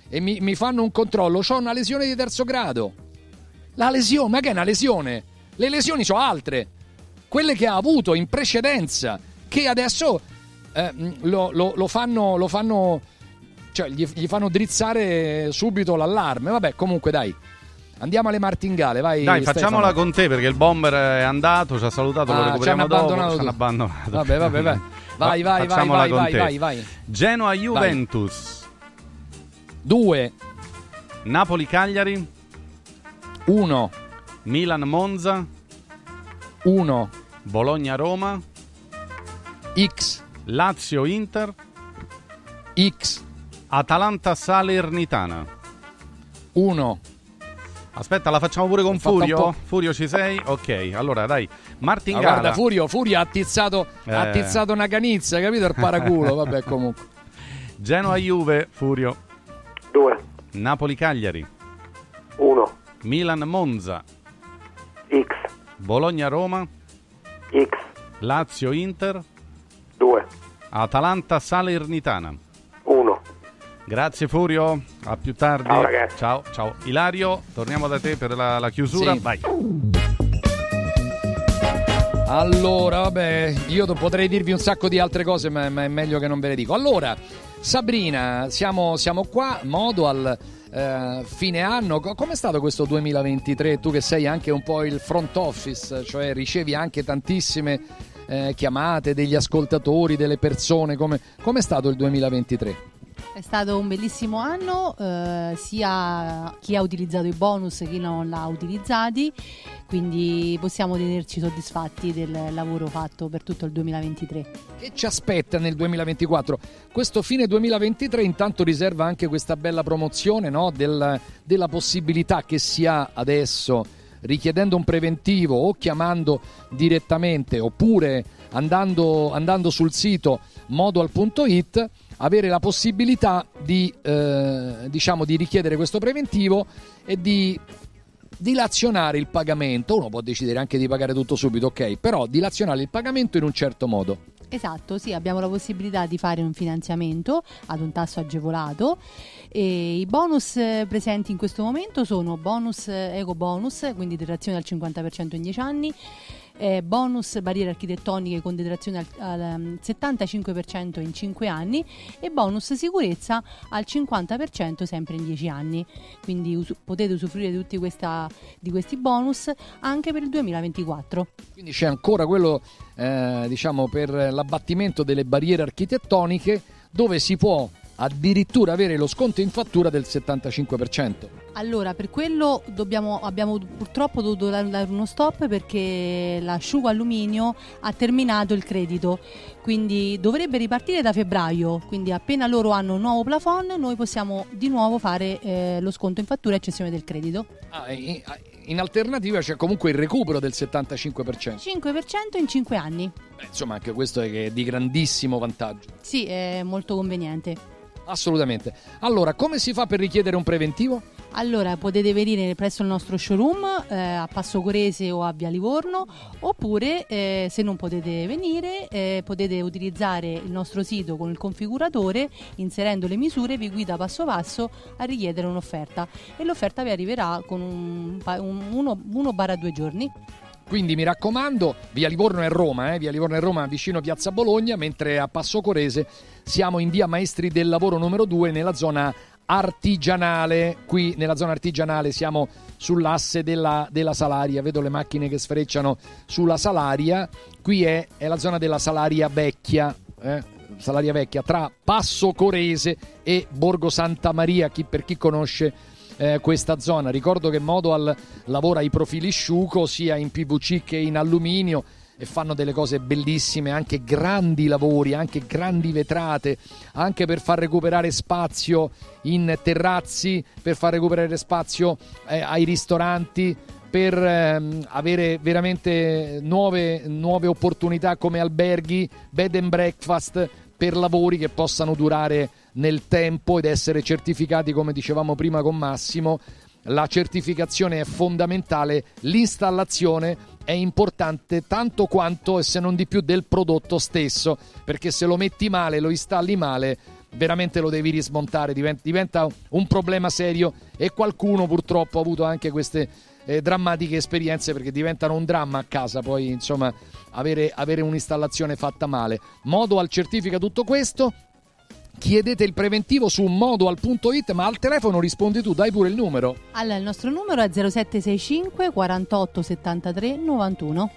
e mi fanno un controllo, c'ho una lesione di terzo grado. La lesione, ma che è una lesione? Le lesioni sono altre, quelle che ha avuto in precedenza, che adesso lo fanno, cioè gli fanno drizzare subito l'allarme. Vabbè, comunque dai, andiamo alle martingale, vai. Dai, Stefano. facciamola con te, perché il bomber è andato, ci ha salutato, lo recuperiamo dopo. Ci hanno abbandonato. Vabbè. Vai. Genoa Juventus 2, Napoli Cagliari 1, Milan Monza 1, Bologna Roma X, Lazio Inter X, Atalanta Salernitana 1. Aspetta, la facciamo pure con Furio? Furio, ci sei? Ok, allora dai. Martingala. Guarda, Furio ha attizzato una canizza, capito? Il paraculo, vabbè, comunque. Genoa Juve, Furio 2, Napoli Cagliari 1, Milan Monza X, Bologna Roma X, Lazio Inter 2, Atalanta Salernitana 1. Grazie Furio, a più tardi. Ciao ragazzi. Ciao. Ilario, torniamo da te per la chiusura. Sì. Vai. Allora, vabbè, io potrei dirvi un sacco di altre cose, ma è meglio che non ve le dico. Allora, Sabrina, siamo qua, modo al fine anno. Com'è stato questo 2023? Tu che sei anche un po' il front office, cioè ricevi anche tantissime chiamate degli ascoltatori, delle persone. Com'è stato il 2023? È stato un bellissimo anno, sia chi ha utilizzato i bonus che chi non l'ha utilizzati, quindi possiamo tenerci soddisfatti del lavoro fatto per tutto il 2023. Che ci aspetta nel 2024? Questo fine 2023 intanto riserva anche questa bella promozione, no? della possibilità che si ha adesso, richiedendo un preventivo o chiamando direttamente oppure andando sul sito modual.it, avere la possibilità di richiedere questo preventivo e di dilazionare il pagamento. Uno può decidere anche di pagare tutto subito, ok, però dilazionare il pagamento in un certo modo. Esatto, sì, abbiamo la possibilità di fare un finanziamento ad un tasso agevolato e i bonus presenti in questo momento sono bonus eco bonus, quindi detrazione al 50% in 10 anni, bonus barriere architettoniche con detrazione al 75% in 5 anni e bonus sicurezza al 50% sempre in 10 anni, quindi potete usufruire di tutti di questi bonus anche per il 2024. Quindi c'è ancora quello per l'abbattimento delle barriere architettoniche, dove si può addirittura avere lo sconto in fattura del 75%. Allora, per quello abbiamo purtroppo dovuto dare uno stop perché l'asciugo alluminio ha terminato il credito, quindi dovrebbe ripartire da febbraio, quindi appena loro hanno un nuovo plafond noi possiamo di nuovo fare lo sconto in fattura e cessione del credito. In alternativa c'è comunque il recupero del 75%. 5% in 5 anni. Insomma, anche questo è di grandissimo vantaggio. Sì, è molto conveniente. Assolutamente. Allora, come si fa per richiedere un preventivo? Allora, potete venire presso il nostro showroom a Passo Corese o a Via Livorno, oppure se non potete venire potete utilizzare il nostro sito con il configuratore, inserendo le misure vi guida passo passo a richiedere un'offerta e l'offerta vi arriverà con 1-2 giorni. Quindi mi raccomando, Via Livorno e Roma, Via Livorno e Roma vicino Piazza Bologna, mentre a Passo Corese siamo in Via Maestri del Lavoro numero 2 nella zona artigianale. Qui nella zona artigianale siamo sull'asse della Salaria, vedo le macchine che sfrecciano sulla Salaria. Qui è la zona della Salaria Vecchia, Salaria Vecchia, tra Passo Corese e Borgo Santa Maria, per chi conosce questa zona. Ricordo che Modoal lavora i profili Sciuco sia in PVC che in alluminio e fanno delle cose bellissime, anche grandi lavori, anche grandi vetrate, anche per far recuperare spazio in terrazzi, per far recuperare spazio ai ristoranti, per avere veramente nuove opportunità come alberghi, bed and breakfast, per lavori che possano durare nel tempo ed essere certificati, come dicevamo prima con Massimo. La certificazione è fondamentale, l'installazione è importante tanto quanto e se non di più del prodotto stesso, perché se lo metti male, lo installi male, veramente lo devi rismontare, diventa un problema serio, e qualcuno purtroppo ha avuto anche queste drammatiche esperienze, perché diventano un dramma a casa poi, insomma, avere un'installazione fatta male. Modoal certifica tutto questo. Chiedete il preventivo su modoal.it, ma al telefono rispondi tu, dai pure il numero. Allora, il nostro numero è 0765 48 73 91.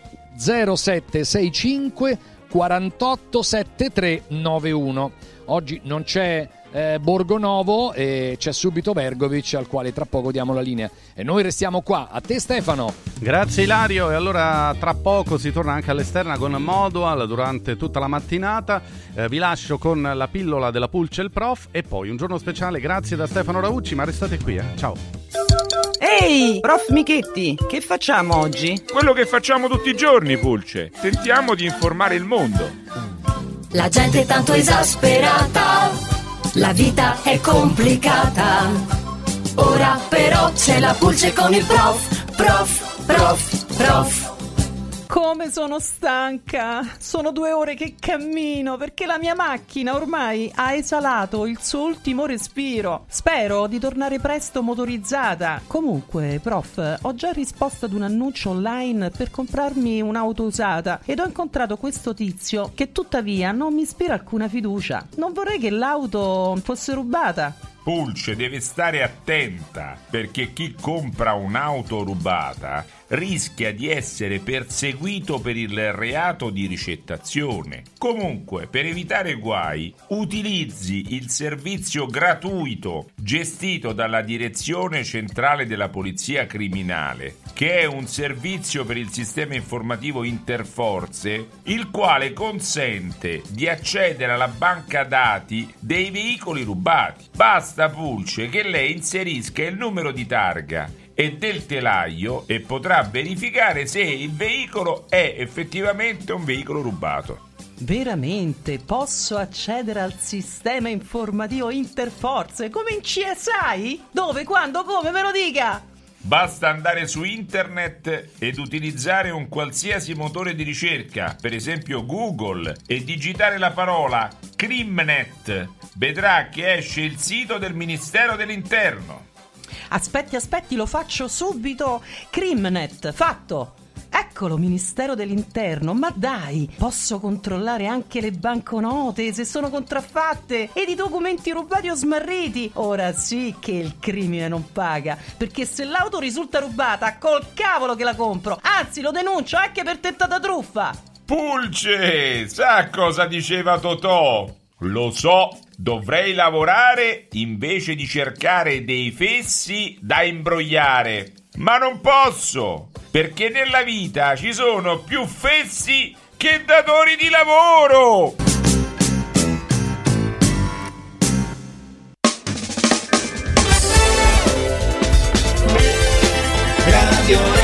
0765 48 73 91. Oggi non c'è Borgonovo e c'è subito Vergovic, al quale tra poco diamo la linea, e noi restiamo qua. A te Stefano. Grazie Ilario, e allora tra poco si torna anche all'esterna con Modoal durante tutta la mattinata. Vi lascio con la pillola della Pulce il Prof e poi un giorno speciale grazie da Stefano Raucci, ma restate qui, ciao. Ehi, Prof Michetti, che facciamo oggi? Quello che facciamo tutti i giorni, Pulce. Tentiamo di informare il mondo. La gente è tanto esasperata, la vita è complicata. Ora però c'è la Pulce con il prof. Come sono stanca! Sono 2 ore che cammino perché la mia macchina ormai ha esalato il suo ultimo respiro. Spero di tornare presto motorizzata. Comunque, prof, ho già risposto ad un annuncio online per comprarmi un'auto usata ed ho incontrato questo tizio che tuttavia non mi ispira alcuna fiducia. Non vorrei che l'auto fosse rubata. Pulce, deve stare attenta, perché chi compra un'auto rubata rischia di essere perseguito per il reato di ricettazione. Comunque, per evitare guai, utilizzi il servizio gratuito gestito dalla Direzione Centrale della Polizia Criminale, che è un servizio per il sistema informativo Interforze, il quale consente di accedere alla banca dati dei veicoli rubati. Basta, Pulce, che lei inserisca il numero di targa e del telaio e potrà verificare se il veicolo è effettivamente un veicolo rubato. Veramente posso accedere al sistema informativo Interforze come in CSI? Dove, quando, come, me lo dica! Basta andare su internet ed utilizzare un qualsiasi motore di ricerca, per esempio Google, e digitare la parola Crimnet. Vedrà che esce il sito del Ministero dell'Interno. Aspetti, lo faccio subito. Crimnet, fatto. Eccolo, Ministero dell'Interno. Ma dai, posso controllare anche le banconote se sono contraffatte ed i documenti rubati o smarriti. Ora sì che il crimine non paga, perché se l'auto risulta rubata, col cavolo che la compro. Anzi, lo denuncio anche per tentata truffa. Pulce, sa cosa diceva Totò? Lo so, dovrei lavorare invece di cercare dei fessi da imbrogliare. Ma non posso, perché nella vita ci sono più fessi che datori di lavoro. Radio